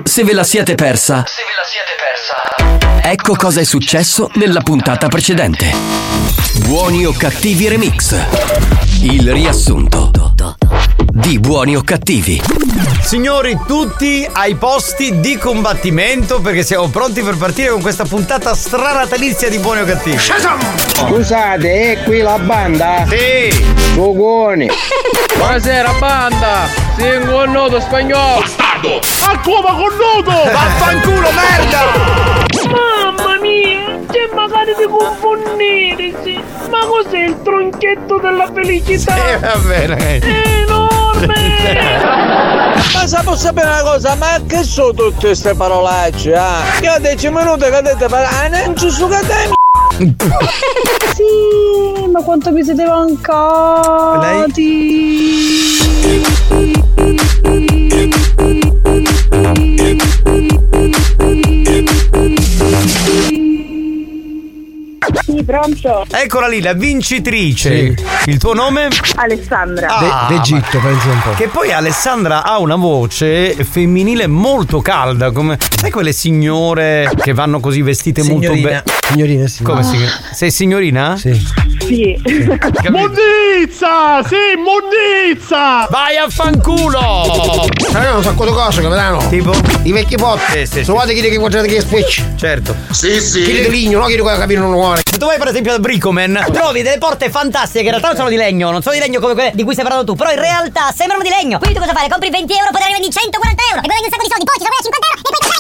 Se ve la siete persa, ecco cosa è successo nella puntata precedente. Buoni o cattivi remix. Il riassunto di Buoni o cattivi. Signori, tutti ai posti di combattimento, perché siamo pronti per partire con questa puntata stranatalizia di Buoni o cattivi. Scusate, è qui la banda? Sì. Sugoni. Buonasera banda, singolo un nodo spagnolo. Bastardo! A come con nodo! Vaffanculo, merda! Mamma mia, c'è magari di confondersi. Ma cos'è il tronchetto della felicità? Va bene. È enorme! Ma se posso sapere una cosa, ma che sono tutte queste parolacce, Io a 10 minuti che dite non ci su che te Sì, ma quanto mi siete mancati? Sì, pronto? Eccola lì, la vincitrice. Sì. Il tuo nome? Alessandra. D'Egitto, pensi un po'. Che poi Alessandra ha una voce femminile molto calda, come sai quelle signore che vanno così vestite molto bene. Signorina, sì. Come si chiama? Sei signorina? Sì. Sì. Mondizza! Sì, mondizza! Vai a fanculo! Sai un sacco di cose, capitano. Tipo? I vecchi potti. Sì. Trovate chi che guardate che specci. Certo. Sì, sì. Chi di ligno, no? Chi di capire non vuole. Se tu vai per esempio da Bricoman, trovi delle porte fantastiche che in realtà non sono di legno, non sono di legno come quelle di cui stai parlando tu, però in realtà sembrano di legno. Quindi tu cosa fai? Le compri 20 euro, poi arrivano di 140 euro e guadagni un sacco di soldi, poi ci sono 50 euro e poi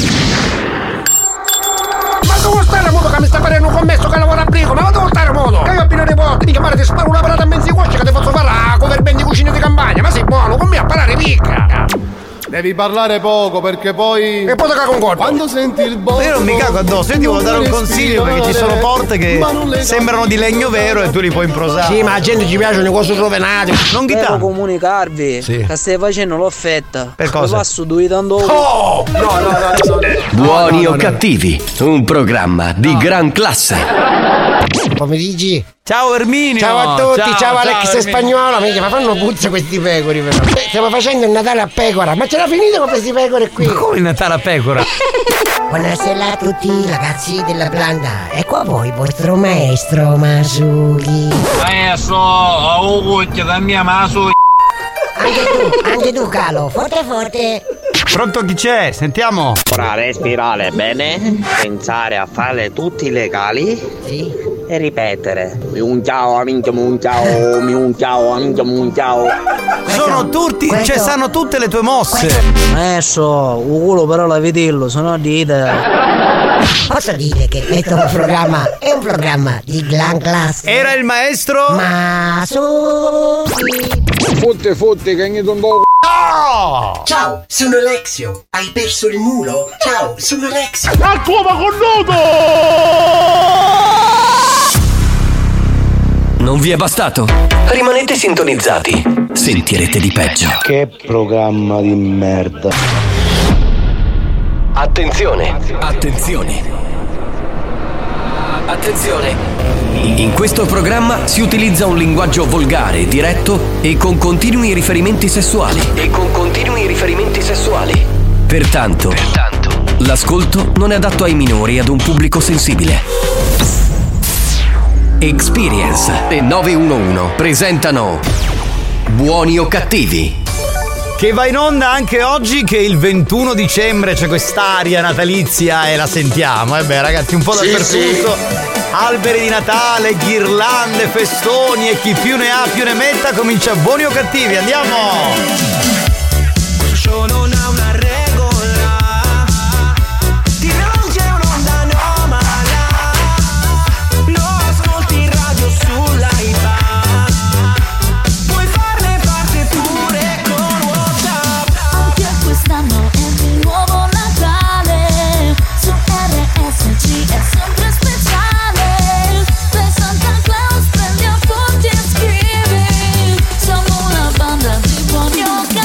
Ma dove sta la moto che mi sta parendo un commesso che lavora a Brico? Ma dove sta la moto? Che io appena le porte, mica pare ti sparo una parata a mezzi cosci che ti posso fare a cover band di cucine di campagna. Ma sei buono, con me a parare picca. Devi parlare poco perché poi. E poi ti cago un colpo. Quando senti il botto. Io non mi cago addosso, io ti volevo dare un consiglio perché ci sono porte che sembrano di legno vero e tu li puoi improsare. Sì, ma la gente ci piacciono le cose rovenate. Non chitarra. Devo comunicarvi che stai facendo l'offetta. Per cosa? Vi passo due tanto. Oh! No. Buoni o cattivi, un programma di gran classe. Pomeriggio. Ciao Erminio. Ciao a tutti, ciao Alex Erminio. Spagnolo. Ma fanno puzza questi pecori però. Stiamo facendo il Natale a pecora. Ma ce l'ha finita con questi pecore qui? Ma come il Natale a pecora? Buonasera a tutti ragazzi della banda. Ecco a voi il vostro maestro Masugi. Maestro, auguri da mia Masugi. Anche tu Calo, forte. Pronto, chi c'è? Sentiamo. Ora respirare bene, pensare a fare tutti i legali. Sì. E ripetere. Un ciao, un ciao. Sono tutti, cioè sanno tutte le tue mosse. Maestro, un culo però la vitello, se no dite. Posso dire che questo programma è un programma di gran classe. Era il maestro Masugi. Fotte che ogni tondo. No! Ciao, sono Alexio. Hai perso il mulo? Ciao, sono Alexio. A come con nodo! Non vi è bastato? Rimanete sintonizzati. Sentirete di peggio. Che programma di merda. Attenzione. In questo programma si utilizza un linguaggio volgare, diretto e con continui riferimenti sessuali. Pertanto, l'ascolto non è adatto ai minori e ad un pubblico sensibile. Experience e 911 presentano Buoni o cattivi, che va in onda anche oggi, che il 21 dicembre c'è quest'aria natalizia e la sentiamo. Ragazzi, un po' dappertutto. Sì. Alberi di Natale, ghirlande, festoni e chi più ne ha più ne metta. Comincia Buoni o cattivi, andiamo! Non ha una regola, ti rivolge un'onda anomala, lo ascolti in radio sull'iPad, puoi farne parte pure con WhatsApp. Anche quest'anno è di nuovo Natale, su RSC è sempre speciale, per Santa Claus prendi appunti e scrivi, siamo una banda di buoni o cattivi.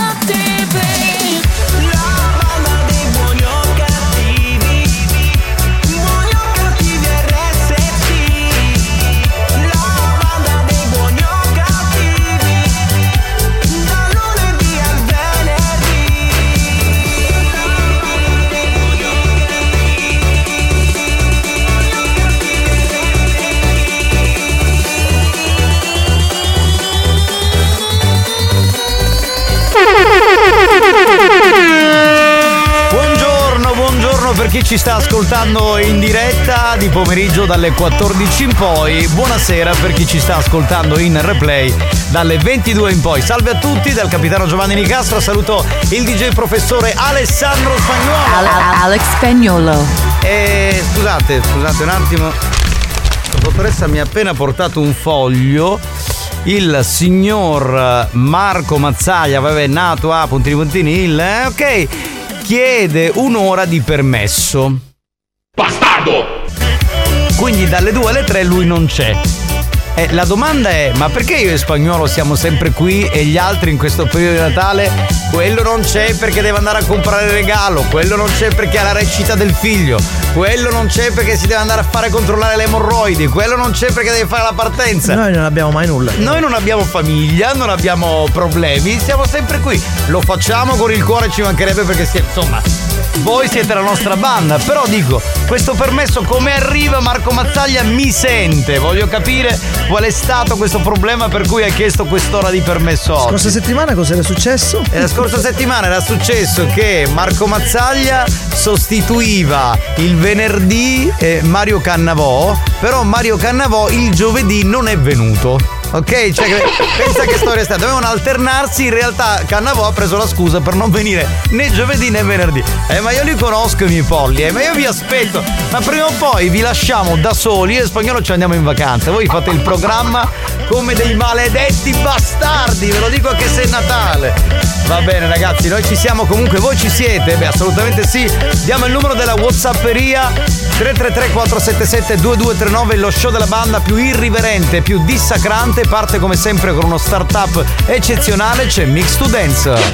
per chi ci sta ascoltando in diretta di pomeriggio dalle 14 in poi. Buonasera per chi ci sta ascoltando in replay dalle 22 in poi. Salve a tutti dal capitano Giovanni Nicastro. Saluto il DJ professore Alessandro Spagnuolo. Alex Spagnuolo. Scusate un attimo. La dottoressa mi ha appena portato un foglio. Il signor Marco Mazzaglia, vabbè, nato a puntini ok, chiede un'ora di permesso. Bastardo! Quindi dalle 2 alle 3 lui non c'è. La domanda è: ma perché io e Spagnuolo siamo sempre qui e gli altri in questo periodo di Natale? Quello non c'è perché deve andare a comprare il regalo, quello non c'è perché ha la recita del figlio, quello non c'è perché si deve andare a fare controllare le emorroidi, quello non c'è perché deve fare la partenza. Noi non abbiamo mai nulla. Noi non abbiamo famiglia, non abbiamo problemi, siamo sempre qui. Lo facciamo con il cuore, ci mancherebbe, perché insomma, voi siete la nostra banda. Però dico, questo permesso come arriva? Marco Mazzaglia mi sente, voglio capire qual è stato questo problema per cui ha chiesto quest'ora di permesso oggi. Scorsa settimana cosa era successo? La scorsa settimana era successo che Marco Mazzaglia sostituiva il venerdì Mario Cannavò, però Mario Cannavò il giovedì non è venuto. Ok, cioè pensa che storia è stata. Dovevano alternarsi, in realtà Cannavò ha preso la scusa per non venire né giovedì né venerdì. Ma io li conosco i miei polli, ma io vi aspetto. Ma prima o poi vi lasciamo da soli e Spagnolo ci andiamo in vacanza. Voi fate il programma come dei maledetti bastardi, ve lo dico che se è Natale. Va bene ragazzi, noi ci siamo comunque, voi ci siete? Beh, assolutamente sì. Diamo il numero della WhatsApperia 333 477 2239, lo show della banda più irriverente, più dissacrante. Parte come sempre con uno startup eccezionale, c'è Mix to Dance. 5,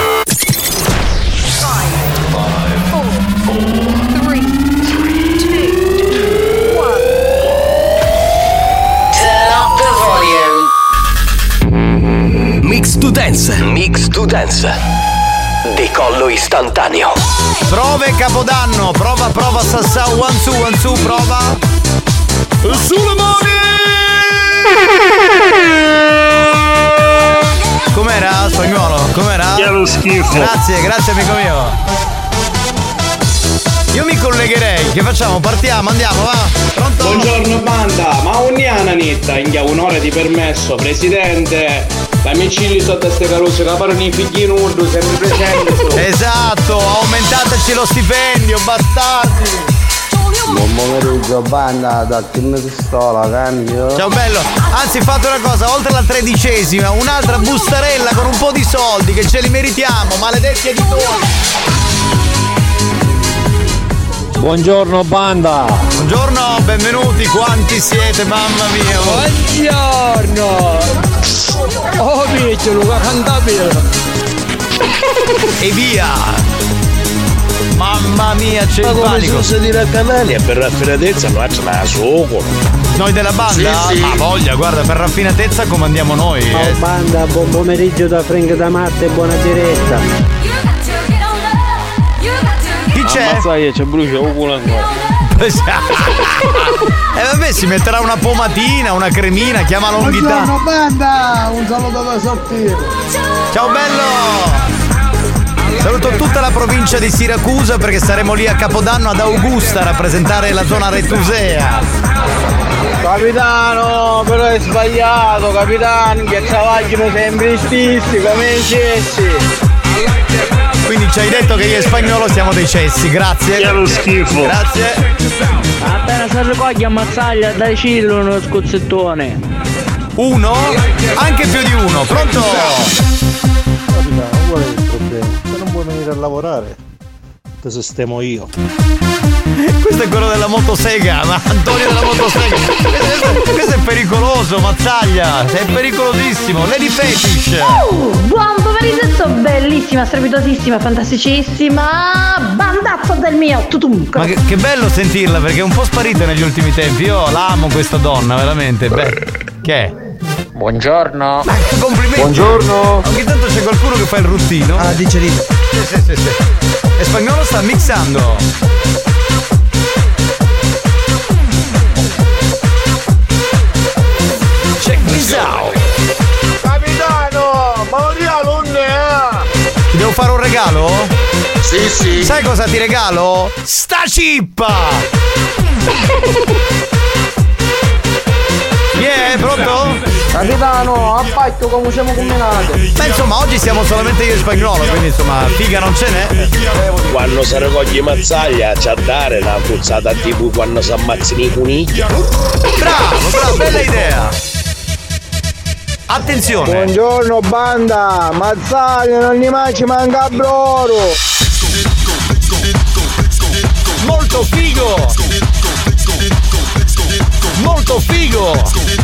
4, 3, 2, 1. Turn up the volume. Mix to Dance. Mix to Dance. Decollo istantaneo. Prove Capodanno. Prova Sassà. 1, 2, 1, 2, prova. Sulle mani. Com'era Spagnuolo? Com'era? Che lo schifo. Grazie amico mio. Io mi collegherei. Che facciamo? Partiamo, andiamo, va. Pronto? Buongiorno banda, ma un'ana nitta, in un'ora di permesso, presidente. Amici lì sotto queste calose che parlano i figli nudo, sempre presente. Esatto, aumentateci lo stipendio, bastardi. Buon pomeriggio banda, datti una pistola, cambio. Ciao bello, anzi fate una cosa, oltre alla 13ª, un'altra bustarella con un po' di soldi che ce li meritiamo, maledetti editori. Buongiorno banda. Buongiorno, benvenuti, quanti siete, mamma mia. Buongiorno. Oh piccio Luca Cantabile. E via. Mamma mia, c'è il panico. Ma come si dire a Canale per raffinatezza faccio la suoco. Noi della banda? Sì. Ma voglia, guarda, per raffinatezza comandiamo noi. Ciao banda, buon pomeriggio da Frank da Matte e buona diretta. Chi c'è? Ammazzaia, c'è brucia un culo ancora. Vabbè, si metterà una pomatina, una cremina, chiama l'onghità. Buongiorno banda, un saluto da sortire. Ciao bello! Saluto tutta la provincia di Siracusa perché saremo lì a Capodanno ad Augusta a rappresentare la zona retusea. Capitano, però è sbagliato, capitano, che travagliano sempre stessi, come i cessi. Quindi ci hai detto che io e Spagnolo siamo dei cessi, grazie. Che lo schifo. Grazie. Appena si raccoglie ammazzaglia, dai cillo uno scozzettone. Uno? Anche più di uno, pronto? Capitano, qual è il problema? Se non vuoi venire a lavorare, ti sistemo io. Questo è quello della motosega, ma Antonio della motosega. Questo è pericoloso, Mazzaglia. È pericolosissimo. Lady Fetish. Buon pomeriggio, bellissima, strepitosissima, fantasticissima. Bandazzo del mio tutum. Ma che bello sentirla, perché è un po' sparita negli ultimi tempi. Io la amo questa donna, veramente. Beh, che è? Buongiorno. Ma complimenti. Buongiorno. Ogni tanto c'è qualcuno che fa il ruttino. Ah, dice lì. Sì. E Spagnolo sta mixando. Check this out. Capitano, ma non è! Ti devo fare un regalo? Sì. Sai cosa ti regalo? Sta cippa! Pronto? Capitano, appacchio come siamo combinati. Beh, insomma, oggi siamo solamente io e Spagnolo, quindi insomma, figa non ce n'è. Quando si raccoglie mazzaglia c'è a dare una puzzata tipo quando si ammazzano i conigli. Bravo, bella idea. Attenzione. Buongiorno banda, mazzaglia non gli mangi manca broro. Molto figo. Molto figo.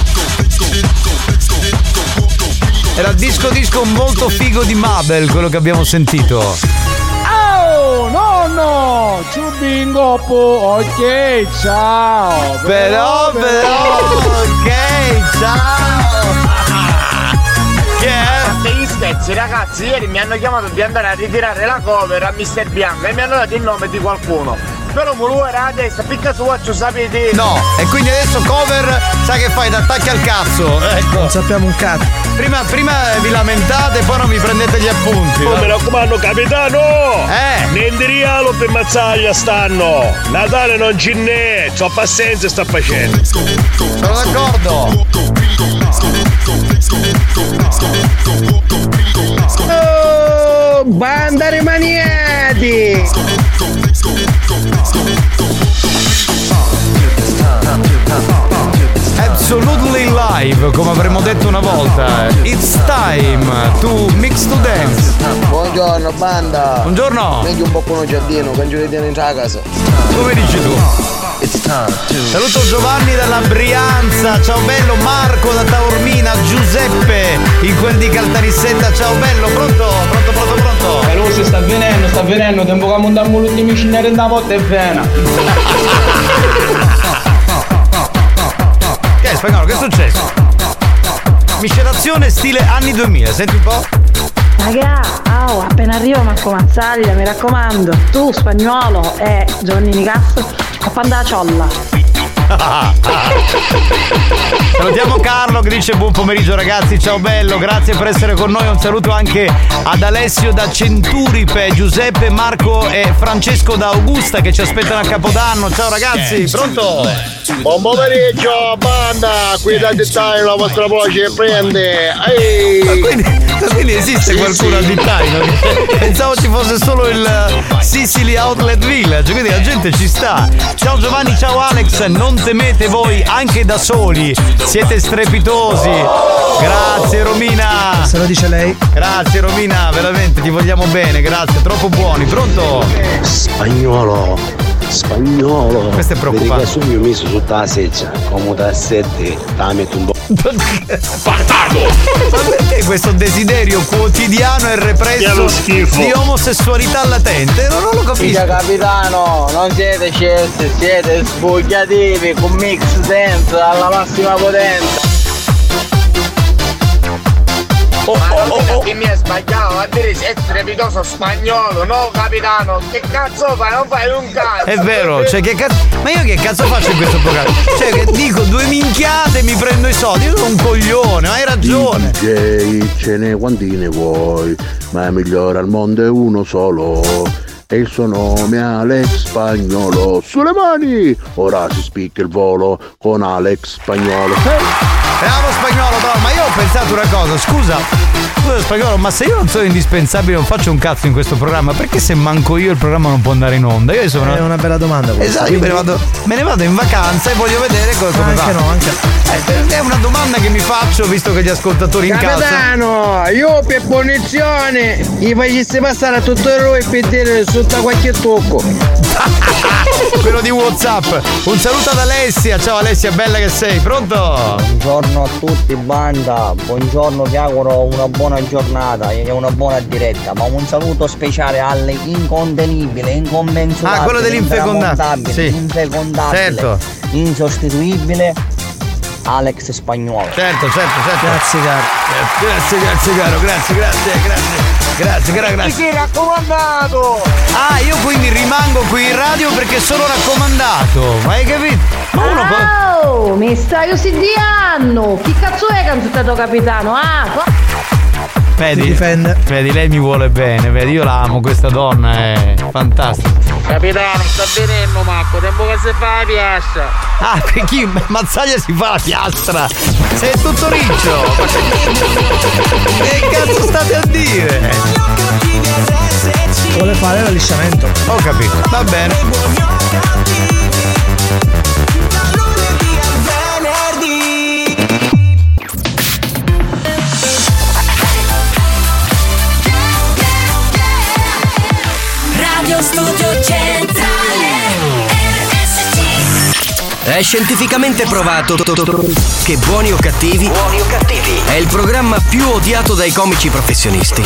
Era disco molto figo di Mabel, quello che abbiamo sentito. Oh, nonno! Ciubingoppo, ok, ciao! Però, ok, ciao! Che è? Degli spezzi, ragazzi, ieri mi hanno chiamato di andare a ritirare la cover a Mr. Bianca e mi hanno dato il nome di qualcuno. Però lui era a destra, picca su faccio sapete. No, e quindi adesso cover, sai che fai? T'attacchi al cazzo. Ecco. Non sappiamo un cazzo. Prima vi lamentate, poi non mi prendete gli appunti. Oh, mi raccomando, capitano! Niente rialo per mazzaglia stanno! Natale non ce n'è! C'ho pazienza sta facendo! Sono d'accordo! Oh, banda rimaniati! Absolutely live, come avremmo detto una volta. It's time to mix to dance. Buongiorno banda. Buongiorno. Meglio un po' con un giardino, che giorni in casa. Come dici tu? Saluto Giovanni dalla Brianza, ciao bello, Marco da Taormina, Giuseppe in quel di Caltanissetta, ciao bello, pronto? Calusi sta avvenendo, tempo che montiamo l'ultimo cinere da volta e vena. Che è Spagnolo, che è successo? Miscelazione stile anni 2000, senti un po'? Raga, appena arrivo Marco Mazzaglia, mi raccomando, tu Spagnolo e Giovanni Nicasso, a fare la ciolla. Salutiamo Carlo che dice buon pomeriggio ragazzi, ciao bello, grazie per essere con noi, un saluto anche ad Alessio da Centuripe, Giuseppe, Marco e Francesco da Augusta che ci aspettano a Capodanno, ciao ragazzi, pronto? Buon pomeriggio banda, qui da dettaglio la vostra voce prende. Quindi esiste qualcuno a Dittaino? Pensavo ci fosse solo il Sicily Outlet Village, quindi la gente ci sta. Ciao Giovanni, ciao Alex, non temete voi anche da soli, siete strepitosi. Grazie Romina. Se lo dice lei. Grazie Romina, veramente ti vogliamo bene, grazie, troppo buoni. Pronto? Spagnolo. Questo è preoccupante. Vedi che io messo sotto la seccia, come da 7, la metto un po'. Bastardo! Ma perché questo desiderio quotidiano e represso di omosessualità latente? Non lo capisco. Dica capitano, non siete scelti, siete sbugliativi con mix dance alla massima potenza. Che mi è sbagliato a dire sei strepitoso spagnolo, no capitano, che cazzo fai? Non fai un cazzo. È vero, cioè che cazzo. Ma io che cazzo faccio in questo programma? Cioè che dico due minchiate e mi prendo i soldi, io sono un coglione, ma hai ragione. DJ, ce ne quanti ne vuoi, ma il migliore al mondo è uno solo. E il suo nome è Alex Spagnolo. Sulle mani! Ora si spicca il volo con Alex Spagnolo. Bravo Spagnolo, bravo, ma io ho pensato una cosa, scusa Spagnolo, ma se io non sono indispensabile, non faccio un cazzo in questo programma, perché se manco io il programma non può andare in onda? Io sono... È una bella domanda questa. Esatto, io me ne vado in vacanza e voglio vedere come va. Anche no, anche. È una domanda che mi faccio, visto che gli ascoltatori in casa. Capitano, io per punizione gli facessi passare a tutto il e pedire sotto qualche tocco. Quello di WhatsApp. Un saluto ad Alessia, ciao Alessia, bella che sei, pronto? Buongiorno a tutti banda, buongiorno, vi auguro una buona giornata e una buona diretta, ma un saluto speciale alle incontenibile, incommensurabile, quello dell'infecondabile, sì. Infecondabile, certo. Insostituibile Alex Spagnolo. Certo. Grazie caro. Grazie caro, grazie. Chi si è raccomandato? Io quindi rimango qui in radio perché sono raccomandato, ma hai capito? Ma uno mi stai ossidiando! Chi cazzo è cantato capitano? Vedi, mi difende. Vedi, lei mi vuole bene, vedi, io la amo, questa donna è fantastica. Capitano, sta venendo Marco, tempo che si fa la piastra. Ah, per chi Mazzaglia si fa la piastra? Sei tutto riccio! Che cazzo state a dire? Vuole fare l'alisciamento. Ho capito, va bene. Radio Studio Centrale È scientificamente provato che Buoni o Cattivi è il programma più odiato dai comici professionisti.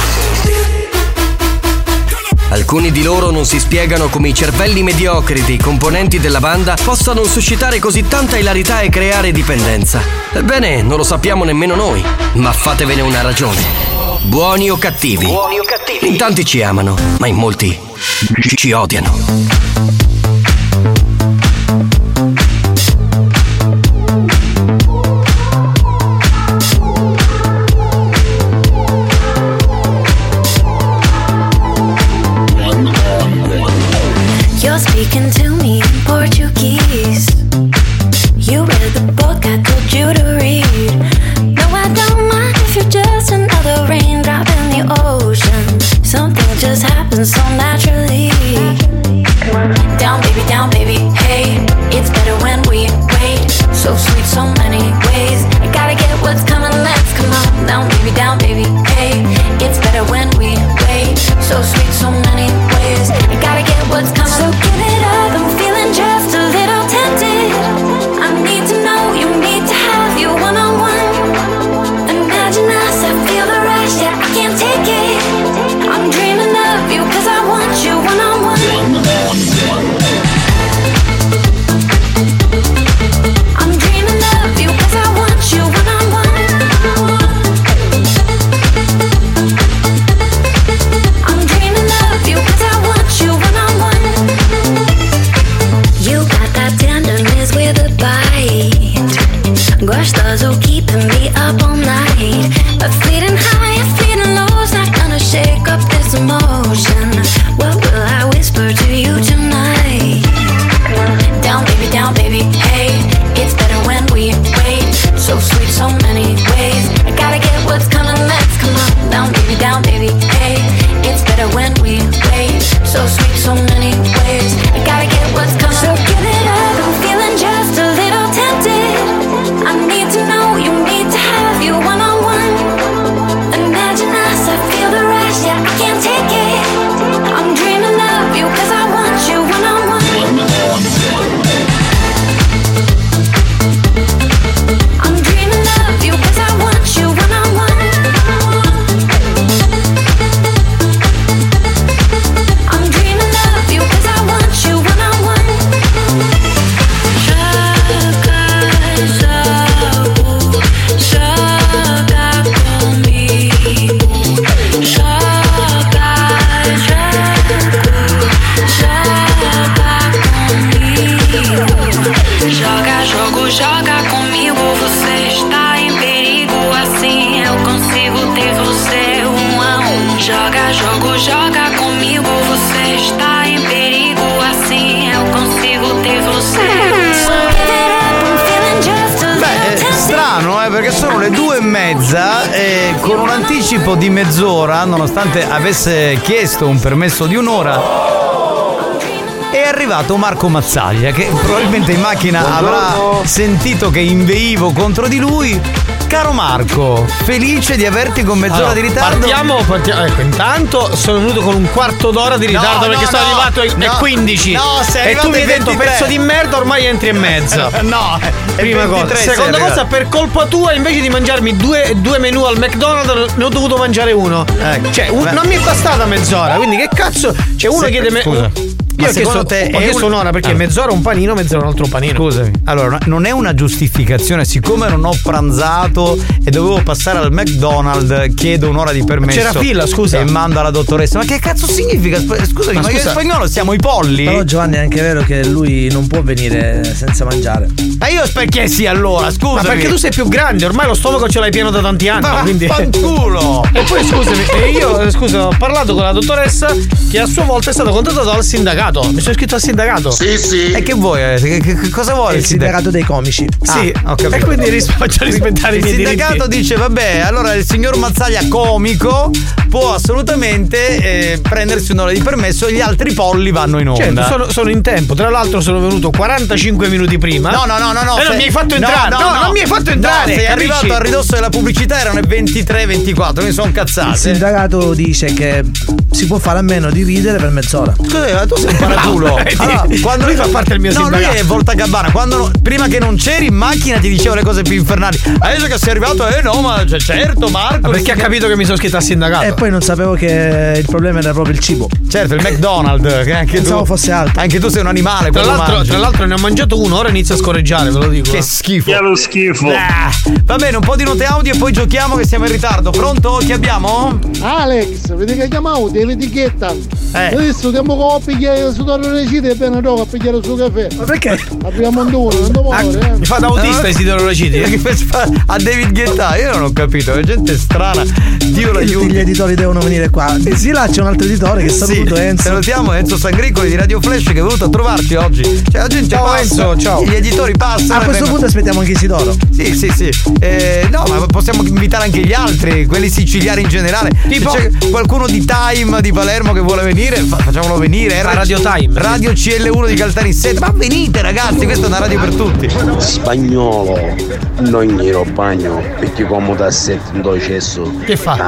Alcuni di loro non si spiegano come i cervelli mediocri dei componenti della banda possano suscitare così tanta ilarità e creare dipendenza. Ebbene, non lo sappiamo nemmeno noi, ma fatevene una ragione. Buoni o Cattivi? In tanti ci amano, ma in molti ci odiano. You're speaking to me in Portuguese. You read the book I told you to read. No, I don't mind if you're just another raindrop in the ocean. Something just happens so naturally. Down baby, hey. It's better when we wait. So sweet, so many ways. I gotta get what's coming, let's come on. Down baby, hey. It's better when we wait. So sweet, so many ways. I gotta get what's coming. So give it up, I'm feeling just a little tempted. I need to know, you need to have you one-on-one. Imagine us, I feel the rush, yeah, I can't take it. I'm dreaming of you, cause I want you one-on-one. I'm dreaming of you, cause I want you one-on-one. I'm dreaming of you, cause I want you one-on-one. You got that tenderness with a bite. Gostoso, keeping me up all night. But feeling high and feeling low's not gonna shake up this emotion. What will I whisper to you tonight? Down baby, hey. It's better when we wait. So sweet, so many ways. I gotta get what's coming, let's come on. Down baby, hey. It's better when we wait. So sweet, so many ways. I gotta get what's coming. So give it up, I'm feeling just a little tempted. I need to know, you need to have you one-on-one. Imagine us, I feel the rush, yeah, I can't take it. I'm dreaming of you, cause I want you one-on-one. I'm dreaming of you, cause I want you one-on-one. I'm dreaming of you, cause I want you one-on-one. Joga comigo. Joga jogo, joga comigo. Você está em perigo, assim eu consigo ter você um a um. Joga jogo, joga comigo. Você está em perigo, assim eu consigo ter você. Beh, è strano, perché sono le 2:30 e con un anticipo di mezz'ora, nonostante avesse chiesto un permesso di un'ora, è arrivato Marco Mazzaglia, che probabilmente in macchina avrà sentito che inveivo contro di lui. Caro Marco, felice di averti con mezz'ora di ritardo. Partiamo. Ecco, intanto sono venuto con un quarto d'ora di ritardo perché sono arrivato alle 15. No, sei e tu mi hai detto 23. pezzo di merda, ormai entri e mezza. No, prima cosa. Seconda cosa, per colpa tua, invece di mangiarmi due menù al McDonald's, ne ho dovuto mangiare uno. Cioè, non mi è bastata mezz'ora, quindi che cazzo? Cioè, uno chiede Scusa. Io ho chiesto un'ora perché mezz'ora un panino, mezz'ora un altro panino. Scusami, allora non è una giustificazione, siccome non ho pranzato e dovevo passare al McDonald's, chiedo un'ora di permesso. C'era fila, scusa. E mando alla dottoressa. Ma che cazzo significa? Scusami, ma che in spagnolo siamo i polli? Però Giovanni è anche vero che lui non può venire senza mangiare. Ma io perché sì allora, scusa. Ma perché tu sei più grande, ormai lo stomaco ce l'hai pieno da tanti anni. Ma quindi fanculo. E poi scusami, io scusa, ho parlato con la dottoressa che a sua volta è stato contattato dal sindacato. Mi sono iscritto al sindacato. Sì. E che vuoi? Che cosa vuole? Il sindacato dei comici. Sì, ho capito. E quindi faccio rispettare i miei diritti. Il sindacato dice vabbè, allora il signor Mazzaglia comico può assolutamente prendersi un'ora di permesso e gli altri polli vanno in onda. Certo, sono in tempo. Tra l'altro sono venuto 45 minuti prima. No. E non mi hai fatto entrare. Non mi hai fatto entrare. Sei arrivato a ridosso della pubblicità, erano le 23-24, mi sono cazzate. Il sindacato dice che si può fare a meno di ridere per mezz'ora. Scusa, ma tu sei un paraculo. Allora, quando lui fa parte del mio sindacato. No, lui è Voltagabbana. Prima che non c'eri in macchina ti dicevo le cose più infernali. Adesso che sei arrivato, no, ma certo, Marco. Perché ha capito che mi sono scritto al sindacato. E poi non sapevo che il problema era proprio il cibo. Certo, il McDonald's. Che anche pensavo tu fosse altro. Anche tu sei un animale. Tra l'altro ne ho mangiato uno, ora inizia a scorreggiare, ve lo dico. Che schifo. Che lo schifo. Va bene, un po' di note audio e poi giochiamo che siamo in ritardo. Pronto? Chi abbiamo? Alex, vedi che chiamavo dell'etichetta. Adesso tempo che ho pigliato su Torre Recite e bene dopo a pigliare il suo caffè. Ma perché? Abbiamo un dono, non muore. Mi fa da autista i Sidoro Reciti. A David Guetta, io non ho capito, è gente strana. Dio l'aiuti. Tutti gli editori devono venire qua. E sì, là c'è un altro editore che saluto, Enzo. Salutiamo Enzo Sangricoli di Radio Flash che è venuto a trovarci oggi. Cioè la gente ciao passa, Enzo, ciao. Gli editori passano. A questo punto aspettiamo anche Isidoro. Sì. No, ma possiamo invitare anche gli altri, quelli siciliani in generale. Tipo? Se c'è qualcuno di Time di Palermo che vuole venire, facciamolo venire. Radio Time. Radio CL1 di Caltanissetta. Ma venite ragazzi, questa è una radio per tutti. Spagnolo, non glielo bagno perché come da setto cesso. Che fa?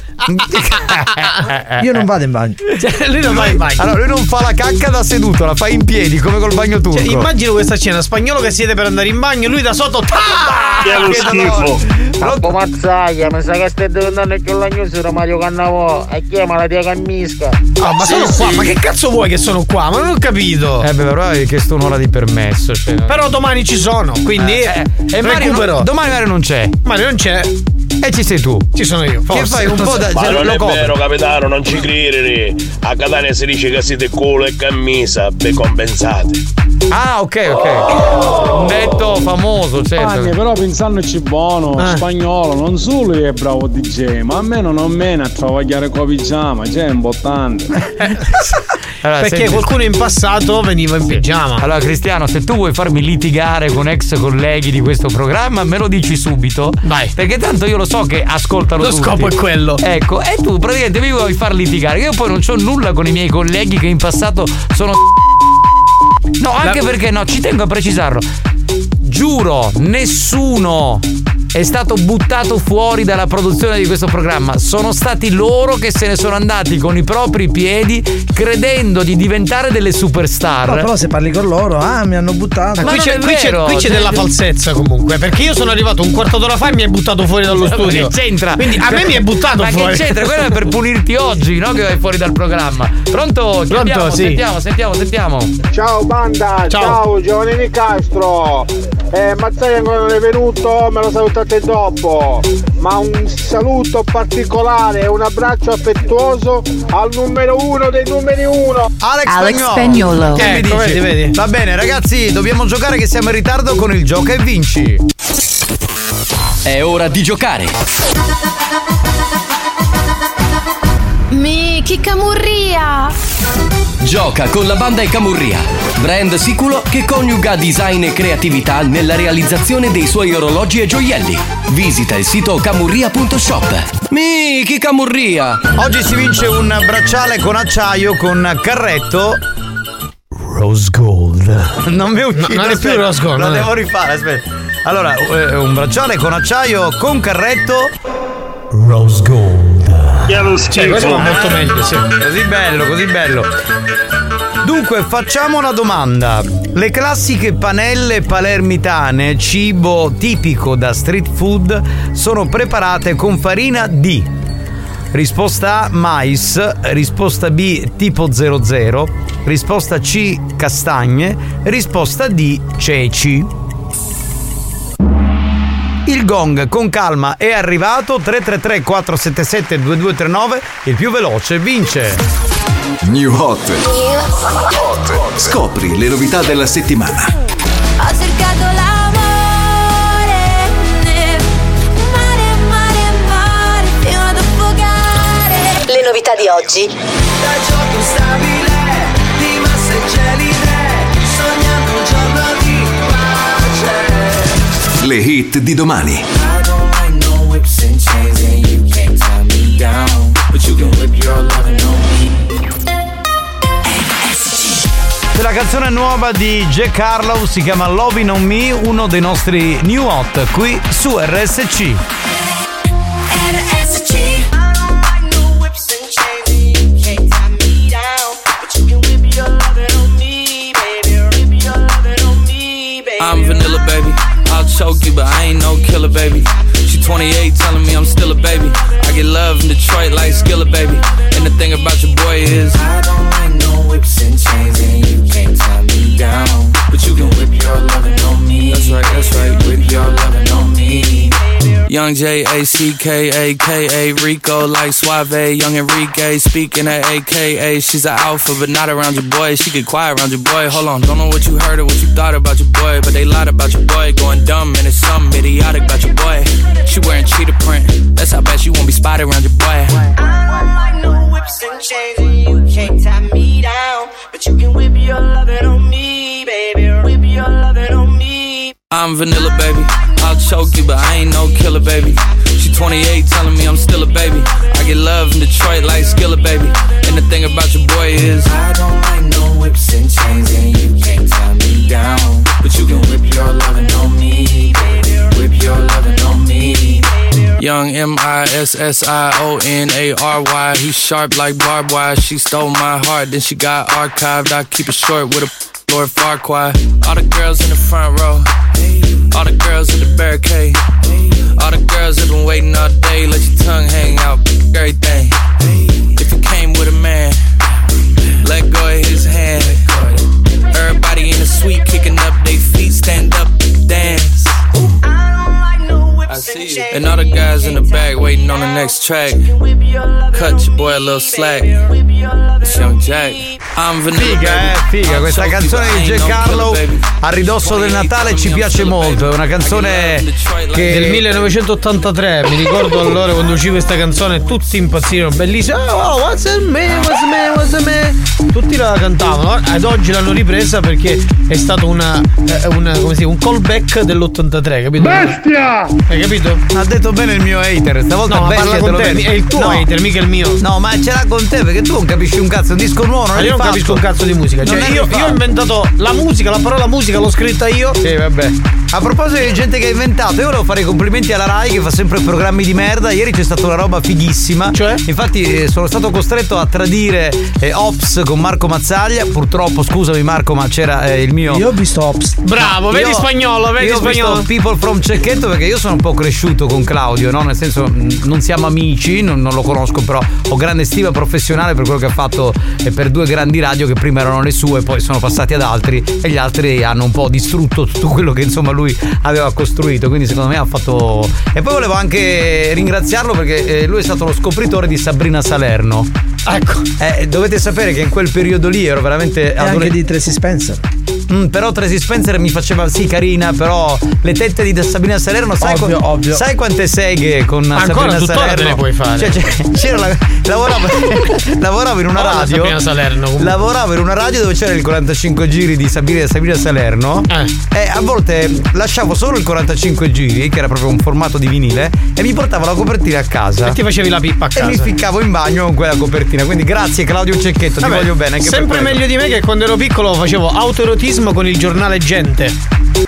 Io non vado in bagno. Cioè, lui non va in bagno. Allora lui non fa la cacca da seduto, la fa in piedi come col bagno turco. Cioè, immagino questa scena, spagnolo che siede per andare in bagno, lui da sotto. Che lo schifo. Tappo Mazzaglia, mi sa che stai diventando più lagnoso da Mario Cannavò e chiamala tia cammisca. Ma sono qua, ma che cazzo vuoi che sono qua? Ma non ho capito. Però hai chiesto un'ora di permesso. Cioè. Però domani ci sono, quindi recupero. Domani Mario non c'è. Mario non c'è. E ci sei tu. Ci sono io. Forse. Che fai un po' da. Ma non è vero, capitano, non ci credere. A Catania si dice che siete culo e camisa, be compensate. Ah, ok. Un detto famoso, certo. Però pensandoci buono, spagnolo, non solo è bravo DJ, ma almeno non meno a travagliare con pigiama, cioè è importante. Allora, perché qualcuno in passato veniva in pigiama. Allora Cristiano, se tu vuoi farmi litigare con ex colleghi di questo programma, me lo dici subito. Vai. Perché tanto io lo so che ascoltano tutti. Lo scopo è quello. Ecco, e tu praticamente mi vuoi far litigare. Io poi non c'ho nulla con i miei colleghi che in passato sono. No, anche perché no, ci tengo a precisarlo. Giuro, nessuno è stato buttato fuori dalla produzione di questo programma. Sono stati loro che se ne sono andati con i propri piedi credendo di diventare delle superstar. No, però se parli con loro, mi hanno buttato. Ma qui c'è della falsezza comunque, perché io sono arrivato un quarto d'ora fa e mi hai buttato fuori dallo studio. Che c'entra? Quindi a me mi hai buttato fuori. Ma che c'entra? Quello è per punirti oggi, no? Che vai fuori dal programma. Pronto? Sì. Sentiamo. Ciao banda, ciao Giovanni Nicastro. Mazzaglia ancora non è venuto, me lo salutate dopo. Ma un saluto particolare e un abbraccio affettuoso al numero 1 dei numeri 1, Alex Spagnolo. Che mi dici? Vedi. Va bene ragazzi, dobbiamo giocare che siamo in ritardo con il gioca e vinci. È ora di giocare. Chi camurria! Gioca con la banda e Camurria, brand sicuro che coniuga design e creatività nella realizzazione dei suoi orologi e gioielli. Visita il sito camurria.shop. Chi Camurria! Oggi si vince un bracciale con acciaio con carretto Rose Gold. Non mi è uscito. Non è più Rose Gold. Lo devo rifare, aspetta. Allora, un bracciale con acciaio con carretto Rose Gold. Cioè, questo va molto meglio, sì. Così bello. Dunque, facciamo una domanda. Le classiche panelle palermitane, cibo tipico da street food, sono preparate con farina di. Risposta A, mais. Risposta B, tipo 00. risposta C castagne, risposta D ceci. Il gong con calma è arrivato. 333 477 2239, il più veloce vince. New Hot. Scopri le novità della settimana. Ho cercato l'amore, mare, fino ad affogare. Le novità di oggi. Da gioco stabile, di massa e gelide, sognando un giorno di pace. Le hit di domani. I don't like no whips and chains and you can't tie me down, but you can whip your lovin' on me. La canzone nuova di Jack Harlow si chiama Lovin' on Me, uno dei nostri New Hot qui su RSC. I'm vanilla, baby. I'll choke you, but I ain't no killer, baby. She 28, telling me I'm still a baby. I get love in Detroit like Skillet, baby. And the thing about your boy is I don't like no whips and chains and you can't tie me down, but you can whip your lovin' on me. That's right, whip your lovin' on me. Young J-A-C-K-A-K-A Rico like Suave, Young Enrique speaking at AKA. She's an alpha but not around your boy. She get quiet around your boy. Hold on, don't know what you heard or what you thought about your boy, but they lied about your boy. Going dumb and it's something idiotic about your boy. She wearing cheetah print, that's how bad she won't be spotted around your boy. I don't like no whips and chains and you can't tie me down, but you can whip your lovin' on me, baby. Whip your lovin' on me. I'm vanilla, baby. I'll choke you, but I ain't no killer, baby. She 28, telling me I'm still a baby. I get love in Detroit like Skillet, baby. And the thing about your boy is I don't like no whips and chains and you can't tie me down, but you can whip your lovin' on me, baby. Whip your lovin' on me. Young M-I-S-S-I-O-N-A-R-Y. He's sharp like barbed wire. She stole my heart, then she got archived. I keep it short with a Lord Farquaad. All the girls in the front row, all the girls in the barricade, all the girls have been waiting all day. Let your tongue hang out, everything. If you came with a man, let go of his hand. Everybody in the suite kicking up their feet, stand up, dance. I see you. And all the guys in the back waiting on the next track. Cut your boy a little slack. It's Young Jack. I'm vanilla, Figa, questa canzone di Jack Harlow a ridosso del Natale ci piace molto. È una canzone che del 1983, mi ricordo allora quando uscì questa canzone tutti impazzirono, bellissima. Oh, what's a me? Tutti la cantavano. Ad oggi l'hanno ripresa perché è stato un callback dell'83, capito? Bestia! Hai capito? Ha detto bene il mio hater, stavolta no, bestia parla con te, è il tuo hater, mica il mio. No, ma ce l'ha con te perché tu non capisci un cazzo, un disco nuovo non io non capisco un cazzo di musica. Cioè io ho inventato la musica, la parola musica l'ho scritta io. Sì, vabbè. A proposito di gente che ha inventato, io volevo fare i complimenti alla Rai che fa sempre programmi di merda. Ieri c'è stata una roba fighissima. Cioè? Infatti sono stato costretto a tradire Ops con Marco Mazzaglia. Purtroppo, scusami Marco, ma c'era il mio. Io ho visto Ops. Bravo, vedi spagnolo, vedi io spagnolo. Ho visto People from Cecchetto perché io sono un po' cresciuto con Claudio, no? Nel senso, non siamo amici, non lo conosco, però ho grande stima professionale per quello che ha fatto per due grandi radio che prima erano le sue, poi sono passati ad altri e gli altri hanno un po' distrutto tutto quello che insomma lui aveva costruito, quindi secondo me ha fatto. E poi volevo anche ringraziarlo perché lui è stato lo scopritore di Sabrina Salerno. Ecco, dovete sapere che in quel periodo lì ero veramente. E anche di Tracy Spencer. Però Tracy Spencer mi faceva sì carina, però le tette di Sabrina Salerno, sai, ovvio. Sai quante seghe con ancora Sabrina Salerno? Te le puoi fare. Cioè, lavoravo in una radio. Sabrina Salerno. Lavoravo in una radio dove c'era il 45 giri di Sabrina Salerno. E a volte lasciavo solo il 45 giri, che era proprio un formato di vinile, e mi portavo la copertina a casa. E ti facevi la pippa a casa. E mi ficcavo in bagno con quella copertina. Quindi grazie Claudio Cecchetto, ti voglio bene. Anche sempre meglio di me che quando ero piccolo facevo autoerotismo con il giornale Gente.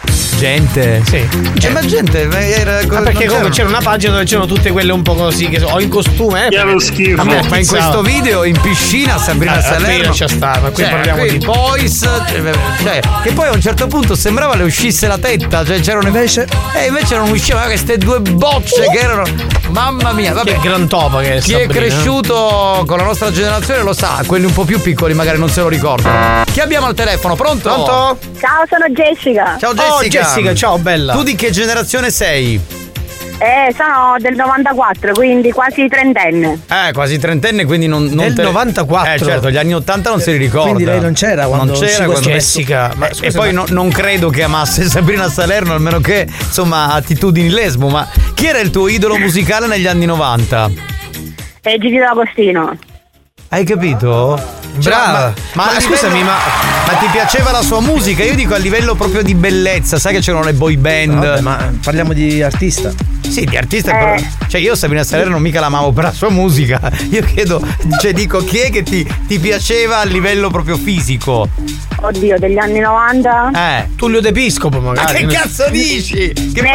gente? Sì. Ma gente era, perché comunque c'era una pagina dove c'erano tutte quelle un po' così che o in costume. Che lo schifo. Ma in questo video in piscina Sabrina Salerno c'è sta, ma qui parliamo di boys, cioè, che poi a un certo punto sembrava le uscisse la tetta, cioè c'erano invece non uscivano queste due bocce che erano, mamma mia, vabbè. Che gran topa che è Chi Sabrina. è cresciuto con la nostra generazione lo sa, quelli un po' più piccoli magari non se lo ricordano. Chi abbiamo al telefono? Pronto? Ciao, sono Jessica. Ciao Jessica. Oh, Jessica, ciao bella. Tu di che generazione sei? Sono del 94, quindi quasi trentenne. Quasi trentenne, quindi non Del 94. certo, gli anni 80 non si li ricorda. Quindi lei non c'era quando Jessica. Ma e poi non credo che amasse Sabrina Salerno, almeno che insomma attitudini lesbo. Ma chi era il tuo idolo musicale negli anni 90? Gigi D'Agostino. Hai capito? Brava. Ma scusami, ma ti piaceva la sua musica? Io dico a livello proprio di bellezza, sai che c'erano le boy band. Vabbè, ma parliamo di artista. Sì, di artista, però, cioè io Sabrina Salerno mica l'amavo per la sua musica. Io chiedo, cioè dico, chi è che ti piaceva a livello proprio fisico? Oddio, degli anni 90? Tullio D'Episcopo magari. Ma che cazzo dici?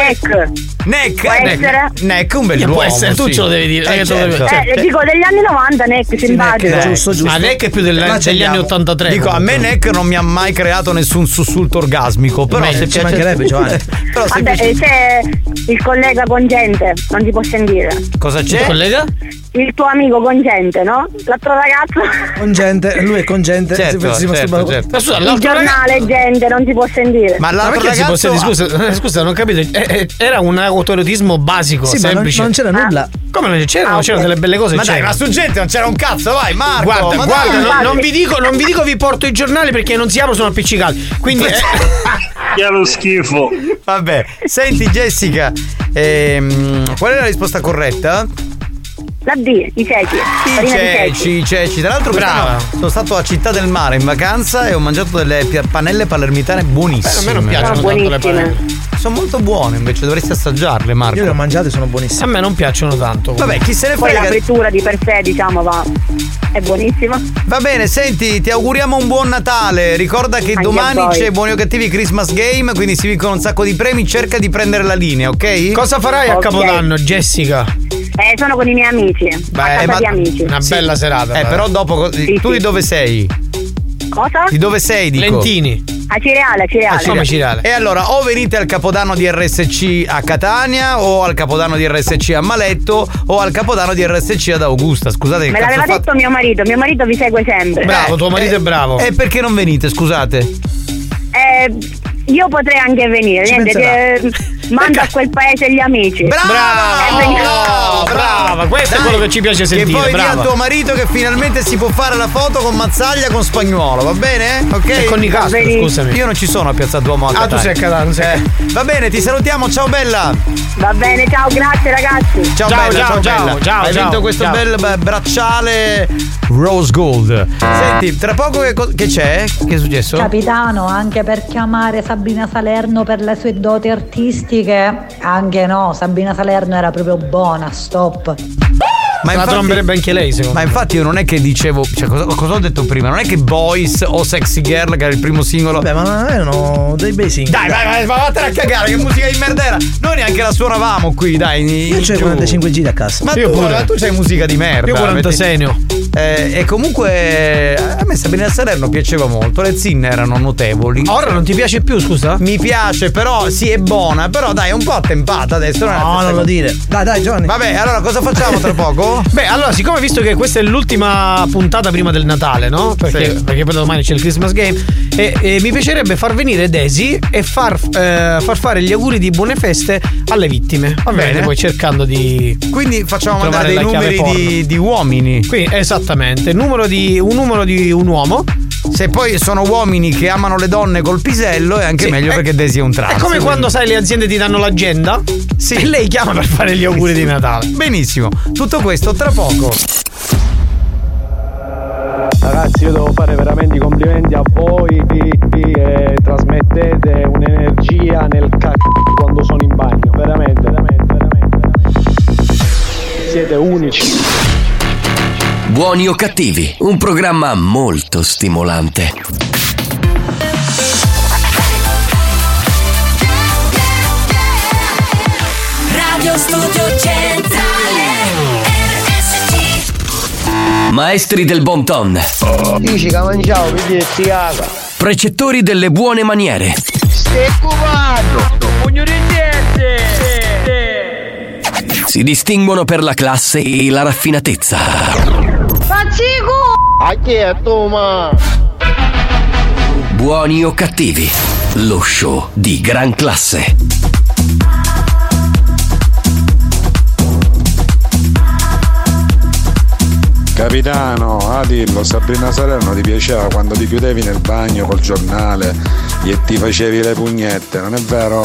Neck? Può essere? Neck, un bell'uomo. Può essere, tu ce lo devi dire. Certo. Dico degli anni 90, Neck, simpatico. Giusto. Neck è più degli anni 83. Dico, a me Neck non mi ha mai creato nessun sussulto orgasmico. Però se ci mancherebbe, Giovanni. Però vabbè, c'è il collega Congente, non si può sentire. Cosa c'è? Il collega? Il tuo amico Congente, no? L'altro ragazzo. Congente, lui è Congente. Certo. Ma scusa, il giornale Gente non si può sentire. Ma l'altro ragazzo scusa, non capito. Era un autoerotismo basico, sì, semplice. Ma non c'era nulla. Come non c'era? C'erano delle belle cose. Ma dai, ma su Gente non c'era un cazzo, vai Marco. Guarda, non vi dico vi porto i giornali perché non si aprono, sono appiccicati. Quindi che è lo schifo. Vabbè, senti Jessica, qual è la risposta corretta? La D, i ceci. Tra l'altro sono stato a Città del Mare in vacanza e ho mangiato delle panelle palermitane buonissime. A me non piacciono tanto le panelle. Sono molto buone, invece dovresti assaggiarle, Marco. Io le ho mangiate, sono buonissime. A me non piacciono tanto. Vabbè, chi se ne poi frega. La frittura di per sé, diciamo, è buonissima. Va bene, senti, ti auguriamo un buon Natale. Ricorda che domani c'è Buoni o Cattivi Christmas Game, quindi si vincono un sacco di premi. Cerca di prendere la linea, ok? Cosa farai a Capodanno, Jessica? Sono con i miei amici. A casa di amici. Una bella serata. Però dopo tu di dove sei? Cosa? Di dove sei, dico? Lentini. A Cireale. Come Cireale? E allora o venite al Capodanno di RSC a Catania, o al Capodanno di RSC a Maletto, o al Capodanno di RSC ad Augusta. Scusate che me l'aveva detto mio marito vi segue sempre. Bravo, tuo marito è bravo. E perché non venite, scusate? Io potrei anche venire, mando a quel paese gli amici. Brava, questo è quello che ci piace sentire. Che poi brava. dia a tuo marito che finalmente si può fare la foto con Mazzaglia con Spagnuolo, va bene? Ok? E con Nicastro, scusami. Io non ci sono a Piazza Duomo a Catania. Tu sei a Catania. Va bene, ti salutiamo, ciao bella. Va bene, ciao, grazie ragazzi. Ciao bella. Hai vinto questo bel bracciale Rose Gold. Senti, tra poco che c'è? Che è successo? Capitano, anche per chiamare Sabrina Salerno per le sue doti artistiche, anche no, Sabrina Salerno era proprio buona, stop. Ma la tromberebbe anche lei, secondo me. Ma infatti io non è che dicevo, cioè cosa ho detto prima? Non è che Boys o Sexy Girl, che era il primo singolo. Beh, ma erano dei bei singoli. Dai, vai, vattene a cagare, che musica di merda era. Noi neanche la suonavamo qui, dai. Io c'ho 45 giri a casa. Ma tu c'hai musica di merda. Io 46. E comunque a me Sabrina Salerno piaceva molto, le zinne erano notevoli. Ora non ti piace più, scusa? Mi piace, però sì, è buona, però dai, è un po' attempata adesso. No, non lo dire. Dai, Giovanni. Vabbè, allora cosa facciamo tra poco? Beh, allora, siccome visto che questa è l'ultima puntata prima del Natale, no? Perché poi domani c'è il Christmas Game e mi piacerebbe far venire Daisy e far fare gli auguri di buone feste alle vittime. Va bene, poi cercando di. Quindi facciamo mandare dei numeri di uomini. Quindi, esattamente, un numero di un uomo. Se poi sono uomini che amano le donne col pisello è anche meglio perché Daisy è un trans. È come quando sai le aziende ti danno l'agenda? Sì. E lei chiama per fare gli auguri di Natale. Benissimo, tutto questo tra poco. Ragazzi, io devo fare veramente i complimenti a voi che trasmettete un'energia nel c***o quando sono in bagno. Veramente. Siete unici. Buoni o cattivi, un programma molto stimolante. Radio Studio Centrale RSC. Maestri del bon ton. Dici che mangiavo, mi caga. Precettori delle buone maniere. Stai cubando, pugno di niente. Si distinguono per la classe e la raffinatezza. Pazzico! A chi è tu, ma? Buoni o cattivi, lo show di gran classe. Capitano, dillo, Sabrina Salerno ti piaceva quando ti chiudevi nel bagno col giornale e ti facevi le pugnette, non è vero?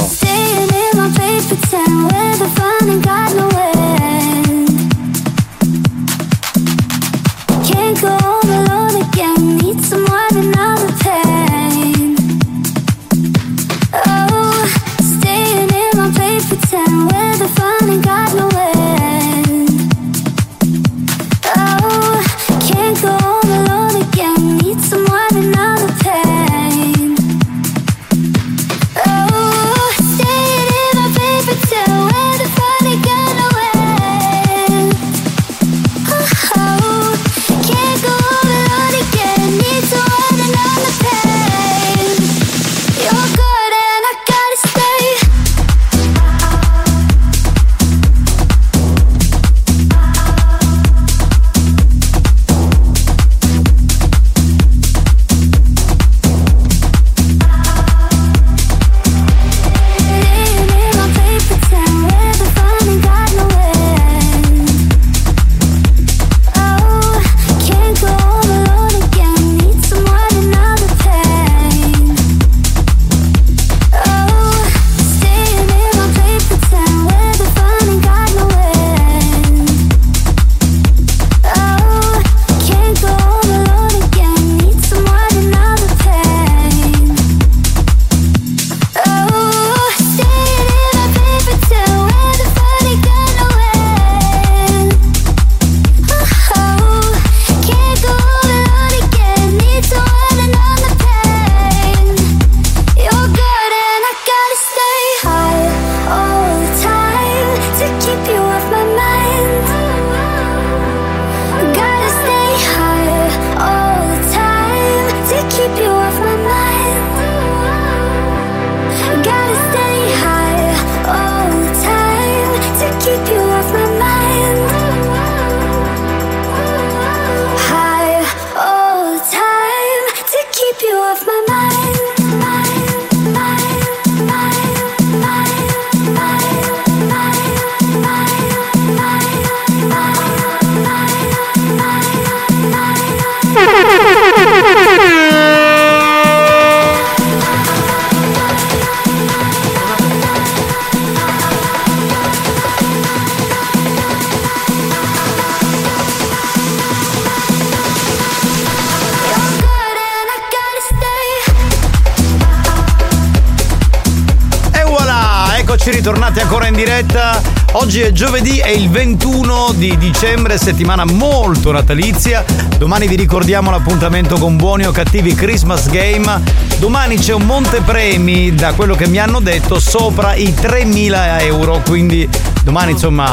Ritornati ancora in diretta. Oggi è giovedì, è il 21 di dicembre, settimana molto natalizia. Domani vi ricordiamo l'appuntamento con Buoni o Cattivi Christmas Game. Domani c'è un montepremi, da quello che mi hanno detto, sopra i 3.000 euro. Quindi domani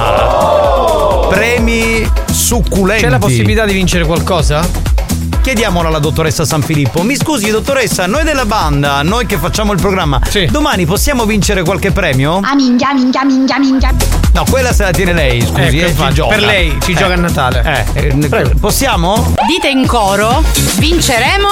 insomma premi succulenti. C'è la possibilità di vincere qualcosa? Chiediamola alla dottoressa Sanfilippo. Mi scusi dottoressa, noi della banda, noi che facciamo il programma, domani possiamo vincere qualche premio? Minchia. No, quella se la tiene lei, scusi, ci gioca. Per lei ci gioca a Natale. Possiamo? Dite in coro, vinceremo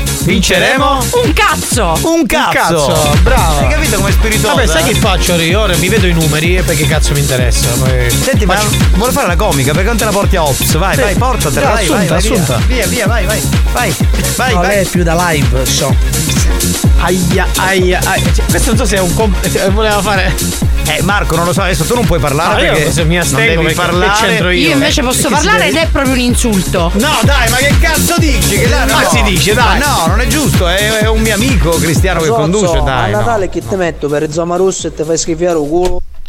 un cazzo. Un cazzo, bravo. Hai capito come spiritoso? Vabbè, sai che faccio io? Ora mi vedo i numeri e perché cazzo mi interessa. Senti, ma vuole fare la comica, perché non te la porti a Ops? Vai, portatela, assunta. Via, vai. No, lei è più da live, so. Aia. Questo non so se è un voleva fare. Marco, non lo so, adesso tu non puoi parlare perché se mi astengo, devi parlare. C'entro io invece posso parlare ed è proprio un insulto. No, dai, ma che cazzo dici? Che là, ma si dice, dai. No, non è giusto, è un mio amico Cristiano che conduce, dai. A Natale che ti metto per zoma rossa e ti fai schifare il culo.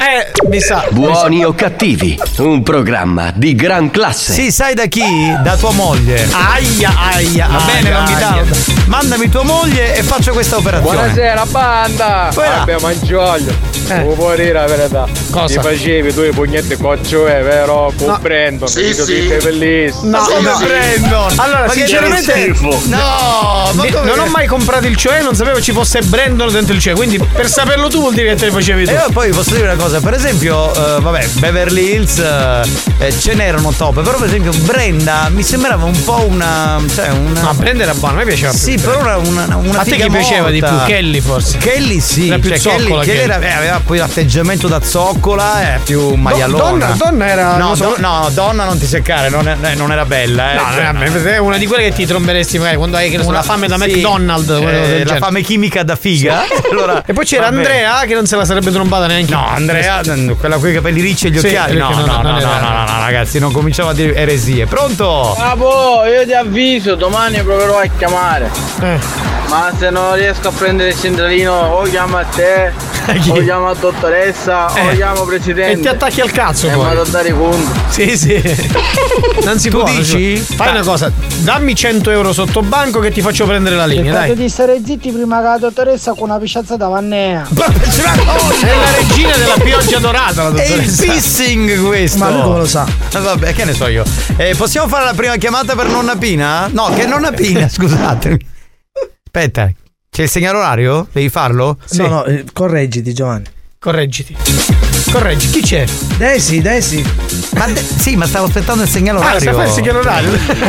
Mi sa. Buoni o cattivi, un programma di gran classe. Sì, sai da chi? Da tua moglie. Aia. Va bene, non mi dà. Mandami tua moglie e faccio questa operazione. Buonasera banda. Abbiamo Mangiolio. Non puoi dire la verità. Cosa? Ti facevi tu i pugnetti coccio, vero? Con Brandon. Sì. Sei bellissimo. No, Brandon. Allora, sinceramente non ho mai comprato il COE, non sapevo ci fosse Brandon dentro il COE, quindi per saperlo tu vuol dire che te le facevi tu. E io poi posso dire una cosa, per esempio, Beverly Hills ce n'erano top, però per esempio Brenda mi sembrava un po' una. No, Brenda era buona, a me piaceva. Sì, però era una a te chi piaceva di più? Kelly forse? Kelly sì, era più zoccola. Kelly aveva poi l'atteggiamento da zoccola, più maialona. Donna era. No, donna non ti seccare, non era bella. No, è una di quelle che ti tromberesti magari quando hai la fame da McDonald's. La fame chimica da figa. Allora, e poi c'era Andrea che non se la sarebbe trombata neanche. No, Andrea, quella con i capelli ricci e gli occhiali. No, ragazzi, non cominciamo a dire eresie. Pronto? Io ti avviso, domani proverò a chiamare. Ma se non riesco a prendere il centralino, o chiamo a te, o chiamo a dottoressa, o chiamo presidente. E ti attacchi al cazzo poi. vado a dare conto. Sì. Non si può. Dici? Fai una cosa, dammi 100 euro sotto banco che ti faccio prendere la linea, dai. Di stare zitti prima che la dottoressa con una pisciazza da vannea. È la regina della pioggia dorata, la dottoressa. È il pissing questo. Ma lui come lo sa? Vabbè, che ne so io. Possiamo fare la prima chiamata per nonna Pina? No, che nonna Pina, scusatemi. Aspetta, c'è il segnale orario? Devi farlo? Sì. No, correggiti Giovanni. Correggi, chi c'è? Desi. Ma stavo aspettando il segnale orario. Sta fare il segnale orario.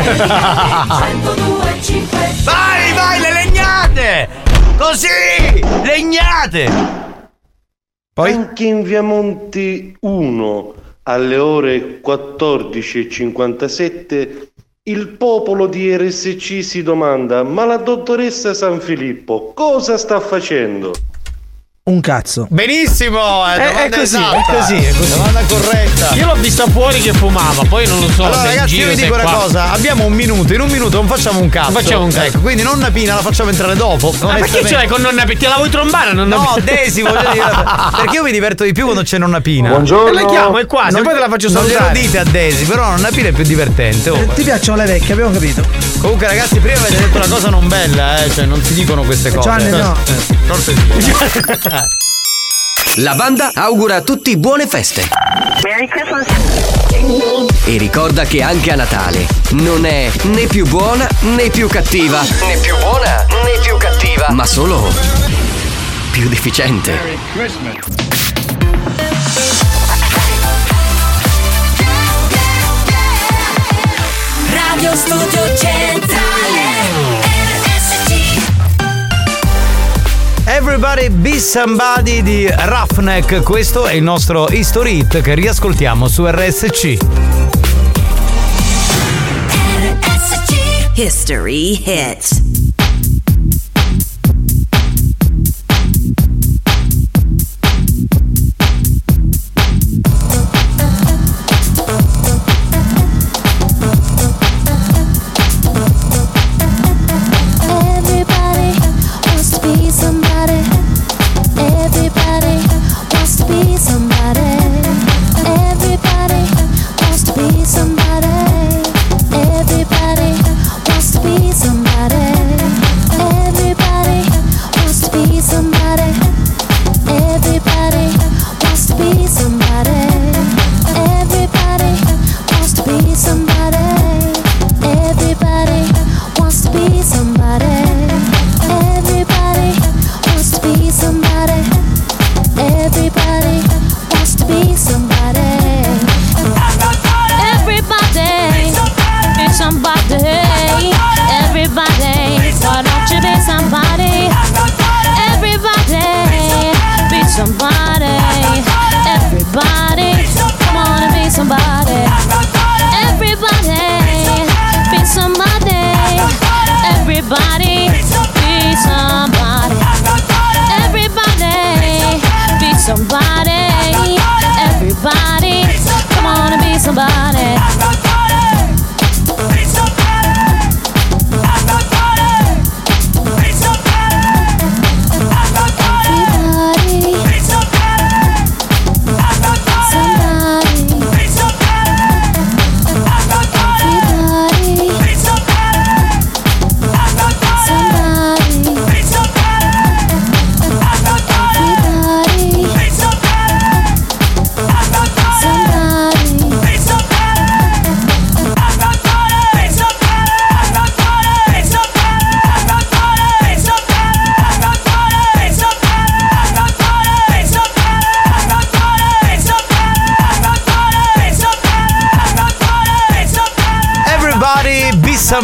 Vai, le legnate! Così! Legnate! Poi? Anche in via Monti 1 alle ore 14:57 il popolo di RSC si domanda: ma la dottoressa San Filippo cosa sta facendo? Un cazzo. Benissimo, è così. Domanda corretta. Io l'ho vista fuori che fumava, poi non lo so. Allora, ragazzi, io vi dico una cosa: abbiamo un minuto, in un minuto non facciamo un cazzo. Ecco, quindi nonna Pina la facciamo entrare dopo. Ma perché ce l'hai con nonna Pina? Te la vuoi trombare nonna Pina? No, Desi, voglio dire. Perché io mi diverto di più quando c'è nonna Pina. Buongiorno. E la chiamo, è qua, se poi te la faccio salutare. Non glielo dite a Desi, però nonna Pina è più divertente. Ti piacciono le vecchie, abbiamo capito. Comunque, ragazzi, prima avete detto una cosa non bella, cioè non si dicono queste cose. Gianni, no. Forse sì. La banda augura a tutti buone feste. E ricorda che anche a Natale non è né più buona né più cattiva. Né più buona né più cattiva. Ma solo più deficiente. Radio Studio Centrale. Everybody Be Somebody di Roughneck. Questo è il nostro History Hit che riascoltiamo su RSC. History Hit.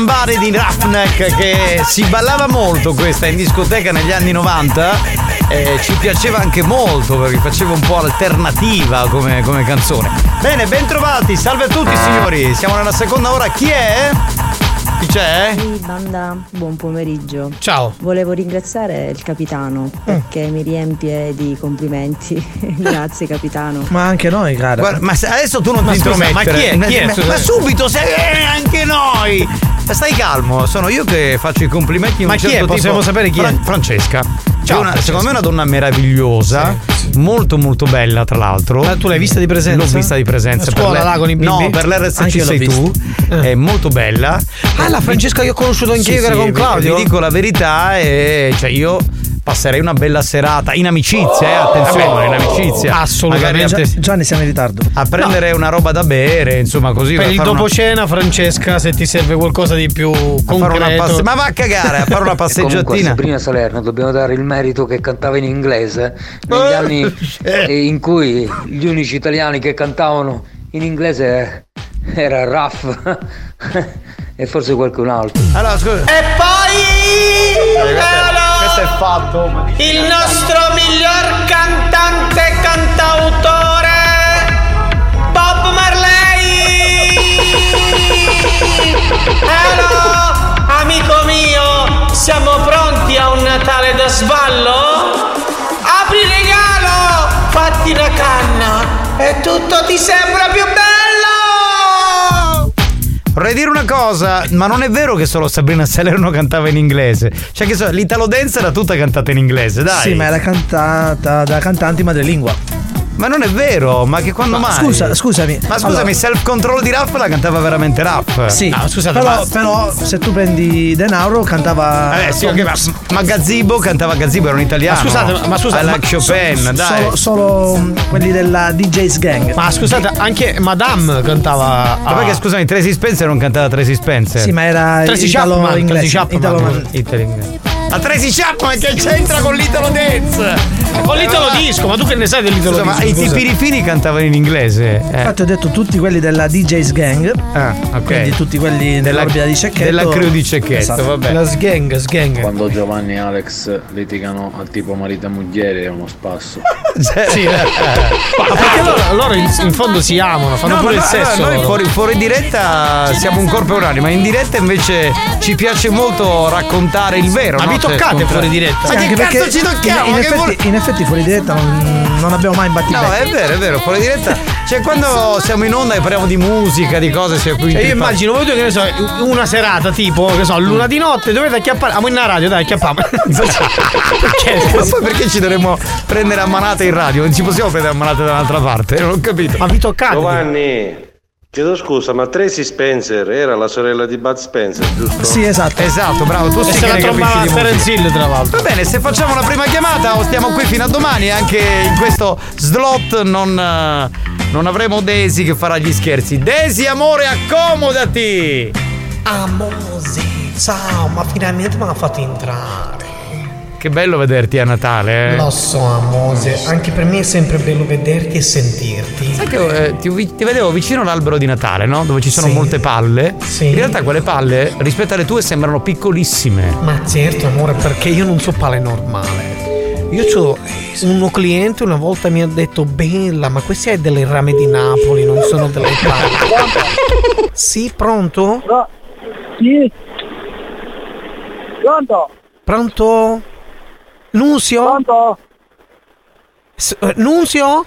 Somebody di Roughneck, che si ballava molto questa in discoteca negli anni 90, ci piaceva anche molto perché faceva un po' alternativa come canzone. Bene, ben trovati, salve a tutti signori, siamo nella seconda ora. Chi è? Chi c'è? Sì, banda, buon pomeriggio. Ciao. Volevo ringraziare il capitano perché mi riempie di complimenti. Grazie capitano. Ma anche noi, cara. Guarda, ma adesso tu non ti intromettere. Ma chi è? Ma subito sei anche noi. Stai calmo, sono io che faccio i complimenti. Ma chi è? Possiamo sapere chi è? Francesca. Ciao, secondo me è una donna meravigliosa, molto molto bella tra l'altro. Ma tu l'hai vista di presenza? L'ho vista di presenza. A scuola là con i bimbi? No, per l'RSC sei tu. È molto bella. La Francesca che ho conosciuto anch'io, che era con Claudio. Vi dico la verità, cioè io passerei una bella serata in amicizia, attenzione, in amicizia. Assolutamente. Già ne siamo in ritardo. A prendere una roba da bere, insomma, così. Per il dopo cena, Francesca, se ti serve qualcosa di più concreto. Ma va a cagare, a fare una passeggiatina. Comunque, Sabrina Salerno dobbiamo dare il merito che cantava in inglese negli anni in cui gli unici italiani che cantavano in inglese era Raff e forse qualcun altro. Allora, scusa. E poi questo è fatto. Il nostro miglior cantante e cantautore Bob Marley. Hello, amico mio, siamo pronti a un Natale da sballo? Apri il regalo, fatti una canna e tutto ti sembra più bello. Vorrei dire una cosa, ma non è vero che solo Sabrina Salerno cantava in inglese. Cioè che l'Italo Dance era tutta cantata in inglese, dai. Sì, ma era cantata da cantanti madrelingua. Ma non è vero, ma che quando mai? Scusami. Ma scusami, allora, Self Control di Raff la cantava veramente Raff. Sì. No, scusate, però se tu prendi Denauro cantava. Sì, okay, ma Gazzibo cantava Gazzibo, era un italiano. Ma scusate, I like Chopin, dai. Solo quelli della DJ's Gang. Ma scusate, anche Madame cantava. Ma perché scusami, Tracy Spencer non cantava Tracy Spencer? Sì, ma era Italo inglese. Ma Tracy Chapman che c'entra con l'Italo Dance? Con l'Italo Disco, ma tu che ne sai dell'Italo Disco? Ma i Tipirifini cantavano in inglese. Infatti ho detto tutti quelli della DJ's Gang. Ok. Quindi tutti quelli dell'orbita di Cecchetto. Della crew di Cecchetto, esatto. Vabbè. La sgang. Quando Giovanni e Alex litigano al tipo marito e moglie è uno spasso. Sì. Ma perché loro in fondo si amano, fanno pure il sesso. Noi fuori diretta siamo un corpo e un'anima, in diretta invece ci piace molto raccontare il vero. Ma vi toccate fuori diretta? Ma che cazzo ci tocchiamo? In effetti fuori diretta non abbiamo mai battibecchi. No, è vero, fuori diretta. Cioè quando siamo in onda e parliamo di musica, di cose, io immagino voi due, che ne so, una serata tipo, che so, luna di notte, dovete acchiappare. Amo in radio, dai, acchiappiamo. Perché? Ma poi perché ci dovremmo prendere a manate in radio? Non ci possiamo prendere a manate da un'altra parte? Non ho capito. Ma vi toccate? Giovanni, chiedo scusa, ma Tracy Spencer era la sorella di Bud Spencer, giusto? Sì, esatto, bravo. Tu se la trovava a Terence Hill, tra l'altro. Va bene, se facciamo la prima chiamata o stiamo qui fino a domani, anche in questo slot non avremo Daisy che farà gli scherzi. Daisy, amore, accomodati! Amosi, ciao, ma finalmente mi ha fatto entrare. Che bello vederti a Natale, Lo so, amore, anche per me è sempre bello vederti e sentirti. Sai che ti vedevo vicino all'albero di Natale, no? Dove ci sono molte palle. Sì. In realtà quelle palle rispetto alle tue sembrano piccolissime. Ma certo, amore, perché io non so palle normale. Io c'ho uno cliente una volta mi ha detto: bella, ma queste hai delle rame di Napoli, non sono delle palle. Sì, pronto? Sì. Pronto? Pronto? Nunzio? Pronto? Nunzio?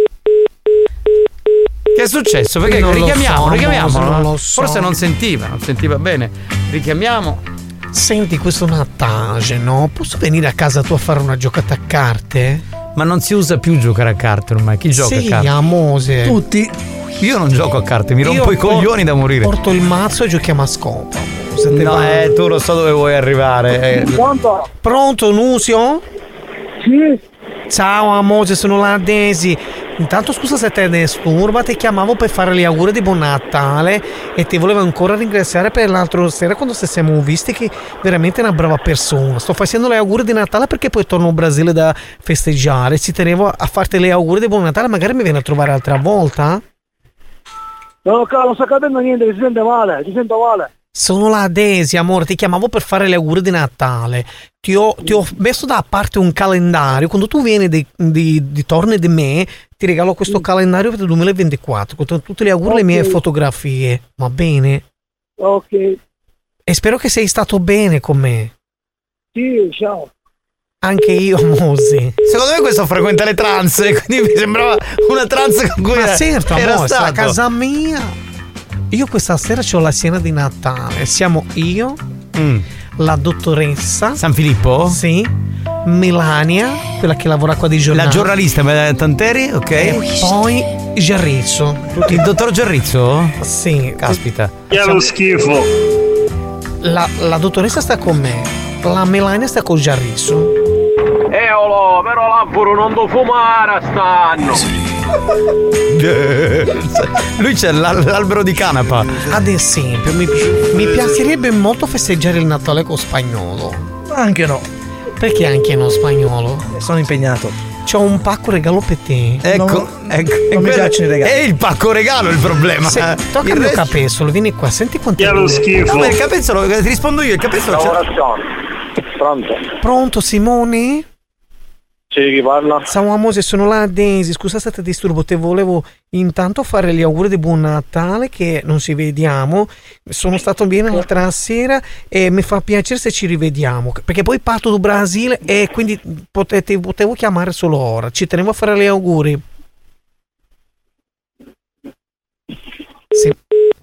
Che è successo? Perché richiamiamolo? Non lo so. Forse non sentiva bene. Richiamiamo. Senti, questo Natale, no? Posso venire a casa tua a fare una giocata a carte? Ma non si usa più giocare a carte ormai. Chi gioca a carte? Sì, amose. Tutti. Io non gioco a carte, mi rompo i coglioni da morire. Porto il mazzo e giochiamo a scopa. No, tu lo so dove vuoi arrivare. Pronto, Nusio? Sì. Ciao amore, sono la Daisy. Intanto scusa se te disturba, ti chiamavo per fare gli auguri di buon Natale e ti volevo ancora ringraziare per l'altro sera quando ci siamo visti, che veramente è una brava persona. Sto facendo gli auguri di Natale perché poi torno in Brasile da festeggiare. Ci tenevo a farti gli auguri di buon Natale, magari mi vieni a trovare altra volta? No, non sto capendo niente, ti sento male. Sono la Daisy, amore, ti chiamavo per fare gli auguri di Natale. Ti ho messo da parte un calendario. Quando tu vieni di torno di me, ti regalo questo calendario per il 2024 con tutti gli auguri e le mie fotografie. Va bene? Ok. E spero che sei stato bene con me. Sì, ciao. Anche io, Mosi. Secondo me questo frequenta le trans, quindi mi sembrava una trans con cui Ma certo, era amore, stato. a casa mia. Io questa sera c'ho la cena di Natale. Siamo io, la dottoressa San Filippo? Sì. Melania, quella che lavora qua di giornale. La giornalista Tanteri, ok. E poi Giarrizzo. Il dottor Giarrizzo? Sì. Caspita. Che lo schifo. La dottoressa sta con me. La Melania sta con Giarrizzo. Però l'albero non do fumare stanno. Lui c'è l'albero di canapa. Ad esempio, mi piacerebbe molto festeggiare il Natale con Spagnolo. Anche no. Perché anche no Spagnolo? Sono impegnato. C'ho un pacco regalo per te. Ecco. Non mi piacciono i regali. È il pacco regalo il problema. Tocca il mio capezzolo, vieni qua, senti quanto è lo schifo. No, ma il capezzolo, ti rispondo io, il capezzolo Pronto? Pronto Simone? Sì, chi parla? Ciao Amose, sono la Daisy, scusa se ti disturbo, te volevo intanto fare gli auguri di buon Natale che non ci vediamo, sono stato bene l'altra sera e mi fa piacere se ci rivediamo, perché poi parto do Brasile e quindi potevo chiamare solo ora, ci tenevo a fare gli auguri. Sì.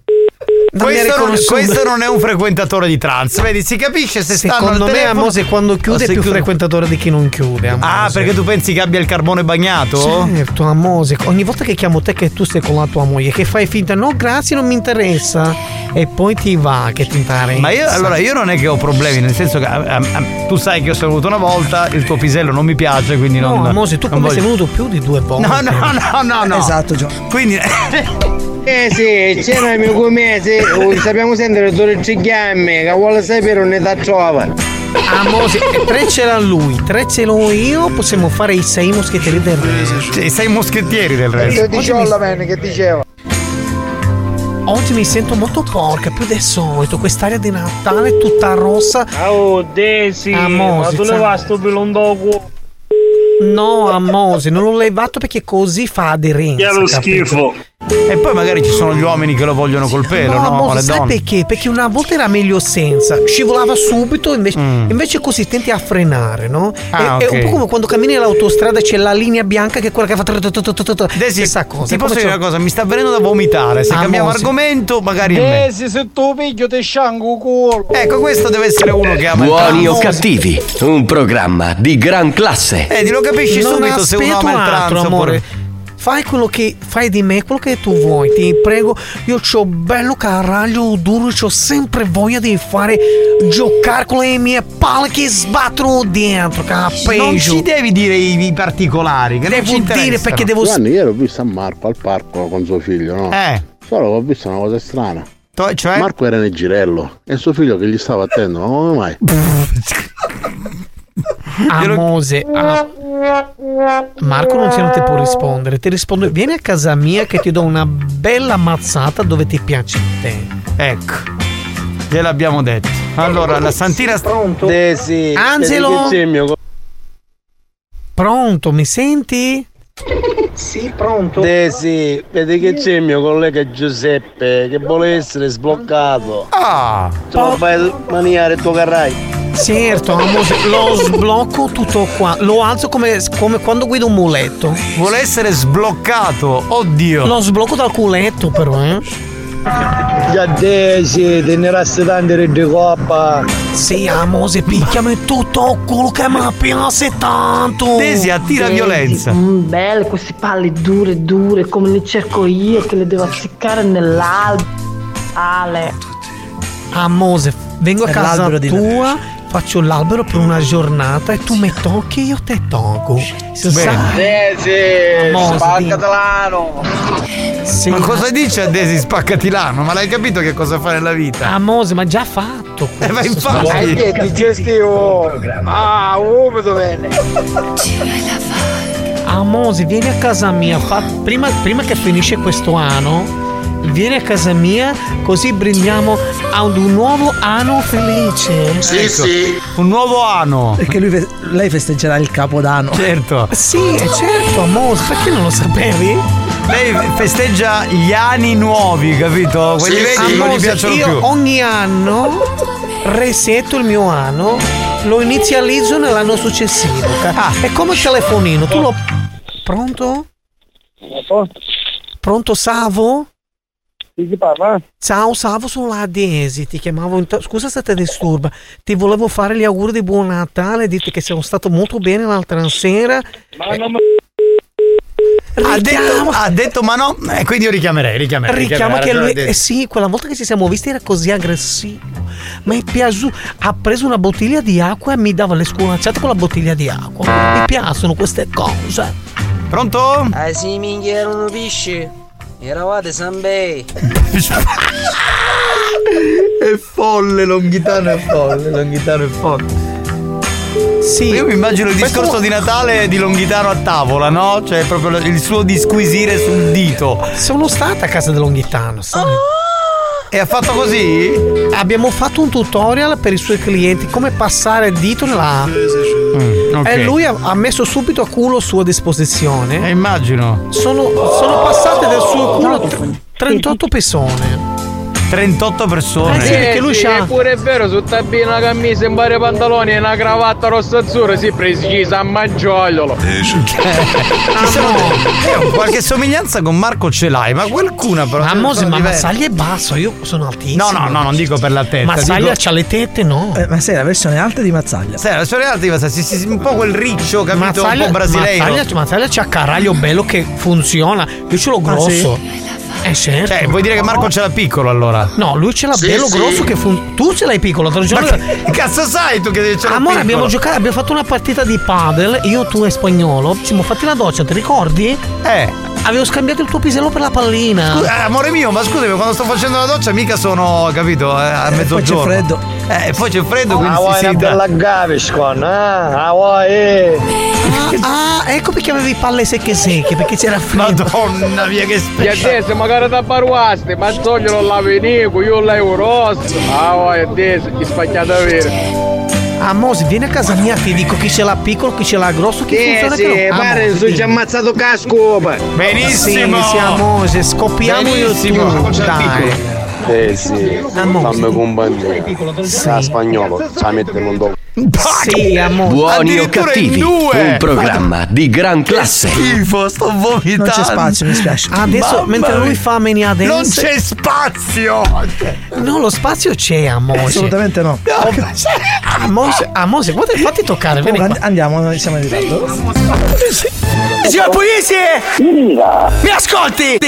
Questo non è un frequentatore di trans, vedi, si capisce se stanno al telefono. Secondo me Amose quando chiude è più frequentatore di chi non chiude, Amose. Ah, perché tu pensi che abbia il carbone bagnato? Certo, Amose, ogni volta che chiamo te che tu sei con la tua moglie, che fai finta no grazie non mi interessa e poi ti va che ti interessa. Ma io non è che ho problemi, nel senso che tu sai che io sono venuto una volta, il tuo pisello non mi piace, quindi non. No, Amose, tu come sei venuto più di 2 volte. No. Esatto, Gio. Quindi Sì, c'era il mio mese, sappiamo sempre dove ci chiami, che vuole sapere non ne trova. Amose, 3 ce l'ha lui, 3 ce l'ho io, possiamo fare i 6 moschettieri del re. I 6 moschettieri del re. Io diciolla bene che diceva. Oggi mi sento molto porca, più del solito, quest'aria di Natale tutta rossa. Oh, Desi, Amose, ma tu ne vai sto pilondoco? No, Amose, non l'ho levato perché così fa aderenza. Che lo schifo. E poi magari ci sono gli uomini che lo vogliono col pelo, no? Amose, Le sai donne. perché? Perché una volta era meglio senza, scivolava subito, invece così tenti a frenare, no? Ah, è un po' come quando cammini all'autostrada c'è la linea bianca che è quella che fa Desi, stessa cosa. ti posso dire una cosa, mi sta venendo da vomitare. Se cambiamo argomento, magari è meglio. Desi, se tu piglio te sciango culo. Ecco, questo deve essere uno che ama Buoni il o trans. cattivi, un programma di gran classe. Lo capisci non subito se uno ama il trans, altro, amore. Fai quello che fai di me, quello che tu vuoi, ti prego. Io c'ho bello caraglio duro, c'ho sempre voglia di fare giocare con le mie palle che sbattono dentro, capisci? Non ci devi dire i particolari, che devo non ci dire interessano. perché devo. Gianni, io l'ho visto a Marco al parco con suo figlio, no? Solo ho visto una cosa strana. Cioè? Marco era nel girello e suo figlio che gli stava attento, ma come mai? Amose, Marco non ti può rispondere. Ti rispondo, vieni a casa mia che ti do una bella mazzata dove ti piace te. Ecco, gliel'abbiamo detto. Allora, la Santina Pronto? Desi. Angelo? Pronto, mi senti? Sì, pronto? Desi, vedi che c'è il mio collega Giuseppe che vuole essere sbloccato. Ah! Tu lo fai maniare il tuo carrai. Certo, Amose, lo sblocco tutto qua. Lo alzo come quando guido un muletto. Vuole essere sbloccato, oddio. Lo sblocco dal culetto però, Già Desi, te ne resta tante di coppa. Sì, Amose, picchiami tutto quello che mi piace tanto. Desi attira violenza. Belle queste palle dure, come le cerco io che le devo azzeccare nell'albero. Ale. Amose, vengo a casa tua. Faccio l'albero per una giornata e tu mi tocchi e io te tocco. Desi, spaccatelano. Sì, ma cosa dice a Desi spaccatilano? Ma l'hai capito che cosa fa nella vita? Amose, ma già fatto. Ma infatti. Ti gestivo. Vedo bene. Amose, vieni a casa mia. Prima che finisce questo anno, vieni a casa mia così brindiamo ad un nuovo anno felice. Sì, ecco, sì. Un nuovo anno. Perché lei festeggerà il capodanno. Certo. Sì, certo, amore, perché non lo sapevi? Lei festeggia gli anni nuovi, capito? Quelli vecchi non gli piacciono io più. Ogni anno resetto il mio anno, lo inizializzo nell'anno successivo. È come il telefonino, tu lo... Pronto? Pronto, Savo? Chi parla? Ciao Savo, sono la Desi, ti chiamavo scusa se ti disturba, ti volevo fare gli auguri di buon Natale, dirti che sono stato molto bene l'altra sera. Ma non ha detto ma no, quindi io richiamerei. Richiama che lui, sì, quella volta che ci siamo visti era così aggressivo, mi è piaciuto, ha preso una bottiglia di acqua e mi dava le sculacciate con la bottiglia di acqua. Mi piacciono queste cose. Pronto? Ah sì, minchia, erano pesci. Eravate Sambei. È folle, Longhitano è folle. Sì, io mi immagino il discorso di Natale di Longhitano a tavola, no? Cioè proprio il suo disquisire sul dito. Sono stata a casa di Longhitano, sai? E ha fatto così? Abbiamo fatto un tutorial per i suoi clienti come passare il dito nella... Okay. E lui ha messo subito a culo a sua disposizione. Immagino. Sono passate del suo culo 38 persone. 38 persone. Sì, perché lui c'ha. Eppure è vero, su tabbina una camicia, un paio di pantaloni e una cravatta rossa azzurra, si precisa a mangiololo. Qualche somiglianza con Marco ce l'hai, ma qualcuna però. Ma Mazzaglia è basso, io sono altissimo. No, non dico per la testa. Mazzaglia c'ha le tette, no? Ma sei la versione alta di Mazzaglia. Sei la versione alta di Mazzaglia, sì, un po' quel riccio, capito? Un po' brasileiro. Mazzaglia c'ha caraglio bello che funziona. Io ce l'ho grosso. Sì. Certo. Cioè, vuoi dire che Marco ce l'ha piccolo allora? No, lui ce l'ha bello grosso che tu ce l'hai piccolo. Ma che cazzo sai tu che ce l'hai Amore, piccolo? abbiamo fatto una partita di padel, io, tu e Spagnolo. Ci siamo fatti la doccia, ti ricordi? Avevo scambiato il tuo pisello per la pallina. Scusa, amore mio, ma scusami, quando sto facendo la doccia mica sono, capito, a mezzogiorno. Poi c'è freddo. Poi c'è freddo, quindi vuoi una bella Gaviscon, ecco perché avevi palle secche, perché c'era freddo. Madonna mia, che specie. E adesso magari da baruaste, ma sogno non la venivo, io l'avevo rosso. Vuoi adesso, ti spacchiate a vedere. Mose, vieni a casa mia, ti dico chi ce l'ha piccolo, chi ce l'ha grosso, chi funziona che no. Pare sono già ammazzato cascopa. Benissimo. Sì, Mose, scoppiamo io tu. Dai. Sì, fammi compagnia. Da Spagnolo, ci mettiamo un dopo. Sì, amore. Buoni o cattivi, un programma di gran classe. Schifo, sto vomitando. Non c'è spazio, mi spiace. Adesso, mentre lui fa Mania Dance, non c'è spazio. No, lo spazio c'è, amore. Assolutamente no. Amore, fatti toccare. Andiamo, noi siamo in ritardo. Signor Puglisi! Mi ascolti?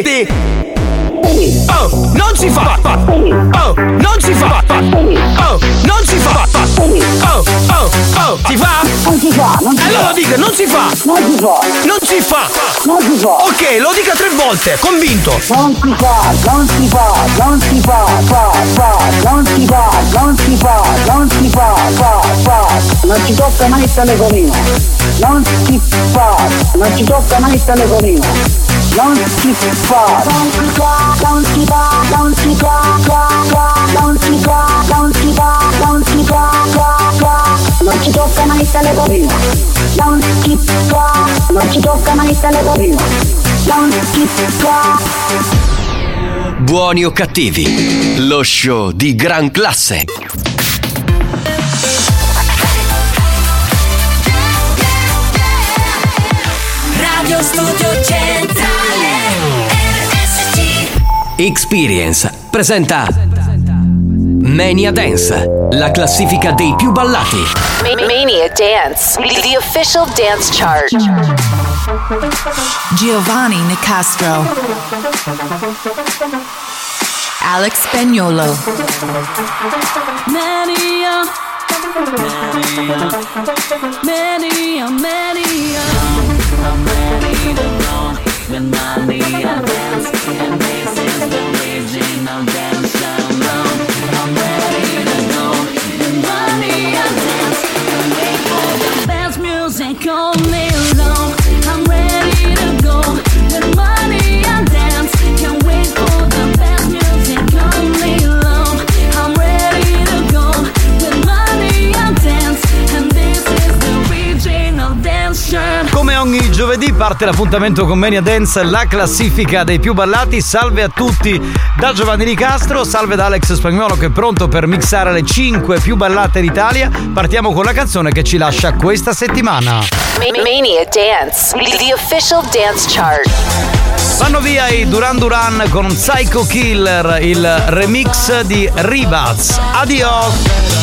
Oh, non si fa! Oh, non si fa! Oh, non si fa! Oh, si fa? Non si fa! Allora dica, non si fa! Non si fa! Ok, lo dica 3 volte, convinto! Non si fa! Non ci tocca mai il telefonino! Non ci tocca mai il telefonino! Non si fa! Non ci tocca mai il telefonino! Non ci tocca mai il telefonino! Non si fa! Buoni o cattivi, lo show di gran classe. Radio Studio Centrale RSC. Experience presenta Mania Dance, la classifica dei più ballati. Mania Dance, the official dance chart. Giovanni Nicastro, Alex Spagnolo, Mania I'm ready to know the Mania Dance, and this is the original dance sound. I'm ready to know the Mania Dance, and wait for the dance music all day long. I'm ready to go the Mania Dance, can't wait for the ogni giovedì parte l'appuntamento con Mania Dance, la classifica dei più ballati. Salve a tutti da Giovanni Nicastro, salve da Alex Spagnuolo che è pronto per mixare le 5 più ballate d'Italia. Partiamo con la canzone che ci lascia questa settimana. Mania Dance, the official dance chart. Vanno via i Duran Duran con Psycho Killer, il remix di Rivaz. Adios.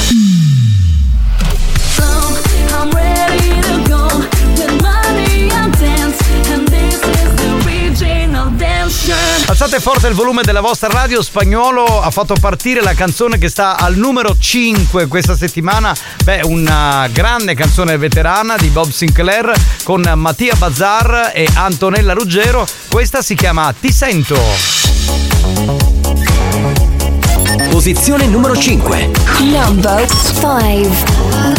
I'm ready to go with Mania Dance, and this is the original dance chart. Alzate forte il volume della vostra radio. Spagnuolo ha fatto partire la canzone che sta al numero 5 questa settimana. Beh, una grande canzone veterana di Bob Sinclair con Mattia Bazzar e Antonella Ruggero. Questa si chiama Ti Sento. Posizione numero 5. Number 5.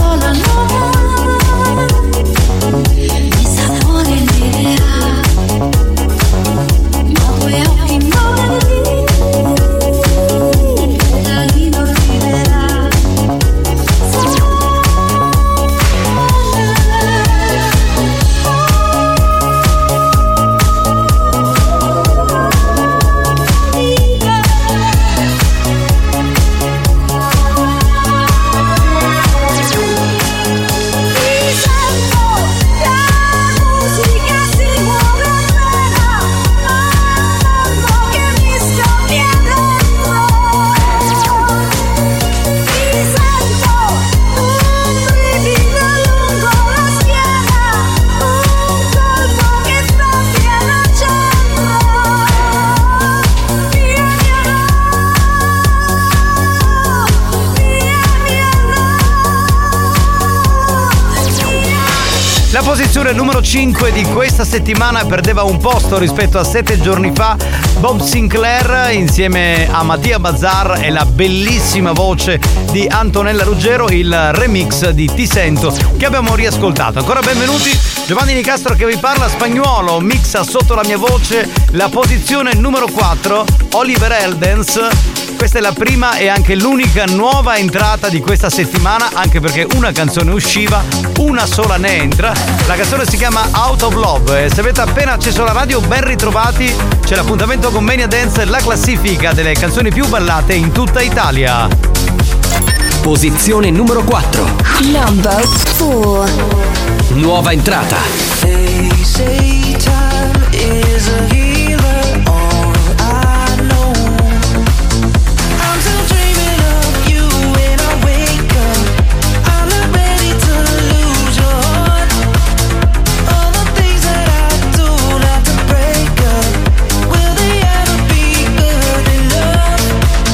Posizione numero 5 di questa settimana perdeva un posto rispetto a 7 giorni fa. Bob Sinclair insieme a Mattia Bazzar e la bellissima voce di Antonella Ruggero, il remix di Ti Sento che abbiamo riascoltato. Ancora benvenuti, Giovanni Nicastro che vi parla. Spagnuolo mixa sotto la mia voce la posizione numero 4, Oliver Heldens. Questa è la prima e anche l'unica nuova entrata di questa settimana, anche perché una canzone usciva, una sola ne entra. La canzone si chiama Out of Love e se avete appena acceso la radio, ben ritrovati. C'è l'appuntamento con Mania Dance, la classifica delle canzoni più ballate in tutta Italia. Posizione numero 4. Number 4. Nuova entrata. They say time is a healer, all I know. I'm still dreaming of you when I wake up. I'm not ready to lose your heart. All the things that I do not to break up, will they ever be good enough?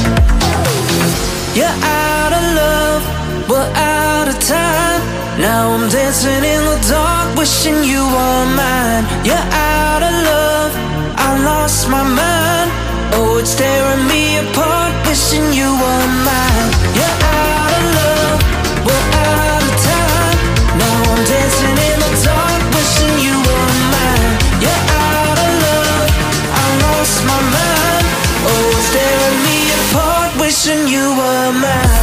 You're out of love, we're out of time. Now I'm dancing in the dark, wishing you were mine. You're out of love, I lost my mind. Oh, it's tearing me apart, wishing you were mine. You're out of love, we're out of time. Now I'm dancing in the dark, wishing you were mine. You're out of love, I lost my mind. Oh, it's tearing me apart, wishing you were mine.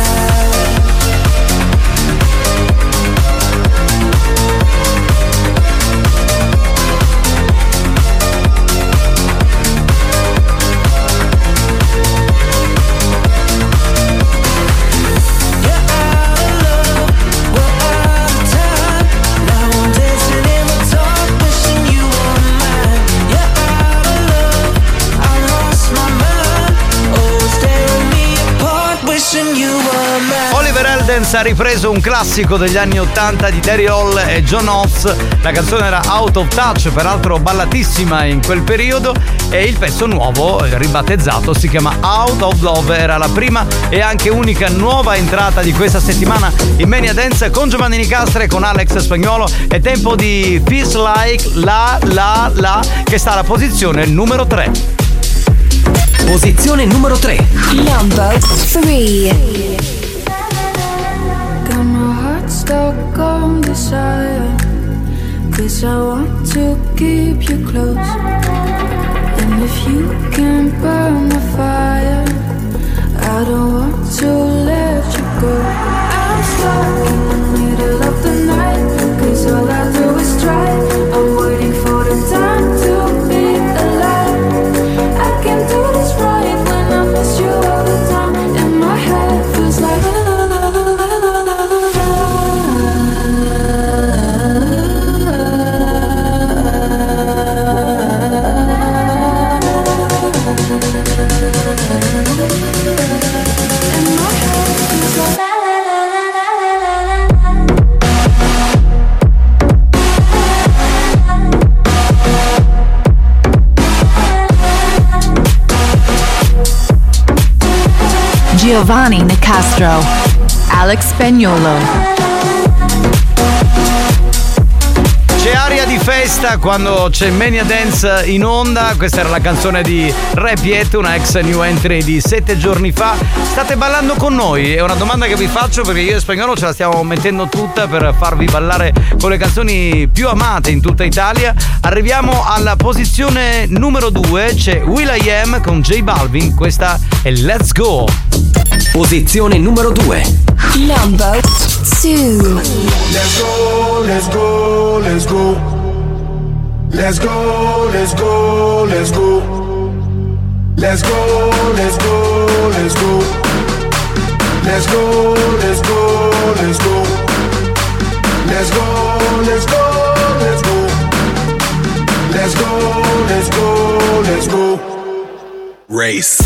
Oliver Heldens ha ripreso un classico degli anni 80 di Daryl Hall e John Oates. La canzone era Out of Touch, peraltro ballatissima in quel periodo, e il pezzo nuovo, ribattezzato, si chiama Out of Love. Era la prima e anche unica nuova entrata di questa settimana in Mania Dance con Giovanni Nicastro e con Alex Spagnuolo. È tempo di Feels Like La La La, che sta alla posizione numero 3. Posizione numero 3. Number 3. Got my heart stuck on desire, 'cause I want to keep you close. And if you can burn the fire, I don't want to let you go. I'm stuck in the middle of the night, 'cause all I do is try. I'm Giovanni Nicastro, Alex Spagnuolo. C'è aria di festa quando c'è Mania Dance in onda. Questa era la canzone di Rapiet, una ex new entry di 7 giorni fa. State ballando con noi? È una domanda che vi faccio perché io e Spagnolo ce la stiamo mettendo tutta per farvi ballare con le canzoni più amate in tutta Italia. Arriviamo alla posizione numero 2, c'è will.i.am con J Balvin, questa è Let's Go. Posizione numero 2. Number 2. Let's go, let's go, let's go. Let's go, let's go, let's go. Let's go, let's go, let's go. Let's go, let's go, let's go. Let's go, let's go, let's go. Let's go, let's go, let's go. Race.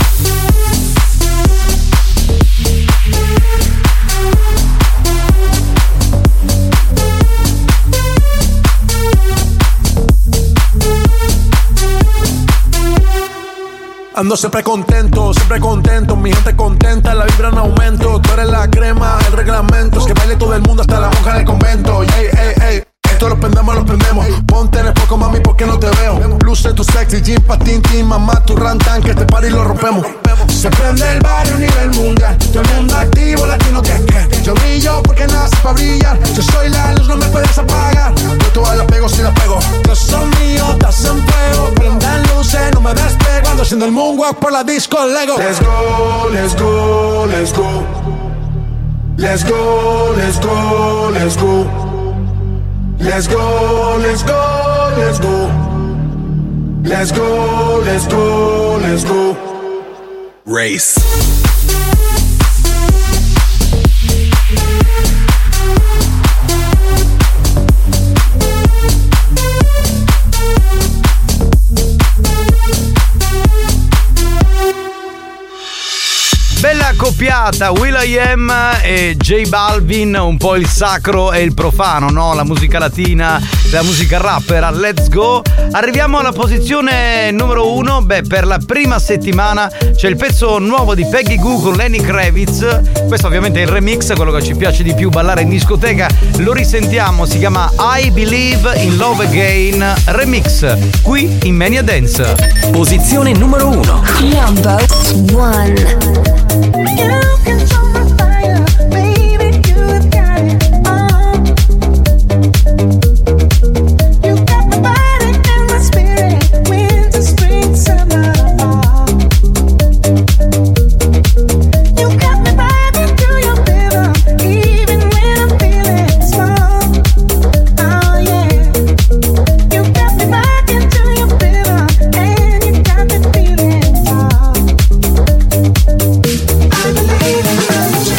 Ando siempre contento, mi gente contenta, la vibra en aumento. Tú eres la crema, el reglamento, es que baile todo el mundo hasta la monja del convento. Ey, ey, ey, esto lo prendemos. Ponte en el foco, mami, porque no te veo. Luce tu sexy, jean, patín, team, mamá, tu rantan, que este party lo rompemos. Se prende el barrio a nivel mundial, todo el mundo activo, latino que yo brillo porque nace para brillar. Yo soy la luz, no me puedes apagar. Yo todas las pego si las pego. Yo soy mío, estás en fuego. Prendan luces, no me despego. Ando haciendo el moonwalk por la disco Lego. Let's go, let's go, let's go. Let's go, let's go, let's go. Let's go, let's go, let's go. Let's go, let's go, let's go. Race. Bella accoppiata, will.i.am e J Balvin, un po' il sacro e il profano, no? La musica latina, la musica rapper, Let's Go. Arriviamo alla posizione numero 1. Beh, per la prima settimana c'è il pezzo nuovo di Peggy Gou con Lenny Kravitz. Questo ovviamente è il remix, quello che ci piace di più ballare in discoteca. Lo risentiamo, si chiama I Believe in Love Again Remix, qui in Mania Dance. Posizione numero 1. Number 1. You control my fire, baby, you got it all. You got my body and my spirit, winter, spring, summer, fall. You got me vibing through your rhythm, even when I'm feeling small. Oh yeah, you got me vibing through your rhythm, and you got me feeling tall. I believe in love.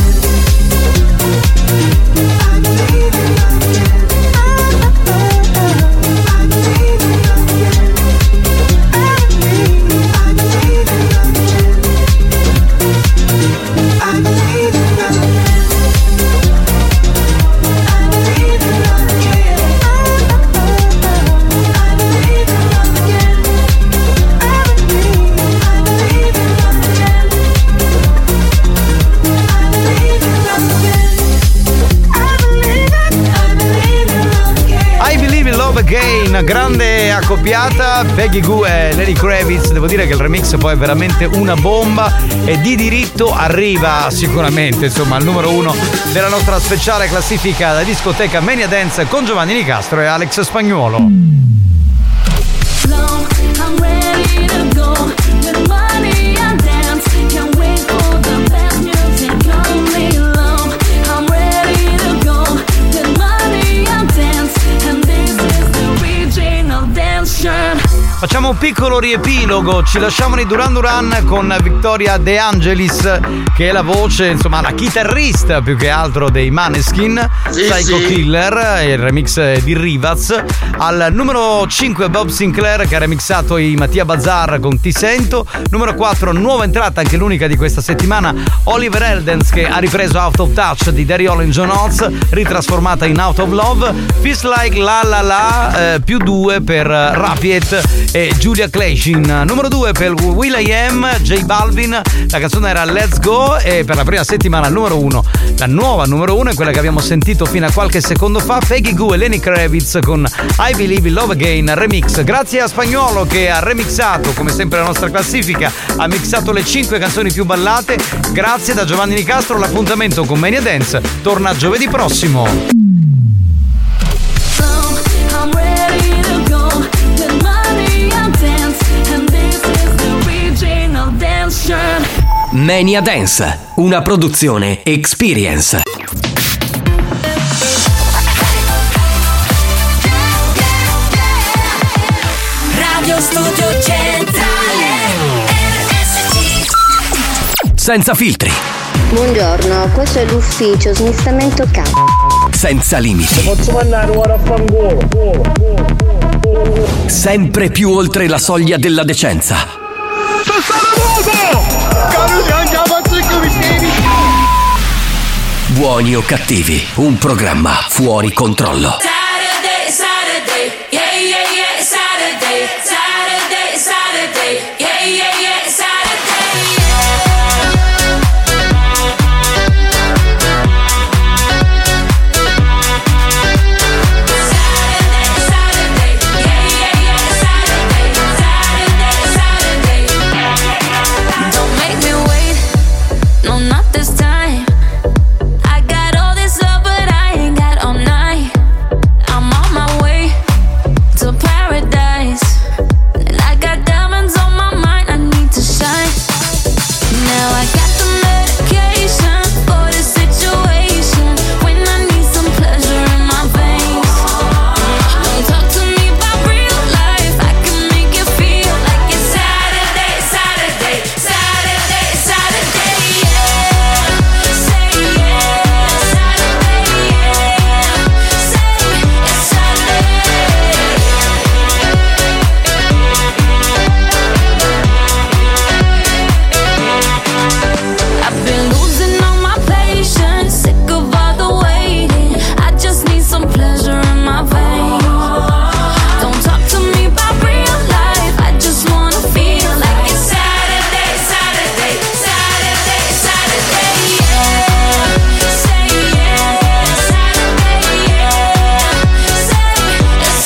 Again, grande accoppiata, Peggy Gou e Lenny Kravitz. Devo dire che il remix poi è veramente una bomba e di diritto arriva sicuramente, insomma, al numero 1 della nostra speciale classifica da discoteca Mania Dance con Giovanni Nicastro e Alex Spagnuolo. Facciamo un piccolo riepilogo, ci lasciamo nei Duran Duran con Victoria De Angelis, che è la voce, insomma la chitarrista più che altro dei Maneskin, Psycho Killer, il remix di Rivaz. Al numero 5 Bob Sinclair che ha remixato i Mattia Bazar con Ti Sento. Numero 4 nuova entrata, anche l'unica di questa settimana, Oliver Heldens che ha ripreso Out of Touch di Daryl and John Oates, ritrasformata in Out of Love. Feels Like La La La, più 2 per Rapiet e Julia Clashin. Numero 2 per will.i.am, J Balvin, la canzone era Let's Go, e per la prima settimana al numero 1, la nuova numero 1 è quella che abbiamo sentito fino a qualche secondo fa, Peggy Gou e Lenny Kravitz con I Believe in Love Again remix. Grazie a Spagnuolo che ha remixato, come sempre la nostra classifica, ha mixato le 5 canzoni più ballate. Grazie da Giovanni Nicastro, l'appuntamento con Mania Dance torna giovedì prossimo. I'm ready to go with Mania Dance, and this is the original dance shirt. Mania Dance, una produzione Experience. Radio Studio Centrale RSC. Senza filtri, Buongiorno, questo è l'ufficio smistamento senza limiti, Posso mandare ora a fangolo. sempre più oltre la soglia della decenza. Buoni o cattivi, un programma fuori controllo. Saturday, Saturday, yeah, yeah, yeah, Saturday, Saturday, Saturday, yeah, yeah, yeah, Saturday, Saturday, yeah, yeah, yeah, Saturday, Saturday, Saturday. Don't make me wait, no, not this time. I got all this love, but I ain't got all night. I'm on my way to paradise, and I got diamonds on my mind. I need to shine. Now I got the medication for this situation. When I need some pleasure in my veins, don't talk to me about real life. I can make you feel like it's Saturday, Saturday, Saturday, Saturday. Yeah, say yeah, Saturday. Yeah, say it's Saturday. I've been losing all my patience, sick of all the waiting. I just need some pleasure in my veins. Don't talk to me about real life. I just wanna feel like it's Saturday, Saturday, Saturday, Saturday. Yeah, say yeah, Saturday. Yeah, say it's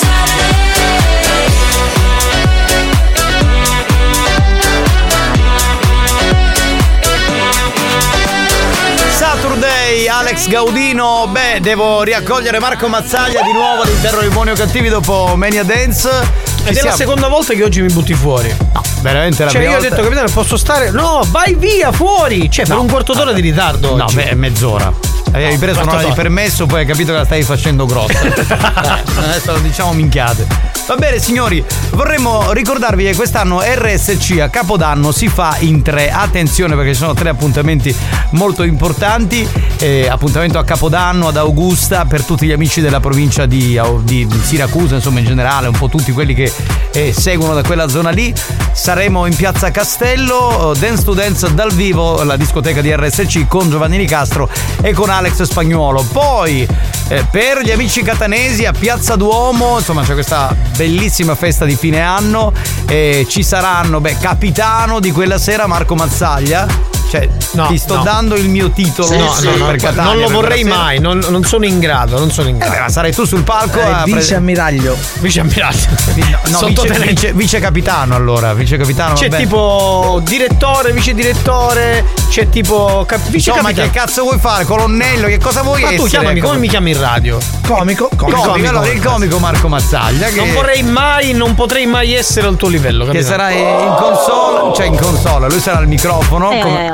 Saturday, Alex Gaudino. Beh, devo riaccogliere Marco Mazzaglia di nuovo all'interno di Buoni o Cattivi dopo Mania Dance. Ed è la seconda volta che oggi mi butti fuori. No, veramente la Cioè, prima io ho detto, capitano, posso stare? No, vai via, fuori! Cioè, per un quarto d'ora di ritardo. No, oggi. beh, mezz'ora. Avevi preso quarto un'ora di d'ora. permesso, poi hai capito che la stavi facendo grossa. Adesso lo diciamo minchiate. Va bene signori, vorremmo ricordarvi che quest'anno RSC a Capodanno si fa in 3. Attenzione perché ci sono 3 appuntamenti molto importanti. Appuntamento a Capodanno ad Augusta per tutti gli amici della provincia di Siracusa, insomma in generale, un po' tutti quelli che seguono da quella zona lì. Saremo in Piazza Castello, Dance to Dance dal vivo, la discoteca di RSC con Giovanni Nicastro e con Alex Spagnuolo. Poi per gli amici catanesi a Piazza Duomo, insomma c'è questa bellissima festa di fine anno, ci saranno capitano di quella sera Marco Mazzaglia. Cioè, ti sto dando il mio titolo. Per Catania, non lo per vorrei quella mai, non sono in grado, ma sarai tu sul palco vice ammiraglio. No, vice capitano allora, vice capitano. C'è tipo direttore, vice direttore, c'è tipo vice capitano. Ma che cazzo vuoi fare? Colonnello, che cosa vuoi essere? Ma tu chiamami, come mi chiami in radio? Comico. Allora il comico Marco Mazzaglia che non potrei mai essere al tuo livello, che capito? sarà in console, cioè in console, lui sarà al microfono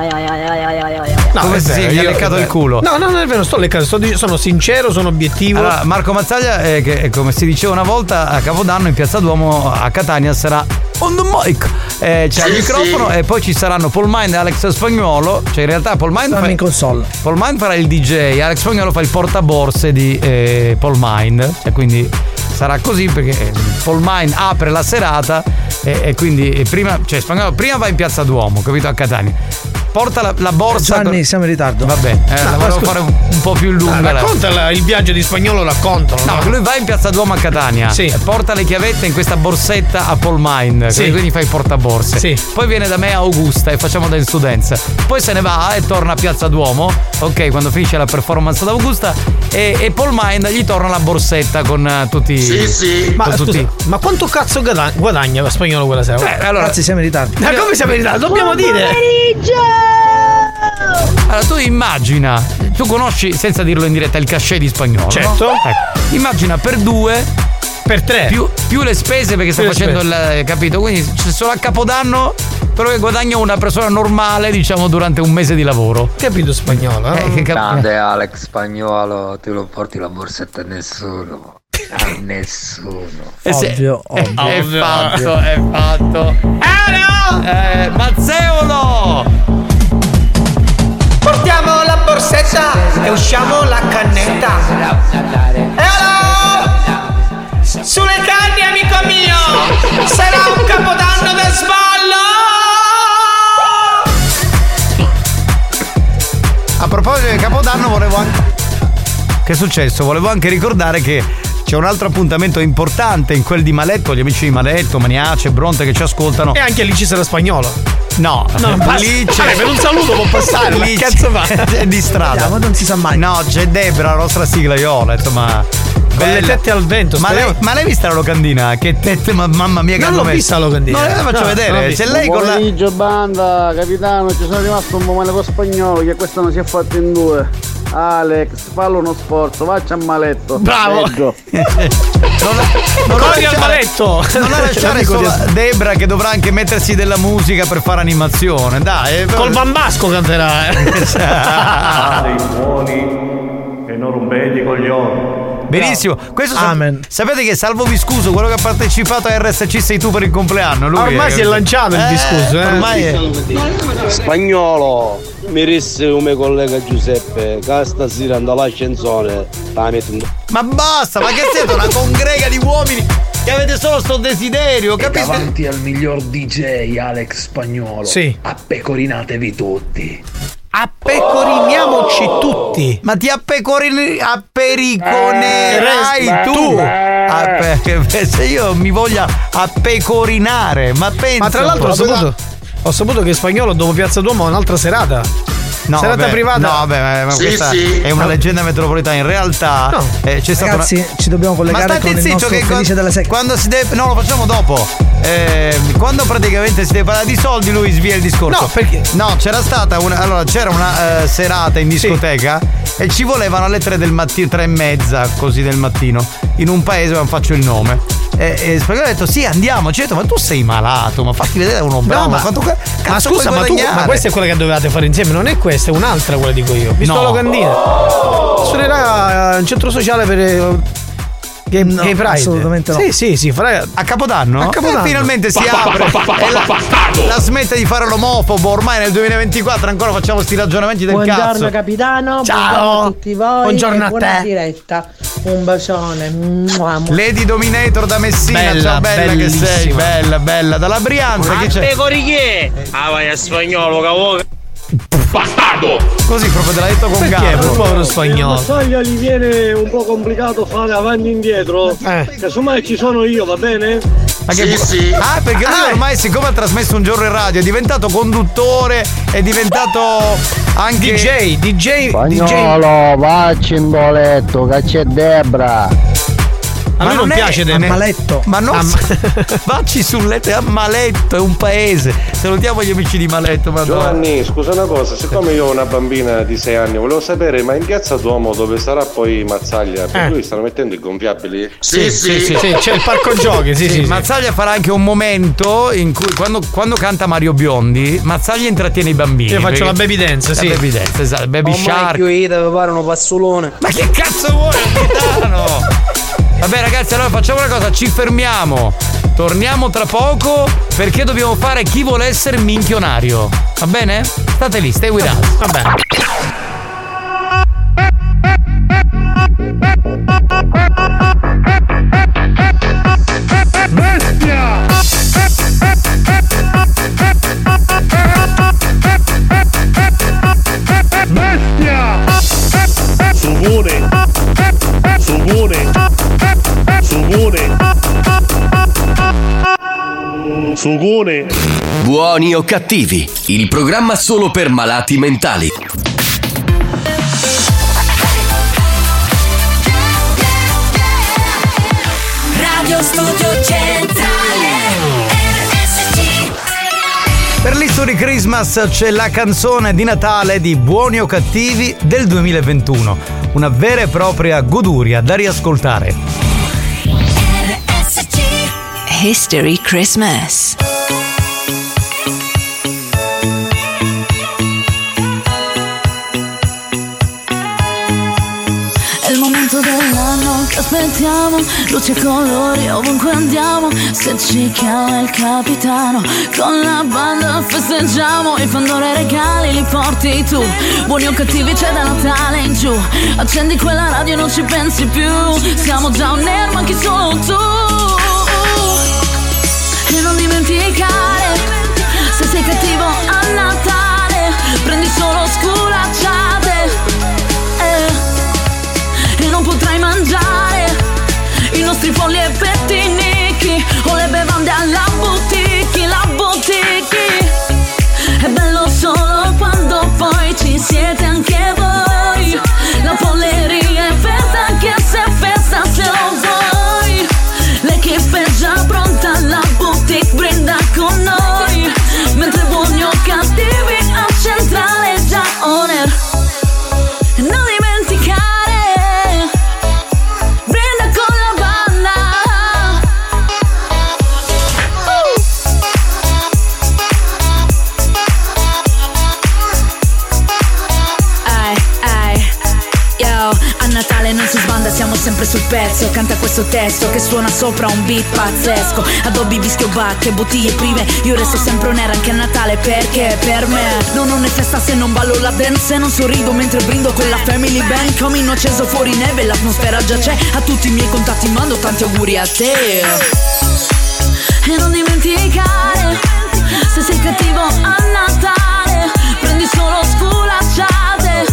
come se gli ha leccato il culo. No, non è vero, sto leccando, sono sincero, sono obiettivo. Allora, Marco Mazzaglia, che come si diceva una volta a Capodanno in Piazza Duomo a Catania sarà on the mic, c'è il microfono e poi ci saranno Paul Mind e Alex Spagnuolo. Cioè in realtà Paul Mind in console. Paul Mind farà il DJ, Alex Spagnuolo fa il portaborse di Paul Mind, e quindi sarà così perché Paul Mine apre la serata e quindi prima va in Piazza Duomo, capito, a Catania. Porta la borsa. Gianni, siamo in ritardo. Vabbè, la volevo fare un po' più lunga. Racconta il viaggio di Spagnolo, raccontalo. No, lui va in Piazza Duomo a Catania. Sì. Porta le chiavette in questa borsetta a Paul Mine. Sì. Quindi fa il portaborse. Sì. Poi viene da me a Augusta e facciamo Dance to Dance. Poi se ne va e torna a Piazza Duomo. Ok, quando finisce la performance ad Augusta. E Paul Mine gli torna la borsetta con tutti. Sì. Ma scusa, ma quanto cazzo guadagna Spagnolo quella sera? Allora, ragazzi, siamo in ritardo. Ma come siamo in ritardo? Dobbiamo dire. Allora tu immagina, tu conosci senza dirlo in diretta il cachet di Spagnolo, certo, no? Ecco. Immagina per 2, per 3 più le spese perché sta facendo il capito, quindi solo a Capodanno però che guadagna una persona normale, diciamo, durante un mese di lavoro. Capito Spagnolo? Grande Alex Spagnolo, tu non porti la borsetta a nessuno. A nessuno. Ovvio. È fatto. Mazzeolo! Portiamo la borsetta e usciamo la cannetta. E allora, sulle canne, amico mio, sarà un capodanno da sballo. A proposito di Capodanno volevo anche... Che è successo? Volevo anche ricordare che c'è un altro appuntamento importante in quel di Maletto, gli amici di Maletto, Maniace, Bronte che ci ascoltano. E anche lì ci sarà Spagnolo. No, lì c'è. Per un saluto può passare, lì che cazzo fa? È di strada. Ma non si sa mai. No, c'è Debra, la nostra sigla Iola, insomma. Con le tette al vento. Ma l'hai vista la locandina? Che tette, mamma mia, che non l'ho vista la locandina. No, la faccio vedere. C'è lei con la. Pomeriggio, banda, capitano, ci sono rimasto un po' male con Spagnolo, che questo non si è fatto in 2. Alex, fallo uno sforzo, faccia a Maletto. Bravo. Non al Maletto. Non la lasciare solo Debra che dovrà anche mettersi della musica per fare animazione. Dai, col bambasco canterà. Dei buoni e non rompete i coglioni. Benissimo, questo Amen. Sapete che Salvo Viscuso, quello che ha partecipato a RSC sei tu per il compleanno, lui ormai si è lanciato il Viscuso, ormai è... Spagnolo, mi risse come collega Giuseppe, che stasera andò all'ascensore. Ma basta, ma che siete una congrega di uomini che avete solo sto desiderio, capite? Davanti al miglior DJ Alex Spagnolo. Sì. Appecorinatevi tutti. Appecoriniamoci tutti. Ma ti appericonerai tu. Se io mi voglio appecorinare, ma pensa. Ma tra l'altro ho saputo che Spagnolo dopo Piazza Duomo ha un'altra serata. No, serata privata. No, vabbè, ma questa è una leggenda metropolitana. In realtà c'è stata ragazzi, ci dobbiamo collegare con il nostro Felice della Secca. Quando si deve. No, lo facciamo dopo. Quando praticamente si deve parlare di soldi, lui svia il discorso. No, perché? No, c'era stata c'era una serata in discoteca e ci volevano alle 3 del mattino, 3:30 così del mattino, in un paese, non faccio il nome. E Spagnolo ha detto sì, andiamo. Ci ha detto, ma tu sei malato, ma fatti vedere uno bravo. Ma scusa, ma questa è quella che dovevate fare insieme, non è questa, è un'altra quella dico io. Visto la locandina. Suonerà un centro sociale per Gay Pride. Assolutamente no. Sì, a Capodanno? A Capodanno. Finalmente si apre e la smette di fare l'omofobo. Ormai nel 2024 ancora facciamo sti ragionamenti del buongiorno, cazzo. Buongiorno capitano. Ciao. Buongiorno a tutti voi. Buongiorno a buona te. diretta. Un bacione. Lady Dominator da Messina. Bella, ciao, bella bellissima. Che sei. Bella dalla Brianza. Che c'è? Vai a Spagnolo, cavolo. Bastardo! Così proprio te l'ha detto con garbo. Povero Spagnolo. Se Mazzaglia gli viene un po' complicato fare avanti e indietro, casomai ci sono io, va bene? Sì. Ah, perché lui ormai, siccome ha trasmesso un giorno in radio, è diventato conduttore, è diventato anche DJ. Spagnolo, vacci in boletto, che c'è Debra. A lui non piace del Maletto. Ma non vacci sul letto, è a Maletto, è un paese. Salutiamo gli amici di Maletto. Giovanni, scusa una cosa, siccome io ho una bambina di 6 anni, volevo sapere, ma in Piazza Duomo dove sarà poi Mazzaglia? Per lui stanno mettendo i gonfiabili? Sì, c'è il parco giochi, sì. Mazzaglia farà anche un momento in cui quando canta Mario Biondi, Mazzaglia intrattiene i bambini. Io faccio la baby dance, sì. La baby dance, esatto, baby shark. Deve fare uno passolone. Ma che cazzo vuoi, capitano? Vabbè ragazzi, allora facciamo una cosa, ci fermiamo, torniamo tra poco perché dobbiamo fare chi vuole essere minchionario. Va bene? State lì, stay with us. Va bene. Sugone. Buoni o cattivi, il programma solo per malati mentali. Radio Studio Centrale RSC. Per l'History Christmas c'è la canzone di Natale di Buoni o Cattivi del 2021. Una vera e propria goduria da riascoltare. RSC. History Christmas. È il momento dell'anno che aspettiamo, luci e colori ovunque andiamo. Se ci chiama il capitano, con la banda festeggiamo. I Pandora regali li porti tu, buoni o cattivi c'è da Natale in giù. Accendi quella radio e non ci pensi più, siamo già on air ma chi solo tu. E non dimenticare, se sei cattivo a Natale, prendi solo sculacciate. E non potrai mangiare i nostri polli e pettinichi o le bevande alla boutique, la boutique. È bello solo quando poi ci siete anche voi. La polleria è aperta anche se è festa se lo vuoi. L'equipe è già pronta, la boutique brinda con noi. Mentre buoni o cattivi a centrale già on air. E non dimenticare, Natale non si sbanda, siamo sempre sul pezzo. Canta questo testo che suona sopra un beat pazzesco. Adobe, vischio, bacche, bottiglie prive. Io resto sempre on air anche a Natale perché per me non è festa se non ballo la dance. Se non sorrido mentre brindo con la family band. Camino acceso fuori neve, l'atmosfera già c'è. A tutti i miei contatti mando tanti auguri a te. E non dimenticare, se sei cattivo a Natale, prendi solo sculacciate.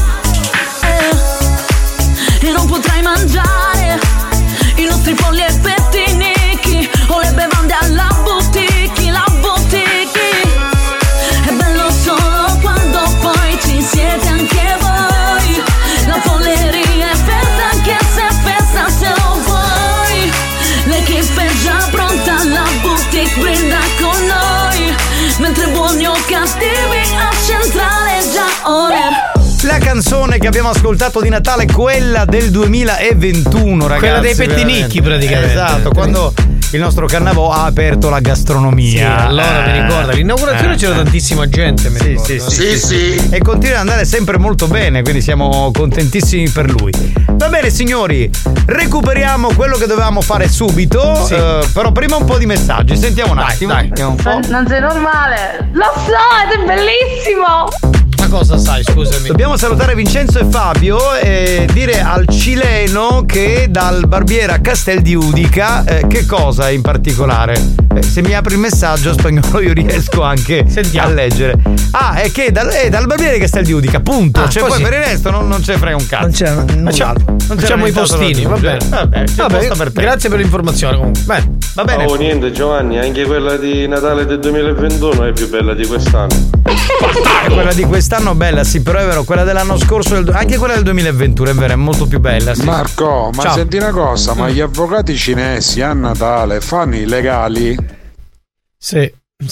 E non potrai mangiare i nostri polli e pettinichi o le bevande alla boutique, la boutique. È bello solo quando poi ci siete anche voi. La polleria è aperta anche se è festa se lo vuoi. L'equipe è già pronta, la boutique brinda con noi. Mentre buoni o cattivi a centrale già on air. La canzone che abbiamo ascoltato di Natale è quella del 2021, ragazzi. Quella dei pettinicchi, praticamente. Esatto, quando il nostro Cannavò ha aperto la gastronomia. Sì, allora mi ricordo, all'inaugurazione c'era tantissima gente, mi ricordo. Sì. E continua ad andare sempre molto bene, quindi siamo contentissimi per lui. Va bene, signori, recuperiamo quello che dovevamo fare subito. Sì. Però prima un po' di messaggi. Sentiamo un attimo. Dai. Un po'. Non sei normale. Lo so, ed è bellissimo. Ma cosa sai, scusami? Dobbiamo salutare Vincenzo e Fabio e dire al cileno che dal barbiere a Castel di Udica che cosa in particolare? Se mi apri il messaggio Spagnolo io riesco anche a leggere. È che dal barbiere di Castel di Udica, punto. Cioè poi per il resto non ce ne frega un cazzo. Non c'è null'altro. Facciamo i postini, va bene. Vabbè, per te. Grazie per l'informazione comunque. Bene. Va bene. Oh, niente Giovanni, anche quella di Natale del 2021 è più bella di quest'anno. Quella di quest'anno bella, sì, però è vero, quella dell'anno scorso, anche quella del 2021 è vero, è molto più bella, sì. Marco, ma ciao. Senti una cosa, ma gli avvocati cinesi a Natale fanno i legali? Sì.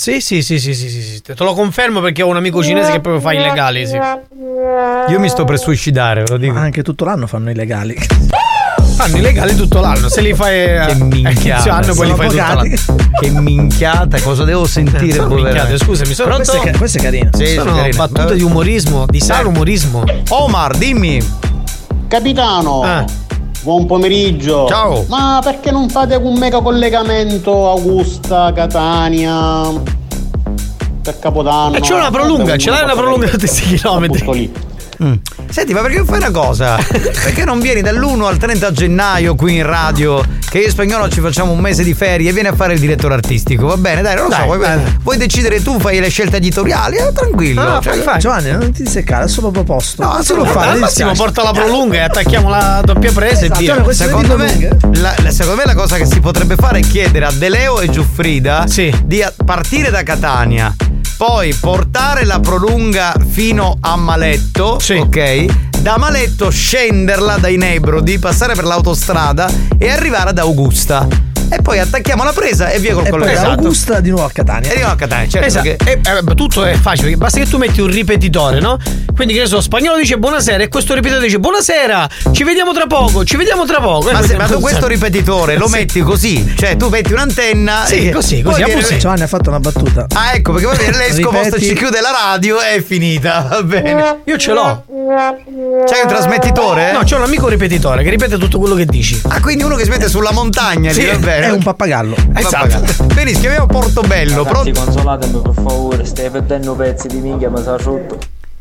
Sì, te lo confermo perché ho un amico cinese che proprio fa i legali, sì. Io mi sto per suicidare, ve lo dico. Ma anche tutto l'anno fanno i legali. Fanno i legali tutto l'anno, se li fai a inizio anno poi li fai tutto l'anno. Che minchiata, cosa devo sentire? Minchiate, scusami, questo è carino. Sì, sono battute di umorismo, di sano umorismo. Omar, dimmi. Capitano, buon pomeriggio. Ciao. Ma perché non fate un mega collegamento Augusta, Catania per Capodanno? C'è una prolunga, ce l'hai una prolunga di 10 chilometri. Senti, ma perché non fai una cosa? Perché non vieni dall'1 al 30 gennaio qui in radio, che io e Spagnolo ci facciamo un mese di ferie e vieni a fare il direttore artistico, va bene? Dai, non lo so, vuoi decidere tu, fai le scelte editoriali, tranquillo. Fai. Giovanni, non ti seccare, è solo proposto. No, solo fare. Al massimo porta la prolunga e attacchiamo la doppia presa e via. Secondo me la cosa che si potrebbe fare è chiedere a De Leo e Giuffrida di partire da Catania, poi portare la prolunga fino a Maletto, ok? Da Maletto scenderla dai Nebrodi, passare per l'autostrada e arrivare ad Augusta. E poi attacchiamo la presa e via col collegato. Esatto. Augusta di nuovo a Catania. E di nuovo a Catania, certo. Esatto. Che... tutto è facile, basta che tu metti un ripetitore, no? Quindi che ne so, Spagnolo dice buonasera e questo ripetitore dice buonasera, ci vediamo tra poco. Ma tu questo ripetitore lo metti così, cioè tu metti un'antenna così. Giovanni ha fatto una battuta. Ah, ecco, perché poi viene l'escoposto, ci chiude la radio e è finita, va bene. Io ce l'ho. C'hai un trasmettitore? No, c'ho un amico ripetitore che ripete tutto quello che dici. Ah, quindi uno che si mette sulla montagna, va bene. È un pappagallo. Esatto. Benissimo, chiamiamo Portobello. Ragazzi, consolatemi per favore, stai perdendo pezzi di minchia, ma sa rotto.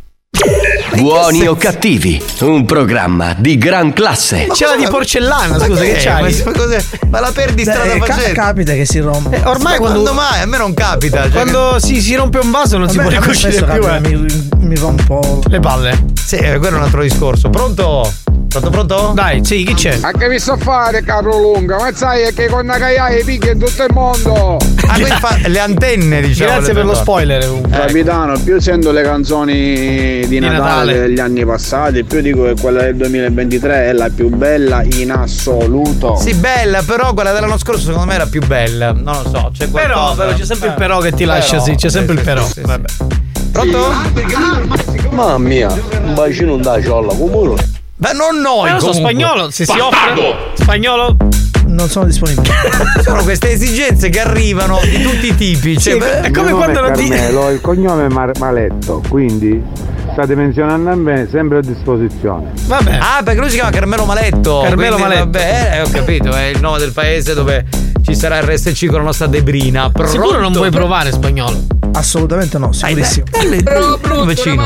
Buoni o cattivi, un programma di gran classe. C'è la di porcellana, scusa, che c'hai? Ma la perdi strada facendo. Capita che si rompe. Ormai quando mai? A me non capita. Cioè quando si rompe un vaso non si può ricucire più. Mi rompo le palle. Sì, quello è un altro discorso. Pronto? Pronto? Dai, sì, chi c'è? Ma che vi sto a fare, caro lunga? Ma sai che con la Caiai picchia in tutto il mondo. Ah, quindi fa le antenne, diciamo. Grazie per lo spoiler. Capitano, più sento le canzoni di Natale degli anni passati, più dico che quella del 2023 è la più bella in assoluto. Sì, bella, però quella dell'anno scorso secondo me era più bella. Non lo so, c'è qualcosa. Però c'è sempre il però che ti lascia, sì, c'è sempre il però. Vabbè. Pronto? Mamma mia, un bacino non da ciolla, come? Ma non noi, non so, Spagnolo, se si offre. Spagnolo? Non sono disponibile. Sono queste esigenze che arrivano di tutti i tipi. Cioè, è come quando non ti. Il cognome è Maletto, quindi state menzionando a me, sempre a disposizione. Vabbè. Ah, perché lui si chiama Carmelo Maletto. Carmelo Maletto. Vabbè, ho capito, è il nome del paese dove ci sarà il RSC con la nostra Debrina. Sicuro non vuoi provare Spagnolo? Assolutamente no, sicurissimo. Brutto vicino.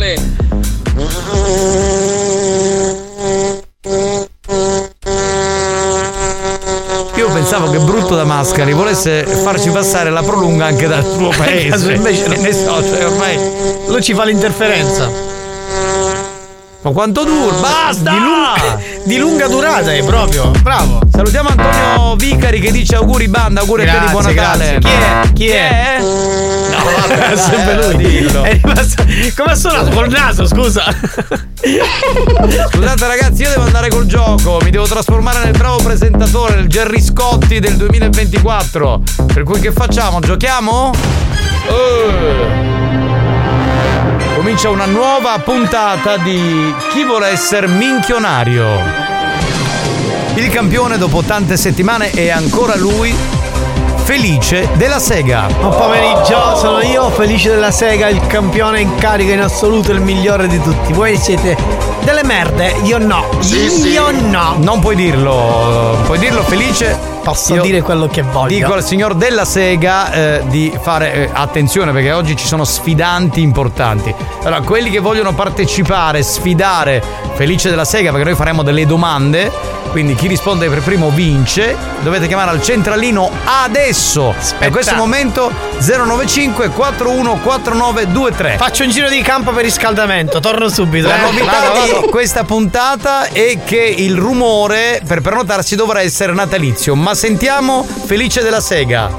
Io pensavo che Brutto da Mascali volesse farci passare la prolunga anche dal tuo paese. Invece ne so, cioè ormai lui ci fa l'interferenza. Ma quanto dura? Basta! Di lunga durata è proprio. Bravo. Salutiamo Antonio Vicari che dice auguri banda, auguri a te di buon Natale. Chi è? No, vabbè, sempre lui. Dillo. È rimasto. Come ha suonato col naso, scusa. Scusate ragazzi, io devo andare col gioco. Mi devo trasformare nel bravo presentatore, nel Gerry Scotti del 2024. Per cui che facciamo? Giochiamo? Comincia una nuova puntata di Chi vuole essere minchionario. Il campione dopo tante settimane è ancora lui, Felice della Sega. Buon pomeriggio, sono io, Felice della Sega, il campione in carica in assoluto, il migliore di tutti. Voi siete delle merde, io no. Io no. Non puoi dirlo, Felice. Posso dire quello che voglio. Dico al signor della Sega di fare attenzione, perché oggi ci sono sfidanti importanti. Allora, quelli che vogliono partecipare, sfidare Felice della Sega, perché noi faremo delle domande, quindi chi risponde per primo vince. Dovete chiamare al centralino adesso. In questo momento 095 414923. Faccio un giro di campo per riscaldamento, torno subito. La novità di questa puntata è che il rumore per prenotarsi dovrà essere natalizio. Ma sentiamo Felice della Sega.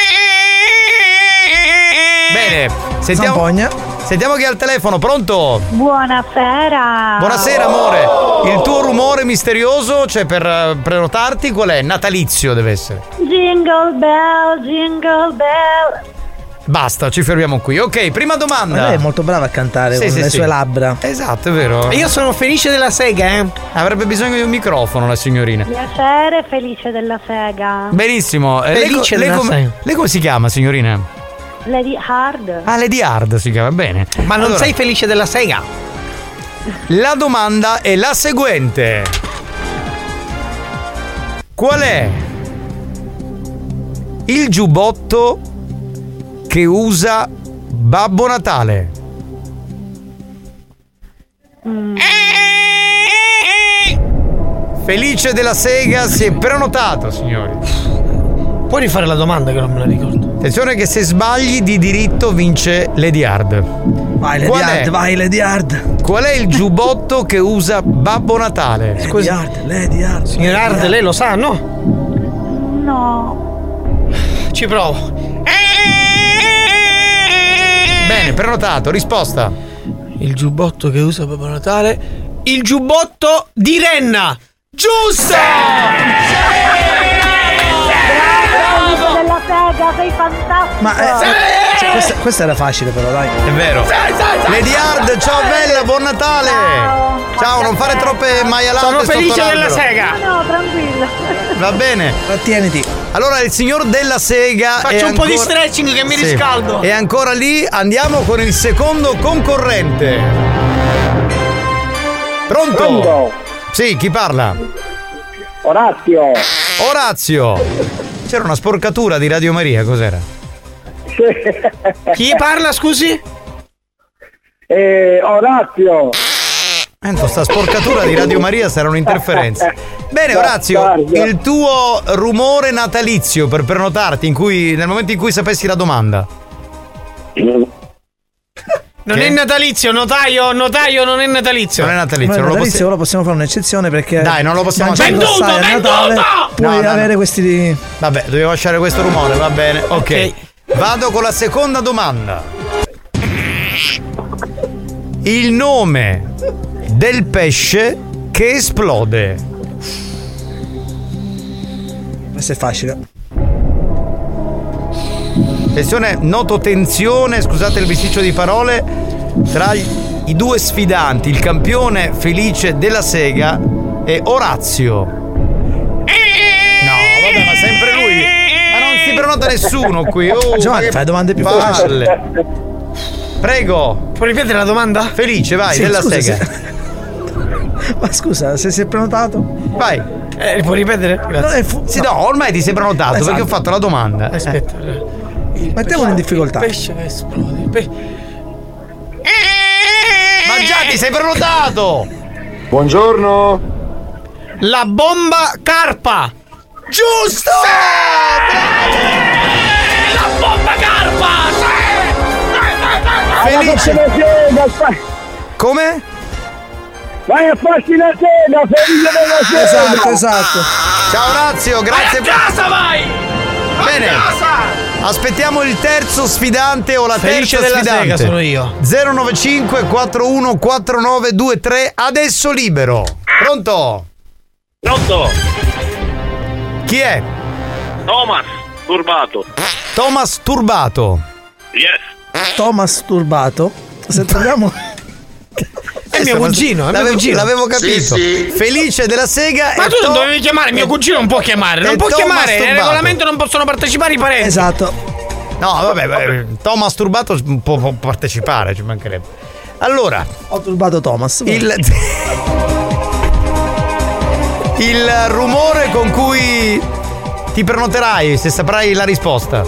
Bene, sentiamo chi è al telefono. Pronto? Buonasera. Buonasera amore. Il tuo rumore misterioso, cioè per prenotarti, qual è? Natalizio deve essere. Jingle bell, jingle bell. Basta, ci fermiamo qui. Ok, prima domanda. Ma lei è molto brava a cantare con le sue labbra. Esatto, è vero. Io sono Felice della Sega, Avrebbe bisogno di un microfono la signorina. Piacere, Felice della Sega. Benissimo. Felice della Sega. Lei come si chiama, signorina? Lady Hard. Ah, Lady Hard si chiama, bene. Ma non sei Felice della Sega? La domanda è la seguente. Qual è il giubbotto che usa Babbo Natale? Felice della Sega si è prenotato, signori. Puoi rifare la domanda che non me la ricordo. Attenzione che se sbagli di diritto vince Lady Hard. Vai Lady Hard. Qual è il giubbotto che usa Babbo Natale? Scusi. Lady Hard. Signor Hard, lei lo sa, no? No. Ci provo. Bene, prenotato, risposta. Il giubbotto che usa Babbo Natale. Il giubbotto di Renna. Giusto! Bravo della Sega, sei fantastico. Ma questa era facile però, dai. È vero. Lady Hard, ciao bella, buon Natale. Ciao, non fare troppe maialate. Sono felice sotto della l'albero. Sega. No, tranquilla. Va bene. Trattieniti. Allora, il signor della Sega faccio un po' di stretching che mi riscaldo. È ancora lì, andiamo con il secondo concorrente. Pronto? Sì, chi parla? Orazio. C'era una sporcatura di Radio Maria, cos'era? Chi parla, scusi? Orazio. Sta sporcatura di Radio Maria sarà un'interferenza. Bene, Orazio, il tuo rumore natalizio per prenotarti nel momento in cui sapessi la domanda. Non è natalizio, notaio non è natalizio. Non è natalizio, non è natalizio, ora possiamo fare un'eccezione perché. Dai, non lo possiamo fare. Venduto! Puoi avere questi. Vabbè, dovevo lasciare questo rumore, va bene. Ok. Vado con la seconda domanda. Il nome del pesce che esplode. Questo è facile. Attenzione, noto tensione, scusate il bisticcio di parole, tra i due sfidanti, il campione felice della Sega e Orazio. No, vabbè, ma sempre lui. Ma non si prenota nessuno qui. Giovanni, fai domande più facili. Prego. Puoi ripetere la domanda? Felice, vai, della scusa, Sega. Ma scusa, se si è prenotato? Vai. Puoi ripetere? Grazie. No, ormai ti sei prenotato perché ho fatto la domanda. Aspetta. Mettiamolo in difficoltà. Il pesce che esplode. Ma già ti sei prenotato! Buongiorno! La bomba carpa! Giusto! La bomba carpa! Felice! Come? Vai a farti la Sega, felice della Sega! Esatto. Ciao Orazio, grazie. Vai a casa, vai! Bene. Aspettiamo il terzo sfidante o la felice terza della sfidante. Sega sono io. 095 41 4923, adesso libero. Pronto? Chi è? Thomas Turbato. Thomas Turbato. Yes. Thomas Turbato. Se troviamo. È mio cugino, l'avevo capito. Sì. Felice della Sega. Ma tu non dovevi chiamare, mio cugino non può chiamare. Non può chiamare, nel regolamento non possono partecipare i parenti. Esatto. No, vabbè. Thomas Turbato può partecipare, ci mancherebbe. Allora, ho turbato Thomas. Il rumore con cui ti prenoterai se saprai la risposta.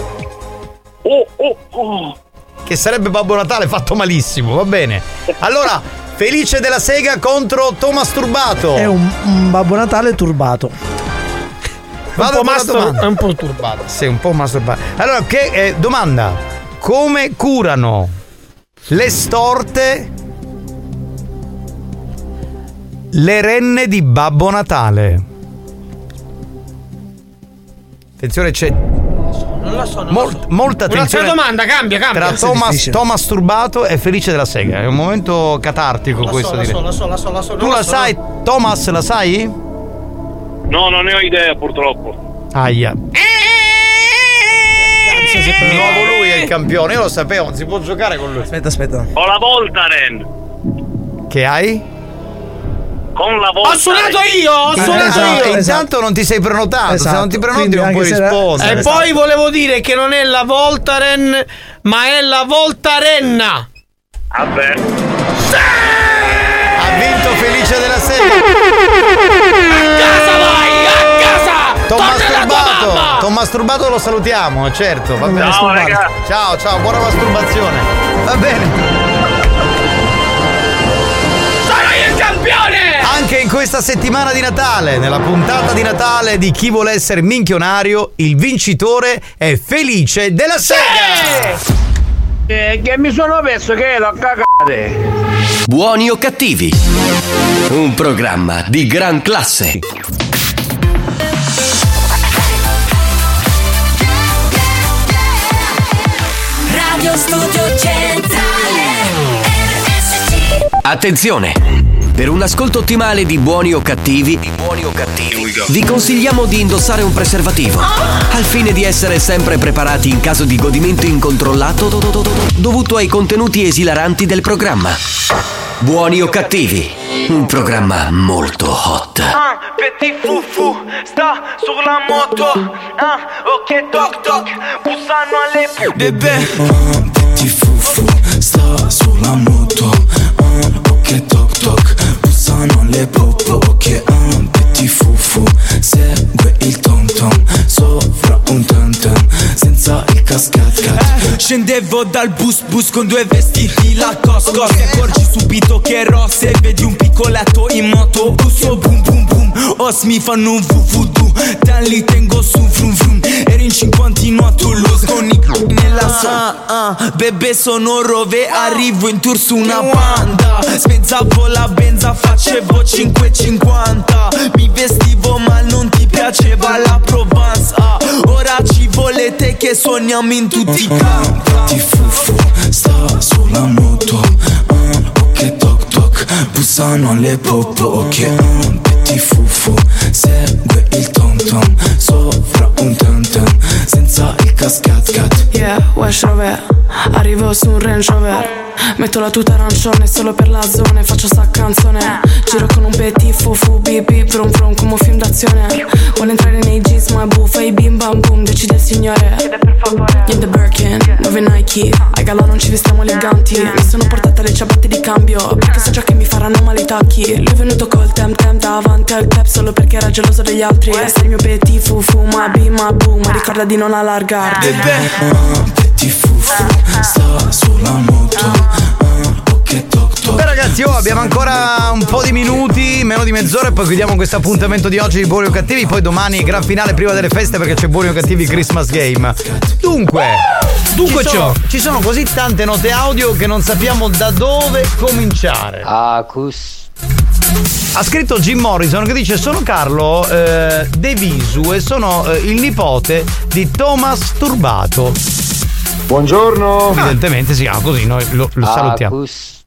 Che sarebbe Babbo Natale fatto malissimo, va bene. Allora, Felice della Sega contro Thomas Turbato. È un Babbo Natale turbato. Vado con la domanda. È un po' turbato. Sì, un po' masturbato. Allora, domanda. Come curano le storte le renne di Babbo Natale? Attenzione, c'è Non lo so. molta attenzione. Un'altra domanda, cambia. Tra Thomas Turbato e Felice della Sega. È un momento catartico questo. La so. Tu la sai, Thomas, la sai? No, non ne ho idea purtroppo. Aia. Di nuovo lui è il campione, io lo sapevo, non si può giocare con lui. Aspetta. Ho la Voltaren. Che hai? Con la Voltaren. Ho suonato io. Intanto non ti sei prenotato, se non ti prenoti non puoi rispondere. E poi volevo dire che non è la Voltaren, ma è la Voltarenna. Vabbè. Ha vinto Felice della Sega. A casa vai, a casa. Thomas Turbato lo salutiamo, certo. Va bene. Ciao raga. Ciao, buona masturbazione. Va bene. Sono io il campione. Anche in questa settimana di Natale, nella puntata di Natale di Chi vuole essere minchionario, il vincitore è Felice della Sega. Che mi sono perso che l'ho cagate. Buoni o cattivi? Un programma di gran classe. Radio Studio Centrale RSC. Attenzione! Per un ascolto ottimale di Buoni o Cattivi, vi consigliamo di indossare un preservativo, al fine di essere sempre preparati in caso di godimento incontrollato dovuto ai contenuti esilaranti del programma. Buoni o Cattivi, un programma molto hot. Petit fufu sta sulla moto. Ok toc toc, bussano alle bebè. Petit fufu sta sulla moto. Ok toc toc, bussano alle popo. Ok petit fufu segue il tom tom sopra un tam tam senza il cascat. Scendevo dal bus con due vestiti Lacoste. Ti accorgi subito che ero se vedi un piccoletto in moto. Busso boom boom boom, os mi fanno un vuvudu. Dan li tengo su vrum vrum. Ero in 50 a Toulouse con i nella bebè sono Rove, arrivo in tour su una Panda. Spezzavo la benza, facevo 5,50. Mi vestivo ma non ti piaceva la Provence. Ora ci volete che suoniamo in tutti i campi. Petit fufu sta sulla moto. Ok toc toc, bussano alle popo. Ok petit fufu segue il tom tom sopra un tam tam senza il cascat. Yeah, Wesh Rover, arrivo su un Range Rover. Metto la tuta arancione solo per la zona e faccio sta canzone. Giro con un petit fufu, bip bip brum brum come un film d'azione. Vuole entrare nei jeans ma è buffa e bim bam boom, decide il signore. Chiede per favore. Niente Birkin, 9 Nike. Ai galà non ci vestiamo eleganti. Mi sono portata le ciabatte di cambio perché so già che mi faranno male i tacchi. Lui è venuto col tem tem davanti al club solo perché era geloso degli altri. Sei il mio petit fufu ma bim ma boom, ma ricorda di non allargarti. Petit fufu sta sulla moto. Beh ragazzi, abbiamo ancora un po' di minuti, meno di mezz'ora, e poi chiudiamo questo appuntamento di oggi di Buoni o Cattivi. Poi domani gran finale prima delle feste perché c'è Buoni o Cattivi Christmas Game. Dunque ci sono così tante note audio che non sappiamo da dove cominciare. Ha scritto Jim Morrison che dice: sono Carlo De Visu e sono il nipote di Thomas Turbato. Buongiorno. Evidentemente si chiama così, noi lo salutiamo.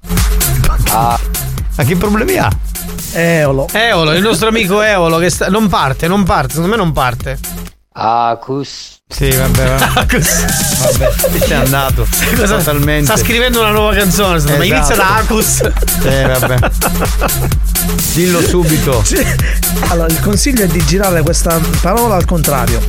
Ma che problemi ha? Eolo, il nostro amico Eolo che non parte, secondo me non parte. Sì, vabbè. Vabbè, è andato. Totalmente. Sta scrivendo una nuova canzone, esatto. Ma inizia da Acus. Vabbè. Dillo subito. Allora, il consiglio è di girare questa parola al contrario.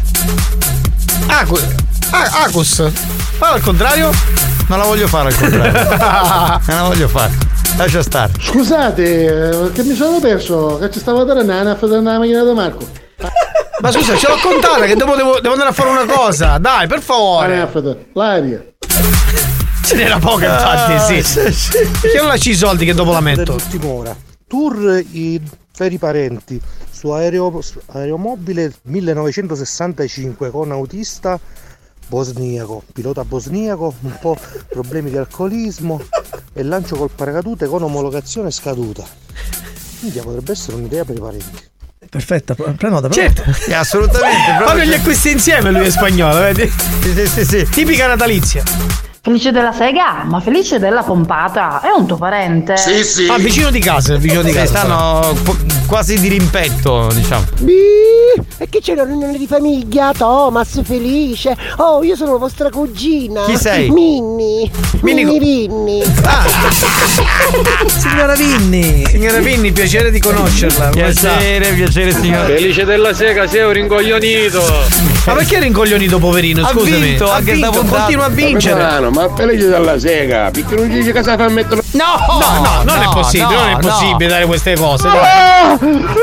Acus. Fai al contrario? Non la voglio fare al contrario. Non la voglio fare. Lascia stare. Scusate, che mi sono perso. Che ci stavo a dare nella macchina da Marco. Ma scusa, ce l'ho contata che dopo devo andare a fare una cosa. Dai, per favore. L'aria. Ce n'era poca, infatti, sì. Perché non lasci i soldi che dopo la metto? L'ultima ora. Tour per i parenti su aeromobile 1965 con autista bosniaco, pilota bosniaco, un po' problemi di alcolismo e lancio col paracadute con omologazione scaduta. Quindi potrebbe essere un'idea per i parenti. Perfetta, prenota. Certo, assolutamente. Proprio gli acquisti insieme, lui è spagnolo, vedi? Sì. Tipica natalizia. Felice della Sega, ma Felice della Pompata è un tuo parente? Sì. Vicino di casa. Stanno quasi di rimpetto, diciamo. E che c'è la riunione di famiglia? Thomas, Felice. Oh, io sono vostra cugina. Chi sei? Minni Vinni. Signora Vinni, piacere di conoscerla. Piacere signora. Felice della Sega, sei un rincoglionito. Ma perché rincoglionito, poverino? Scusami. Ha vinto, continua a vincere. Ma Felice della Sega, perché non dice che sa far mettere. No, non è possibile dare queste cose.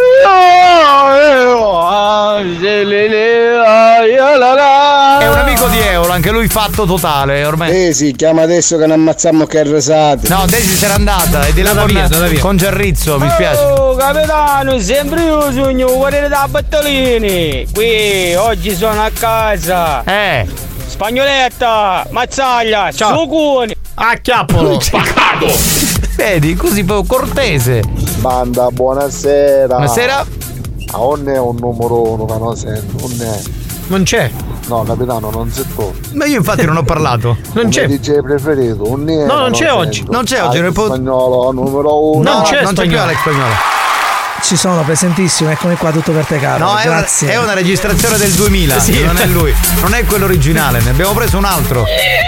È un amico di euro, anche lui fatto totale ormai. Desi, chiama adesso che ne ammazziamo che è resate. No, Desi se n'è andata, è di là con Giarrizzo, mi spiace. Oh capitano, sempre io sogno guardare da Battolini. Qui oggi sono a casa. Spagnoletta, Mazzaglia, Sucuni. Acchiappolo. Spaccato. Vedi, così cortese. Banda, buonasera. Buonasera. Non è un numero uno che non sento, non c'è. No, capitano, non c'è tu. Ma io infatti non ho parlato. Non c'è. DJ preferito, No, non c'è oggi. Non c'è oggi. Spagnolo, numero uno. Non c'è più Alex Spagnolo. Ci sono, presentissimo, eccomi qua, tutto per te, caro. No, grazie. È una registrazione del 2000. Sì. Non è lui. Non è quello originale, ne abbiamo preso un altro.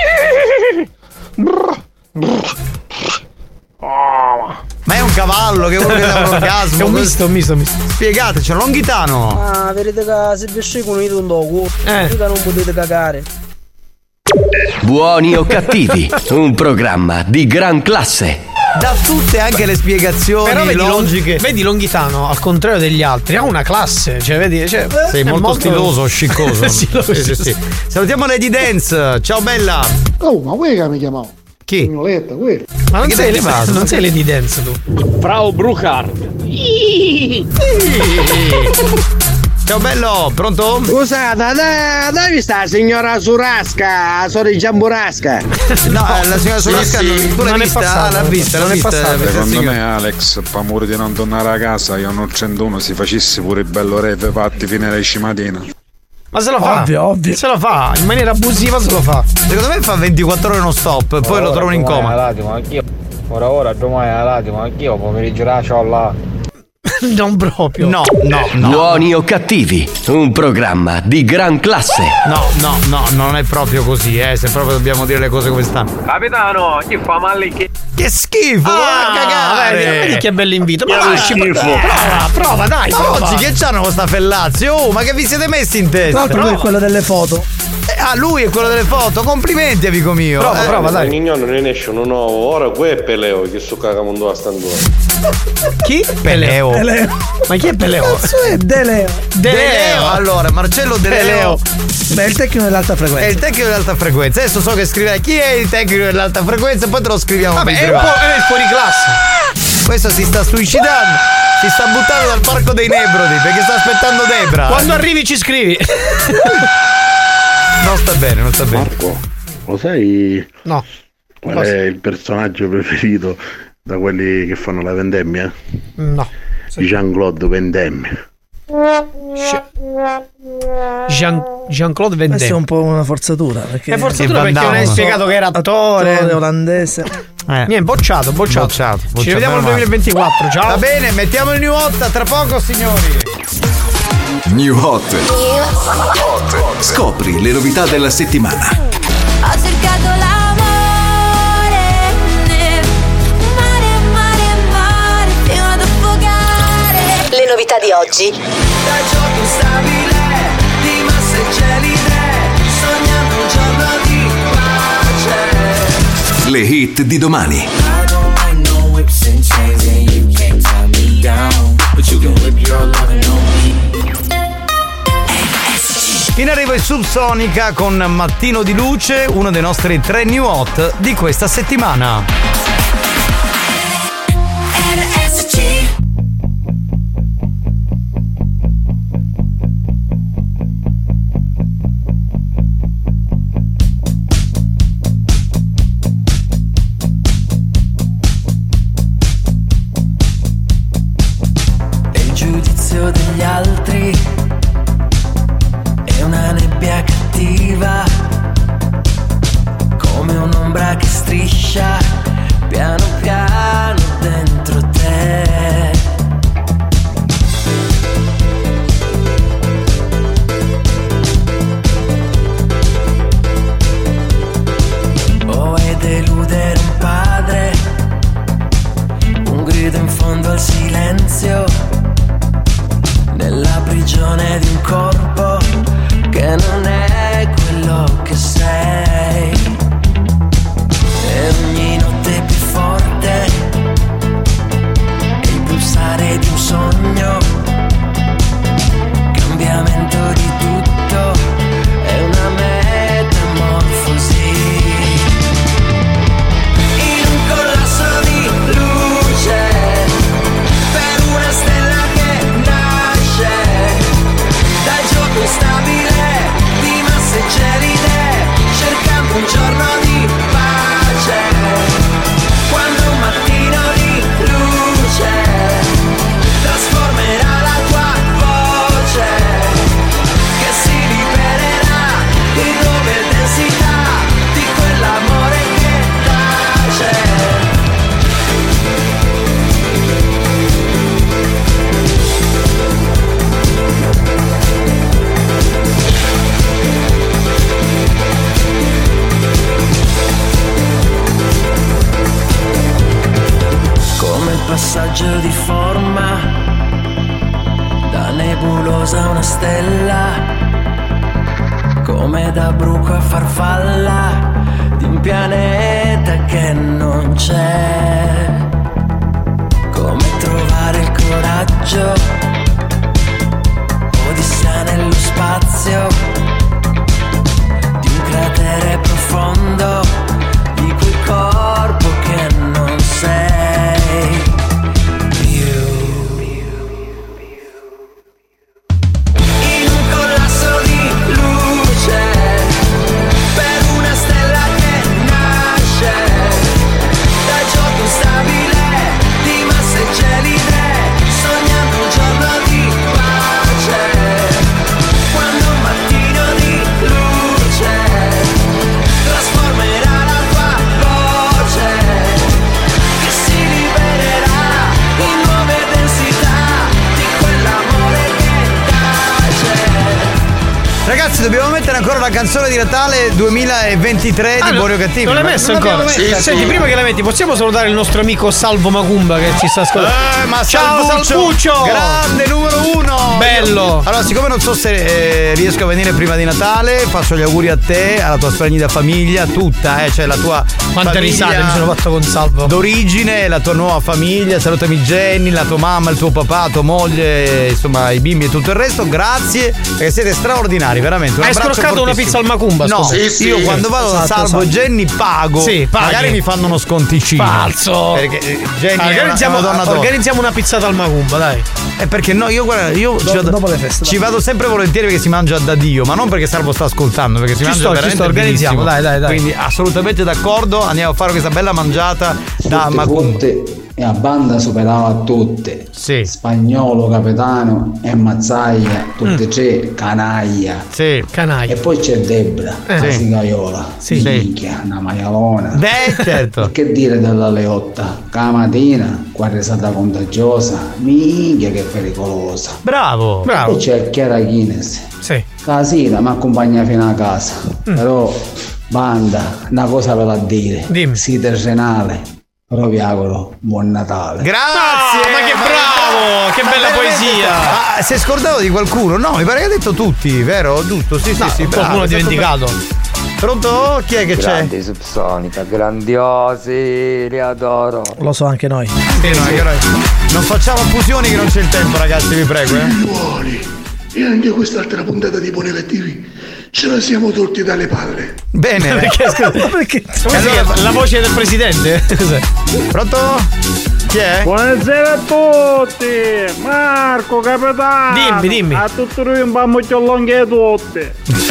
Ma è un cavallo che vuole dare un orgasmo. È un misto. Spiegatecelo, Longhitano. Ah, vedete che se vi scelgono io non do mica non potete cagare. Buoni o cattivi, un programma di gran classe. Da tutte anche le spiegazioni. Però vedi, logiche. Vedi Longhitano, al contrario degli altri, ha una classe. Cioè, vedi, sei molto stiloso, sciccoso. sì. Salutiamo Lady Dance. Ciao bella. Oh, ma vuoi che mi chiamavo? Chi? Signoletta, quello. Ma non sei Lady Dance tu. Frau Bruchard. Ciao bello, pronto? Scusate, dove sta signora Surasca, sorella Burasca? No, la signora Surasca tu l'hai vista? L'ha vista. Secondo me Alex, paura di non tornare a casa, io non 101 si facesse pure il bello rete fatti fino alle cimattina. Ma se lo fa, ovvio. Se lo fa, in maniera abusiva se lo fa. Secondo me fa 24 ore non stop, poi lo trovano in coma. Ora, domani all'attimo, anch'io pomeriggio la c'ho là. Non proprio. No. Buoni o cattivi, un programma di gran classe. No, non è proprio così, se proprio dobbiamo dire le cose come stanno. Capitano, chi fa male che schifo, cagare. Vedi che bell'invito. Ma prova, dai. Oggi che c'hanno questa fellazio? Oh, ma che vi siete messi in testa? Tra l'altro lui è quello delle foto. Lui è quello delle foto, complimenti amico mio. Prova, dai. Nignon ne esce uno nuovo, ora qui è Peleo che sto cagamondo a standone. Chi? Peleo. Ma chi è Peleo? Cazzo è De Leo. Allora, Marcello De Leo. Beh, il tecnico dell'alta frequenza. È il tecnico dell'alta frequenza. Adesso so che scrive chi è il tecnico dell'alta frequenza, poi te lo scriviamo. Vabbè, è il fuori classe. Questo si sta suicidando. Si sta buttando dal parco dei Nebrodi perché sta aspettando Debra. Quando arrivi ci scrivi. Non sta bene. Marco, lo sai? No. Qual è il personaggio preferito da quelli che fanno la vendemmia? No. Jean-Claude Van Damme. Jean-Claude Van Damme. Questa è un po' una forzatura. Perché è forzatura perché non hai spiegato che era attore olandese. Niente, bocciato. Ci rivediamo nel 2024. Ciao. Va bene, mettiamo il new hot tra poco, signori. New Hot. Scopri le novità della settimana. Ho cercato l'amore, mare, fino ad affogare. Le novità di oggi. Da gioco instabile, di massa e gelide, sognando un giorno di pace. Le hit di domani. I don't like no whips and chains and you can't tie me down, but you can whip your lovin' on me. In arrivo è Subsonica con Mattino di Luce, uno dei nostri 3 new hot di questa settimana. Il giudizio degli altri è una nebbia cattiva, come un'ombra che striscia raggio di forma, da nebulosa una stella, come da bruco a farfalla di un pianeta che non c'è. Come trovare il coraggio, odissea nello spazio, di un cratere profondo, di quel corpo che non sei più. In un collasso di luce, per una stella che nasce dal gioco instabile di masse gelide, sognando un giorno di pace, quando un mattino di luce trasformerà la tua voce, che si libererà in nuove densità di quell'amore che tace. Ragazzi, dobbiamo mettere ancora la canzone di Natale 2023 di Buoni o Cattivi. Non l'hai messa ancora? Senti, prima che la metti, possiamo salutare il nostro amico Salvo Macumba che ci sta ascoltando? Ma ciao Salvuccio! Grande numero 1! Bello! Allora, siccome non so se riesco a venire prima di Natale, faccio gli auguri a te, alla tua splendida famiglia, tutta, cioè la tua Quante famiglia risate mi sono fatto con Salvo d'origine, la tua nuova famiglia, salutami Jenny, la tua mamma, il tuo papà, tua moglie, insomma i bimbi e tutto il resto, grazie, perché siete straordinari, veramente. Hai scroccato una pizza al Macumba? No, scusa. io quando vado da Salvo e Jenny pago. Sì, paghi. Magari mi fanno uno sconticino. Falso. Perché Jenny è una donna d'oro. Organizziamo una pizzata al Macumba, dai. Perché no, io dopo le feste, ci vado sempre volentieri perché si mangia da Dio, ma non perché Salvo sta ascoltando, perché si mangia veramente organizziamo, benissimo. dai. Quindi assolutamente d'accordo, andiamo a fare questa bella mangiata da Macumba. E la banda superava tutte. Sì. Spagnolo, Capitano e Mazzaglia, tutte e tre canaglia. Sì, canaglia. E poi c'è Debra, la Sì. sigaiola. Sì. Minchia, una maialona. Beh, certo. E che dire della Leotta? Che la mattina, quando è stata contagiosa, minchia che pericolosa. Bravo. E poi c'è Chiara Guinness. Sì. Casina mi accompagna fino a casa. Però, banda, una cosa ve la dire. Dimmi. Siete renale. Però vi auguro buon Natale. Grazie! Ma che bravo! Che bella poesia! Si è scordato di qualcuno? No, mi pare che ha detto tutti, vero? Giusto, sì, No, sì. qualcuno ha dimenticato. Pronto? Chi è che c'è? Grandi Subsonica, grandiosi, li adoro. Lo so anche noi. Sì, no, anche noi. Non facciamo fusioni che non c'è il tempo, ragazzi, vi prego, Figliuoli, e anche quest'altra puntata di Buoni o Cattivi ce la siamo tolti dalle palle. Bene. Perché allora, la voce del presidente? Cos'è? Pronto? Chi è? Buonasera a tutti! Marco, capitano! Dimmi. A tutti noi un po' più lunghe tutte!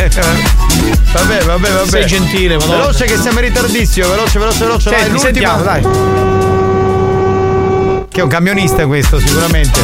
Vabbè. Sei gentile, madonna. Veloce che siamo in ritardissimo, veloce. Senti, vai, l'ultimo. sentiamo, dai. Che è un camionista questo, sicuramente.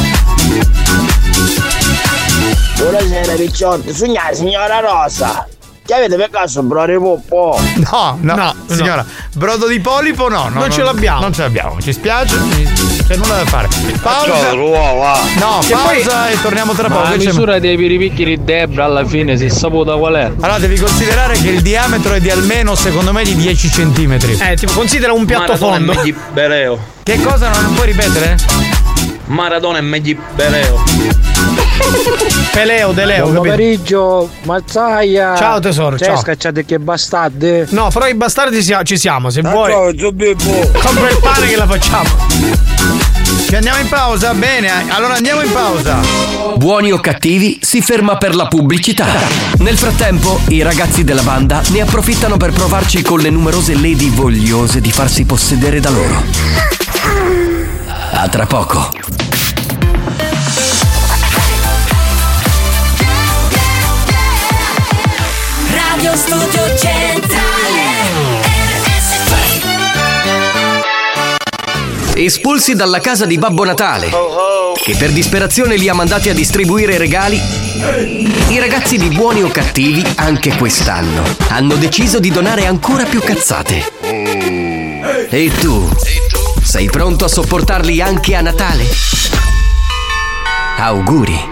Buonasera picciotti, sognare signora Rosa. Che avete per caso brodo di poppo? No, signora. Brodo di polipo no. Non ce l'abbiamo. Non ce l'abbiamo, ci spiace, c'è nulla da fare. Pausa. No, Che pausa e torniamo tra poco. La misura dei piripicchi di Debra alla fine si è saputa qual è. Allora devi considerare che il diametro è di almeno, secondo me, di 10 centimetri. Tipo considera un piatto fondo. Bereo. Che cosa non puoi ripetere? Maradona e Meggi Bereo. Peleo, Deleo. Buon pomeriggio, Mazzaia. Ciao tesoro, ciao. Scacciate che bastardi. No, però i bastardi ci siamo, se vuoi. Ciao, compra il pane che la facciamo. Che andiamo in pausa? Bene, allora andiamo in pausa. Buoni o Cattivi si ferma per la pubblicità. Nel frattempo, i ragazzi della banda ne approfittano per provarci con le numerose lady vogliose di farsi possedere da loro. A tra poco. Radio Studio Centrale Espulsi dalla casa di Babbo Natale, che per disperazione li ha mandati a distribuire regali, i ragazzi di Buoni o Cattivi, anche quest'anno, hanno deciso di donare ancora più cazzate. E tu? Sei pronto a sopportarli anche a Natale? Auguri!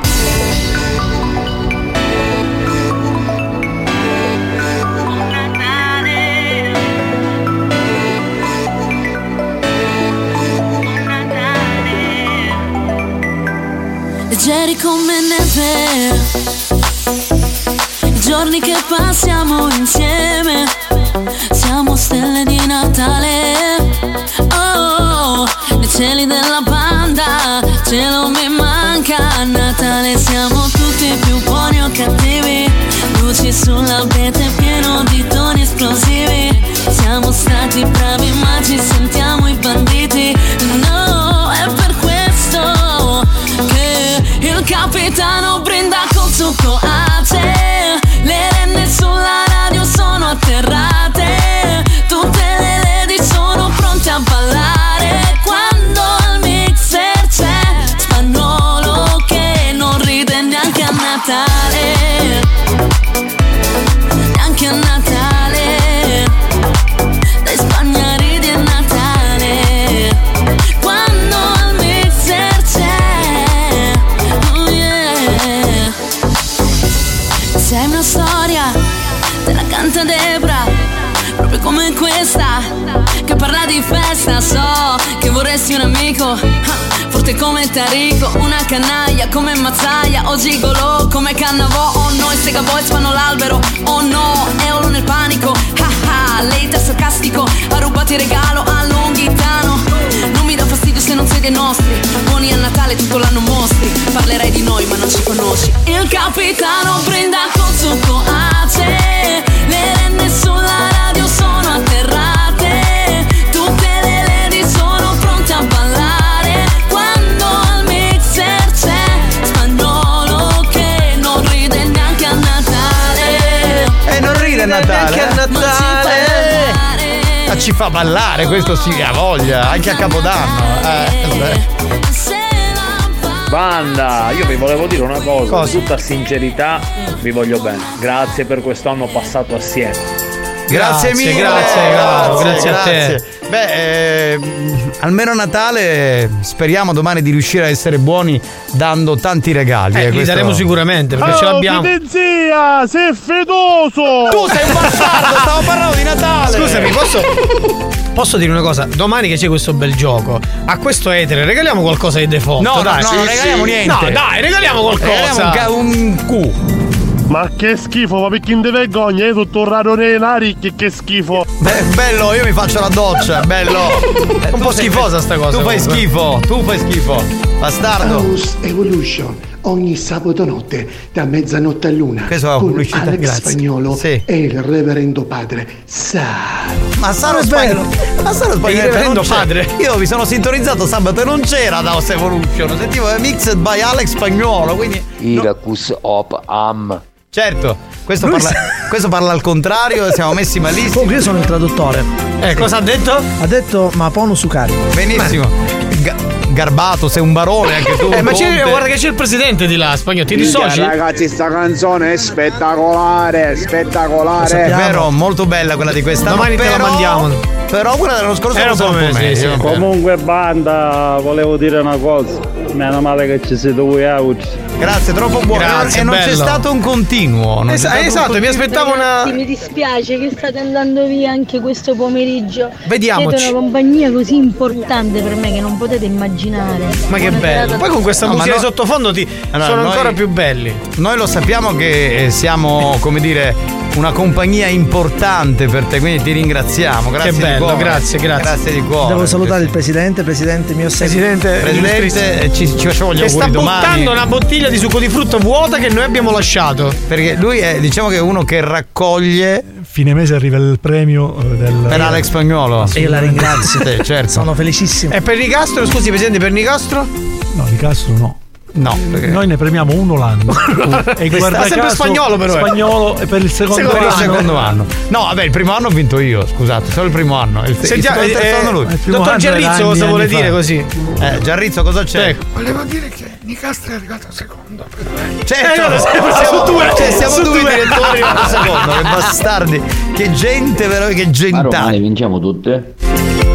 giorni che passiamo insieme, siamo stelle di Natale. Oh, nei cieli della banda, cielo mi manca. A Natale siamo tutti più buoni o cattivi, luci sull'abete pieno di toni esplosivi. Siamo stati bravi ma ci sentiamo i banditi. No, è per questo che il capitano brinda col succo a te. Le renne sulla radio sono atterrate, tutte le lady sono pronte a ballare. Quando al mixer c'è Spagnolo che non ride neanche a Natale, neanche a Natale. Dai Spagna ridi a Natale, quando al mixer c'è. Oh yeah. Sei una storia, te la canta Debra, proprio come questa, che parla di festa. So che vorresti un amico, forte come Tarico, una canaglia come Mazzaia, o gigolo come Cannavò. Oh no, i Sega Boys fanno l'albero, oh no, Eolo nel panico. Ah, lei è sarcastico, ha rubato il regalo a Longhitano. Non mi dà fastidio se non sei dei nostri, buoni a Natale tutto l'anno mostri. Parlerai di noi ma non ci conosci. Il capitano brinda col succo a te, le renne sulla radio sono atterrate, tutte le lady sono pronte a ballare. Quando al mixer c'è Spagnolo che non ride neanche a Natale. E non ride a Natale, neanche a Natale. Ma ci fa ballare, questo sì, ha voglia, anche a Capodanno. Banda, io vi volevo dire una cosa, con tutta sincerità vi voglio bene. Grazie per quest'anno passato assieme. Grazie mille, grazie a te. Beh, almeno a Natale speriamo domani di riuscire a essere buoni dando tanti regali. Li daremo sicuramente perché ce l'abbiamo. Zia, sei fedoso! Tu sei un bastardo, stavo parlando di Natale. Scusami, posso dire una cosa? Domani che c'è questo bel gioco, a questo etere regaliamo qualcosa di default. No, dai. non regaliamo niente. No, dai, regaliamo qualcosa. Regaliamo un Q. Ma che schifo, ma perché ti vergogna? È tutto raro nei nari, che schifo. Beh, bello, io mi faccio la doccia, bello. Un po' schifosa sta cosa. Tu fai schifo, bastardo. House Evolution, ogni sabato notte da mezzanotte a luna. Con Alex grazie. Spagnolo e il reverendo padre Saro. Ma Saro Spagnolo, il reverendo padre. Io mi sono sintonizzato sabato e non c'era da House Evolution, sentivo Mixed by Alex Spagnolo, quindi Iracus op am. certo, questo parla al contrario, siamo messi malissimo. Comunque io sono il traduttore. Cosa ha detto? Ha detto Maponu Sukari. Benissimo. Garbato, sei un barone anche tu. Ma guarda che c'è il presidente di là, Spagnolo, ti dissoci? Ragazzi, sta canzone è spettacolare, È vero, molto bella quella di questa. Domani te la mandiamo. Però quella dell'anno scorso era un po' meglio. Comunque banda, volevo dire una cosa. Meno male che ci siete voi oggi. Grazie, troppo buono. Grazie, e non bello. c'è stato un continuo. Esatto, mi aspettavo Ragazzi, mi dispiace che state andando via anche questo pomeriggio. Vediamoci. Siete una compagnia così importante per me che non potete immaginare. Ma che Buona bello. serata. Poi con questa musica di sottofondo sono noi- ancora più belli. Noi lo sappiamo che siamo, come dire, una compagnia importante per te, quindi ti ringraziamo. Grazie Che bello, di cuore. grazie. Grazie di cuore. Devo salutare il presidente mio Presidente, ci facciamo gli che sta auguri domani. buttando una bottiglia di succo di frutta vuota che noi abbiamo lasciato. Perché lui è, diciamo che è uno che raccoglie. Fine mese arriva il premio Per Alex Spagnolo. E io la ringrazio. Sì, certo. Sono felicissimo. E per Nicastro, scusi Presidente, per Nicastro? No, di Castro no. No, perché noi ne premiamo uno l'anno. E guarda sempre caso, Spagnolo però. Spagnolo e per il secondo anno. No, vabbè, il primo anno ho vinto io, scusate, solo il primo anno. Il Sentiamo, il terzo anno lui. Dottor Giarrizzo cosa vuole dire così? Giarrizzo cosa c'è? Volevo dire che Nicastro è arrivato secondo. Certo, siamo due direttori al secondo, che bastardi. Che gente, veramente, che gentata. Ma vinciamo tutte?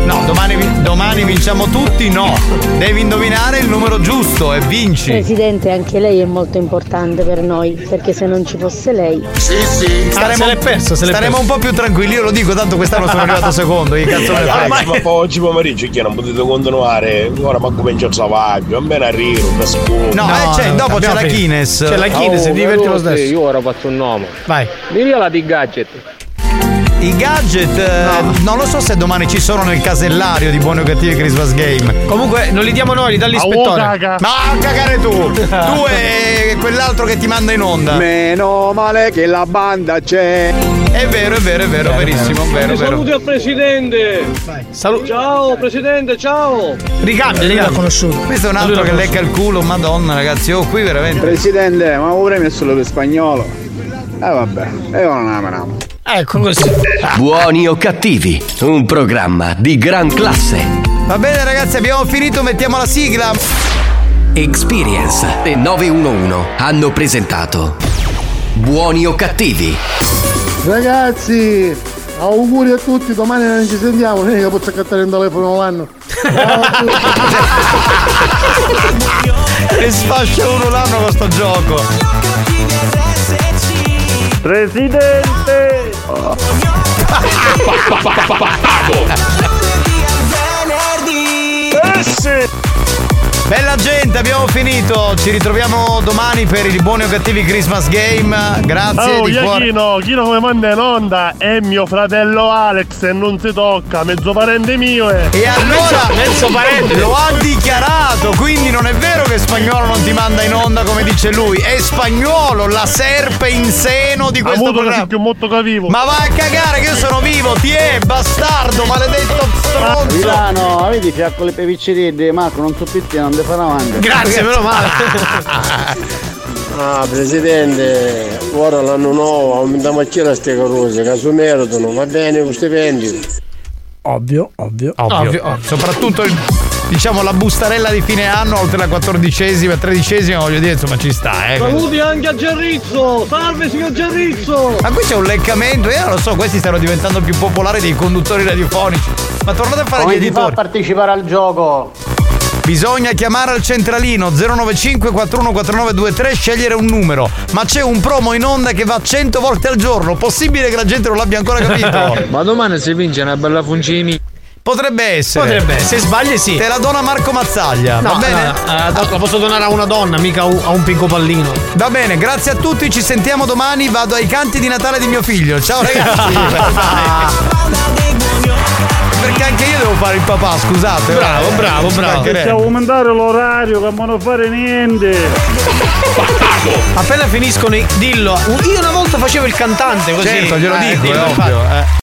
No, domani vinciamo tutti, no. Devi indovinare il numero giusto e vinci. Presidente, anche lei è molto importante per noi, perché se non ci fosse lei. Sì. Staremo un po' più tranquilli, io lo dico, tanto quest'anno sono arrivato secondo. Che cazzo ne fai? Ma oggi pomeriggio che non potete continuare. Ora ma comincia il travaglio, almeno arrivo, da scuola. Dopo c'è la Kines. C'è la Kines, si diverte lo stesso. Io ora faccio un nome. Vai. Viola di gadget. I gadget non lo so se domani ci sono nel casellario di Buoni o Cattivi Christmas Game. Comunque non li diamo noi, li dà l'ispettore. Ma cagare tu! Tu e quell'altro che ti manda in onda. Meno male che la banda c'è. È vero, verissimo, vero. Saluti al presidente. Ciao presidente, ciao. Ricambia, l'ha conosciuto. Questo è un altro che lecca il culo, madonna ragazzi, io qui veramente. Presidente, ma vorrei messo per spagnolo. Vabbè, io non amo. Ecco così. Buoni o Cattivi, un programma di gran classe. Va bene ragazzi, abbiamo finito, mettiamo la sigla. Experience e 911 hanno presentato Buoni o Cattivi. Ragazzi, auguri a tutti, domani non ci sentiamo, non è che posso accattare il telefono l'anno. E sfascia uno l'anno con sto gioco. Presidente! Bella gente, abbiamo finito. Ci ritroviamo domani per i Buoni o Cattivi Christmas Game. Grazie di cuore. Chino come manda in onda è mio fratello Alex e non si tocca, mezzo parente mio è. E allora mezzo parente lo ha dichiarato, quindi non è vero che Spagnolo non ti manda in onda come dice lui, è Spagnolo la serpe in seno di questo programma. Più molto capivo. Ma vai a cagare che io sono vivo, ti è bastardo, maledetto stronzo. Milano, vedi fiacco le peviccerie Marco, non so pitti, non te farà avanti. Grazie, meno male. Presidente, ora l'anno nuovo aumentiamo a chi la ste cose, caso meritano, va bene con stipendi. Ovvio. Soprattutto diciamo la bustarella di fine anno, oltre la 14ª, 13ª, voglio dire, insomma ci sta, Saluti anche a Gerrizzo! Salve signor Gerrizzo! Ma qui c'è un leccamento, io non lo so, questi stanno diventando più popolari dei conduttori radiofonici. Ma tornate a fare gli editori. Come si fa a partecipare al gioco? Bisogna chiamare al centralino 095 414923, scegliere un numero. Ma c'è un promo in onda che va 100 volte al giorno. Possibile che la gente non l'abbia ancora capito? Ma domani si vince una bella funcini. Potrebbe essere. Se sbagli sì. Te la dona Marco Mazzaglia. Va bene? La posso donare a una donna, mica a un picco pallino. Va bene, grazie a tutti, ci sentiamo domani. Vado ai canti di Natale di mio figlio. Ciao ragazzi. Perché anche io devo fare il papà, scusate. Bravo. Possiamo mandare l'orario che non fare niente. Appena finiscono dillo. Io una volta facevo il cantante così. Certo, glielo dico, dillo, è ovvio.